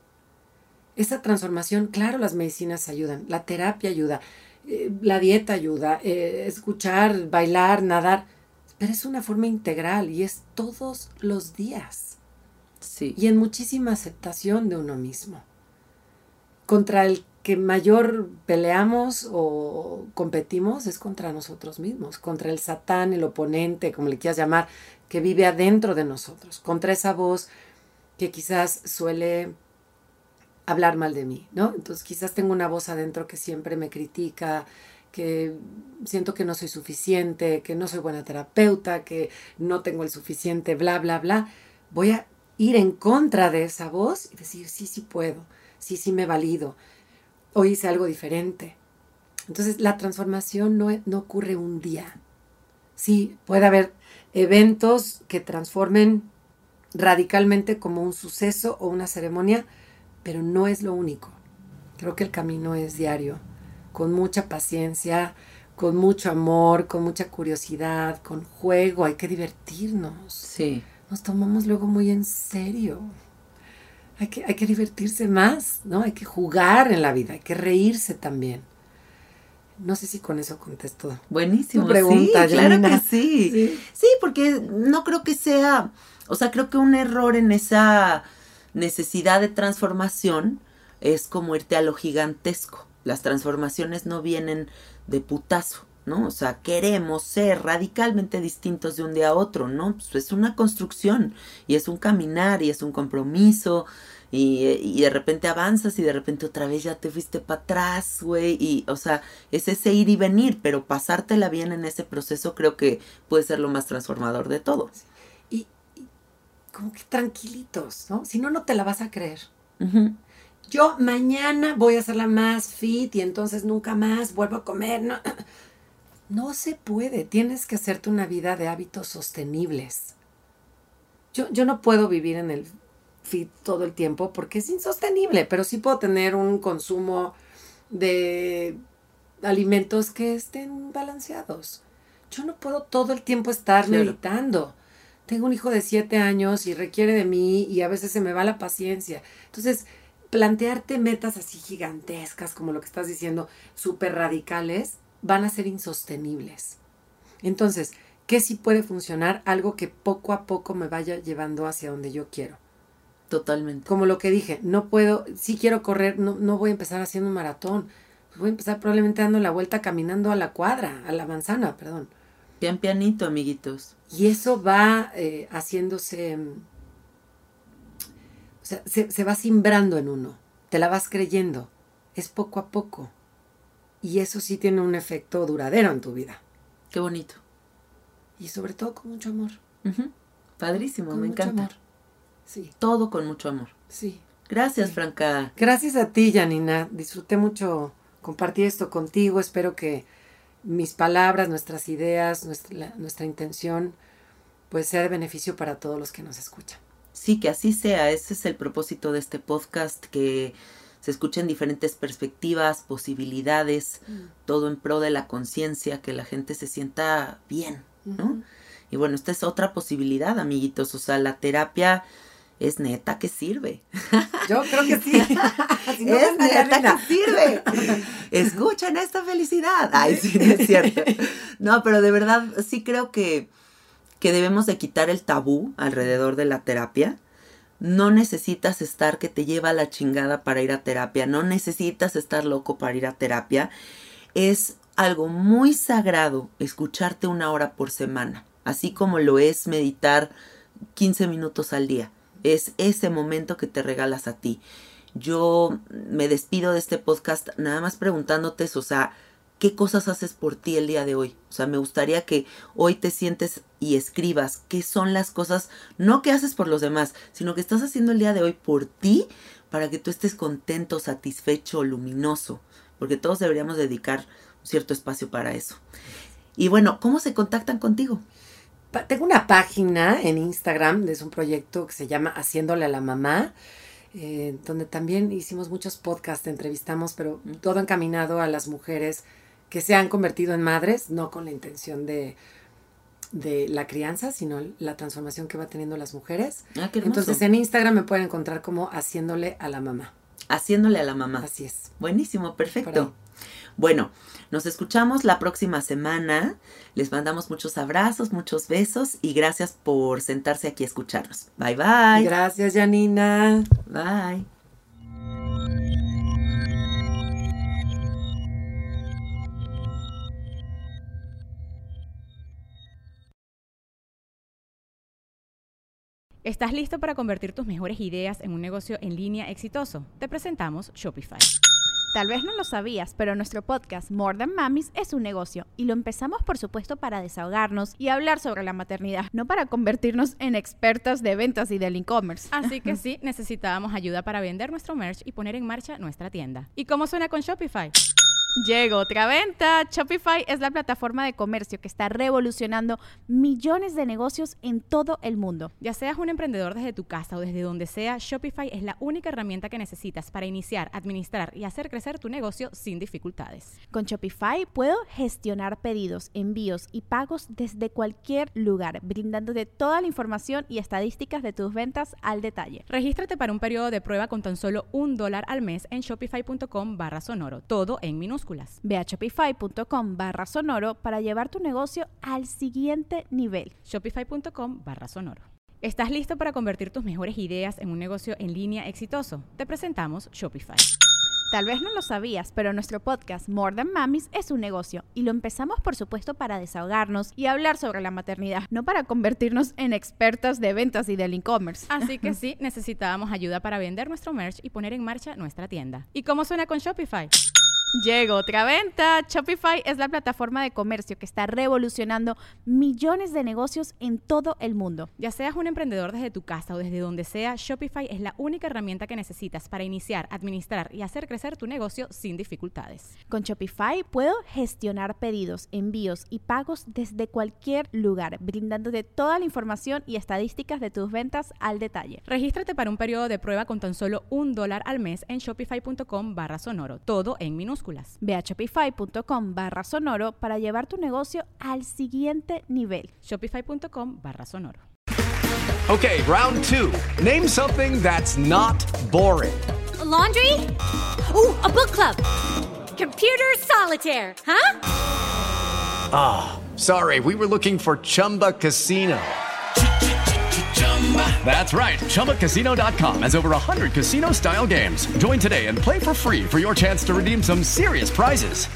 Esa transformación, claro, las medicinas ayudan, la terapia ayuda, eh, la dieta ayuda, eh, escuchar, bailar, nadar, pero es una forma integral y es todos los días. Sí. Y en muchísima aceptación de uno mismo. Contra el que mayor peleamos o competimos es contra nosotros mismos, contra el Satán, el oponente, como le quieras llamar, que vive adentro de nosotros, contra esa voz que quizás suele hablar mal de mí, ¿no? Entonces quizás tengo una voz adentro que siempre me critica, que siento que no soy suficiente, que no soy buena terapeuta, que no tengo el suficiente, bla, bla, bla. Voy a ir en contra de esa voz y decir, sí, sí puedo, sí, sí me valido. Hoy hice algo diferente. Entonces, la transformación no, no ocurre un día. Sí, puede haber eventos que transformen radicalmente como un suceso o una ceremonia, pero no es lo único. Creo que el camino es diario, con mucha paciencia, con mucho amor, con mucha curiosidad, con juego, hay que divertirnos. Sí. Nos tomamos luego muy en serio. Hay que, hay que divertirse más, ¿no? Hay que jugar en la vida, hay que reírse también. No sé si con eso contesto. Buenísimo, tu pregunta, sí, claro Janina. que sí. sí. Sí, porque no creo que sea, o sea, creo que un error en esa necesidad de transformación es como irte a lo gigantesco. Las transformaciones no vienen de putazo, ¿no? O sea, queremos ser radicalmente distintos de un día a otro, ¿no? Pues es una construcción y es un caminar y es un compromiso. Y, y de repente avanzas y de repente otra vez ya te fuiste para atrás, güey. Y, o sea, es ese ir y venir, pero pasártela bien en ese proceso creo que puede ser lo más transformador de todo. Y, y como que tranquilitos, ¿no? Si no, no te la vas a creer. Uh-huh. Yo mañana voy a hacerla más fit y entonces nunca más vuelvo a comer. No, no se puede. Tienes que hacerte una vida de hábitos sostenibles. Yo, yo no puedo vivir en el fit todo el tiempo porque es insostenible, pero sí puedo tener un consumo de alimentos que estén balanceados. Yo no puedo todo el tiempo estar claro. meditando. Tengo un hijo de siete años y requiere de mí y a veces se me va la paciencia. Entonces, plantearte metas así gigantescas como lo que estás diciendo, súper radicales, van a ser insostenibles. Entonces, ¿qué sí puede funcionar? Algo que poco a poco me vaya llevando hacia donde yo quiero. Totalmente. Como lo que dije, no puedo, sí quiero correr, no, no voy a empezar haciendo un maratón. Voy a empezar probablemente dando la vuelta caminando a la cuadra, a la manzana, perdón. Pian pianito, amiguitos. Y eso va eh, haciéndose, o sea, se, se va simbrando en uno. Te la vas creyendo. Es poco a poco. Y eso sí tiene un efecto duradero en tu vida. Qué bonito. Y sobre todo con mucho amor. Uh-huh. Padrísimo, con me mucho encanta. Amor. Sí. Todo con mucho amor. Sí. Gracias, sí. Franca. Gracias a ti, Janina. Disfruté mucho compartir esto contigo. Espero que mis palabras, nuestras ideas, nuestra, la, nuestra intención, pues sea de beneficio para todos los que nos escuchan. Sí, que así sea. Ese es el propósito de este podcast, que se escuchen diferentes perspectivas, posibilidades, mm. todo en pro de la conciencia, que la gente se sienta bien, ¿no? Uh-huh. Y bueno, esta es otra posibilidad, amiguitos. O sea, la terapia es neta que sirve. Yo creo que sí. Si no, es neta que sirve. Escuchen esta felicidad. Ay, sí, no es cierto. No, pero de verdad sí creo que, que debemos de quitar el tabú alrededor de la terapia. No necesitas estar que te lleva a la chingada para ir a terapia. No necesitas estar loco para ir a terapia. Es algo muy sagrado escucharte una hora por semana. Así como lo es meditar quince minutos al día. Es ese momento que te regalas a ti. Yo me despido de este podcast nada más preguntándote eso, o sea, ¿qué cosas haces por ti el día de hoy? O sea, me gustaría que hoy te sientes y escribas qué son las cosas, no que haces por los demás, sino que estás haciendo el día de hoy por ti, para que tú estés contento, satisfecho, luminoso, porque todos deberíamos dedicar un cierto espacio para eso. Y bueno, ¿cómo se contactan contigo? Tengo una página en Instagram, es un proyecto que se llama Haciéndole a la Mamá, eh, donde también hicimos muchos podcasts, entrevistamos, pero todo encaminado a las mujeres que se han convertido en madres, no con la intención de, de la crianza, sino la transformación que va teniendo las mujeres. Ah, qué hermoso. Entonces en Instagram me pueden encontrar como Haciéndole a la Mamá. Haciéndole a la Mamá. Así es. Buenísimo, perfecto. Bueno, nos escuchamos la próxima semana. Les mandamos muchos abrazos, muchos besos y gracias por sentarse aquí a escucharnos. Bye, bye. Gracias, Janina. Bye. ¿Estás listo para convertir tus mejores ideas en un negocio en línea exitoso? Te presentamos Shopify. Tal vez no lo sabías, pero nuestro podcast More Than Mamis es un negocio y lo empezamos por supuesto para desahogarnos y hablar sobre la maternidad, no para convertirnos en expertas de ventas y del e-commerce. Así que sí, necesitábamos ayuda para vender nuestro merch y poner en marcha nuestra tienda. ¿Y cómo suena con Shopify? Llegó otra venta. Shopify es la plataforma de comercio que está revolucionando millones de negocios en todo el mundo. Ya seas un emprendedor desde tu casa o desde donde sea, Shopify es la única herramienta que necesitas para iniciar, administrar y hacer crecer tu negocio sin dificultades. Con Shopify puedo gestionar pedidos, envíos y pagos desde cualquier lugar, brindándote toda la información y estadísticas de tus ventas al detalle. Regístrate para un periodo de prueba con tan solo un dólar al mes en shopify.com barra sonoro, todo en minúsculas. Ve a shopify.com barra sonoro para llevar tu negocio al siguiente nivel. Shopify.com barra sonoro. ¿Estás listo para convertir tus mejores ideas en un negocio en línea exitoso? Te presentamos Shopify. Tal vez no lo sabías, pero nuestro podcast More Than Mamis es un negocio y lo empezamos por supuesto para desahogarnos y hablar sobre la maternidad, no para convertirnos en expertas de ventas y del e-commerce. Así que sí, necesitábamos ayuda para vender nuestro merch y poner en marcha nuestra tienda. ¿Y cómo suena con Shopify? Llegó otra venta. Shopify es la plataforma de comercio que está revolucionando millones de negocios en todo el mundo. Ya seas un emprendedor desde tu casa o desde donde sea, Shopify es la única herramienta que necesitas para iniciar, administrar y hacer crecer tu negocio sin dificultades. Con Shopify puedo gestionar pedidos, envíos y pagos desde cualquier lugar, brindándote toda la información y estadísticas de tus ventas al detalle. Regístrate para un periodo de prueba con tan solo un dólar al mes en shopify.com barra sonoro, todo en minúsculas. Ve a shopify.com barra sonoro para llevar tu negocio al siguiente nivel. Shopify.com barra sonoro. Okay, round two. Name something that's not boring. A laundry? Ooh, a book club. Computer solitaire, huh? Ah, oh, sorry, we were looking for Chumba Casino. That's right. Chumba Casino dot com has over one hundred casino-style games. Join today and play for free for your chance to redeem some serious prizes.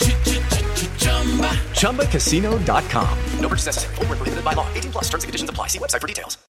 Chumba Casino dot com. No purchase necessary. Void where prohibited by law. eighteen plus terms and conditions apply. See website for details.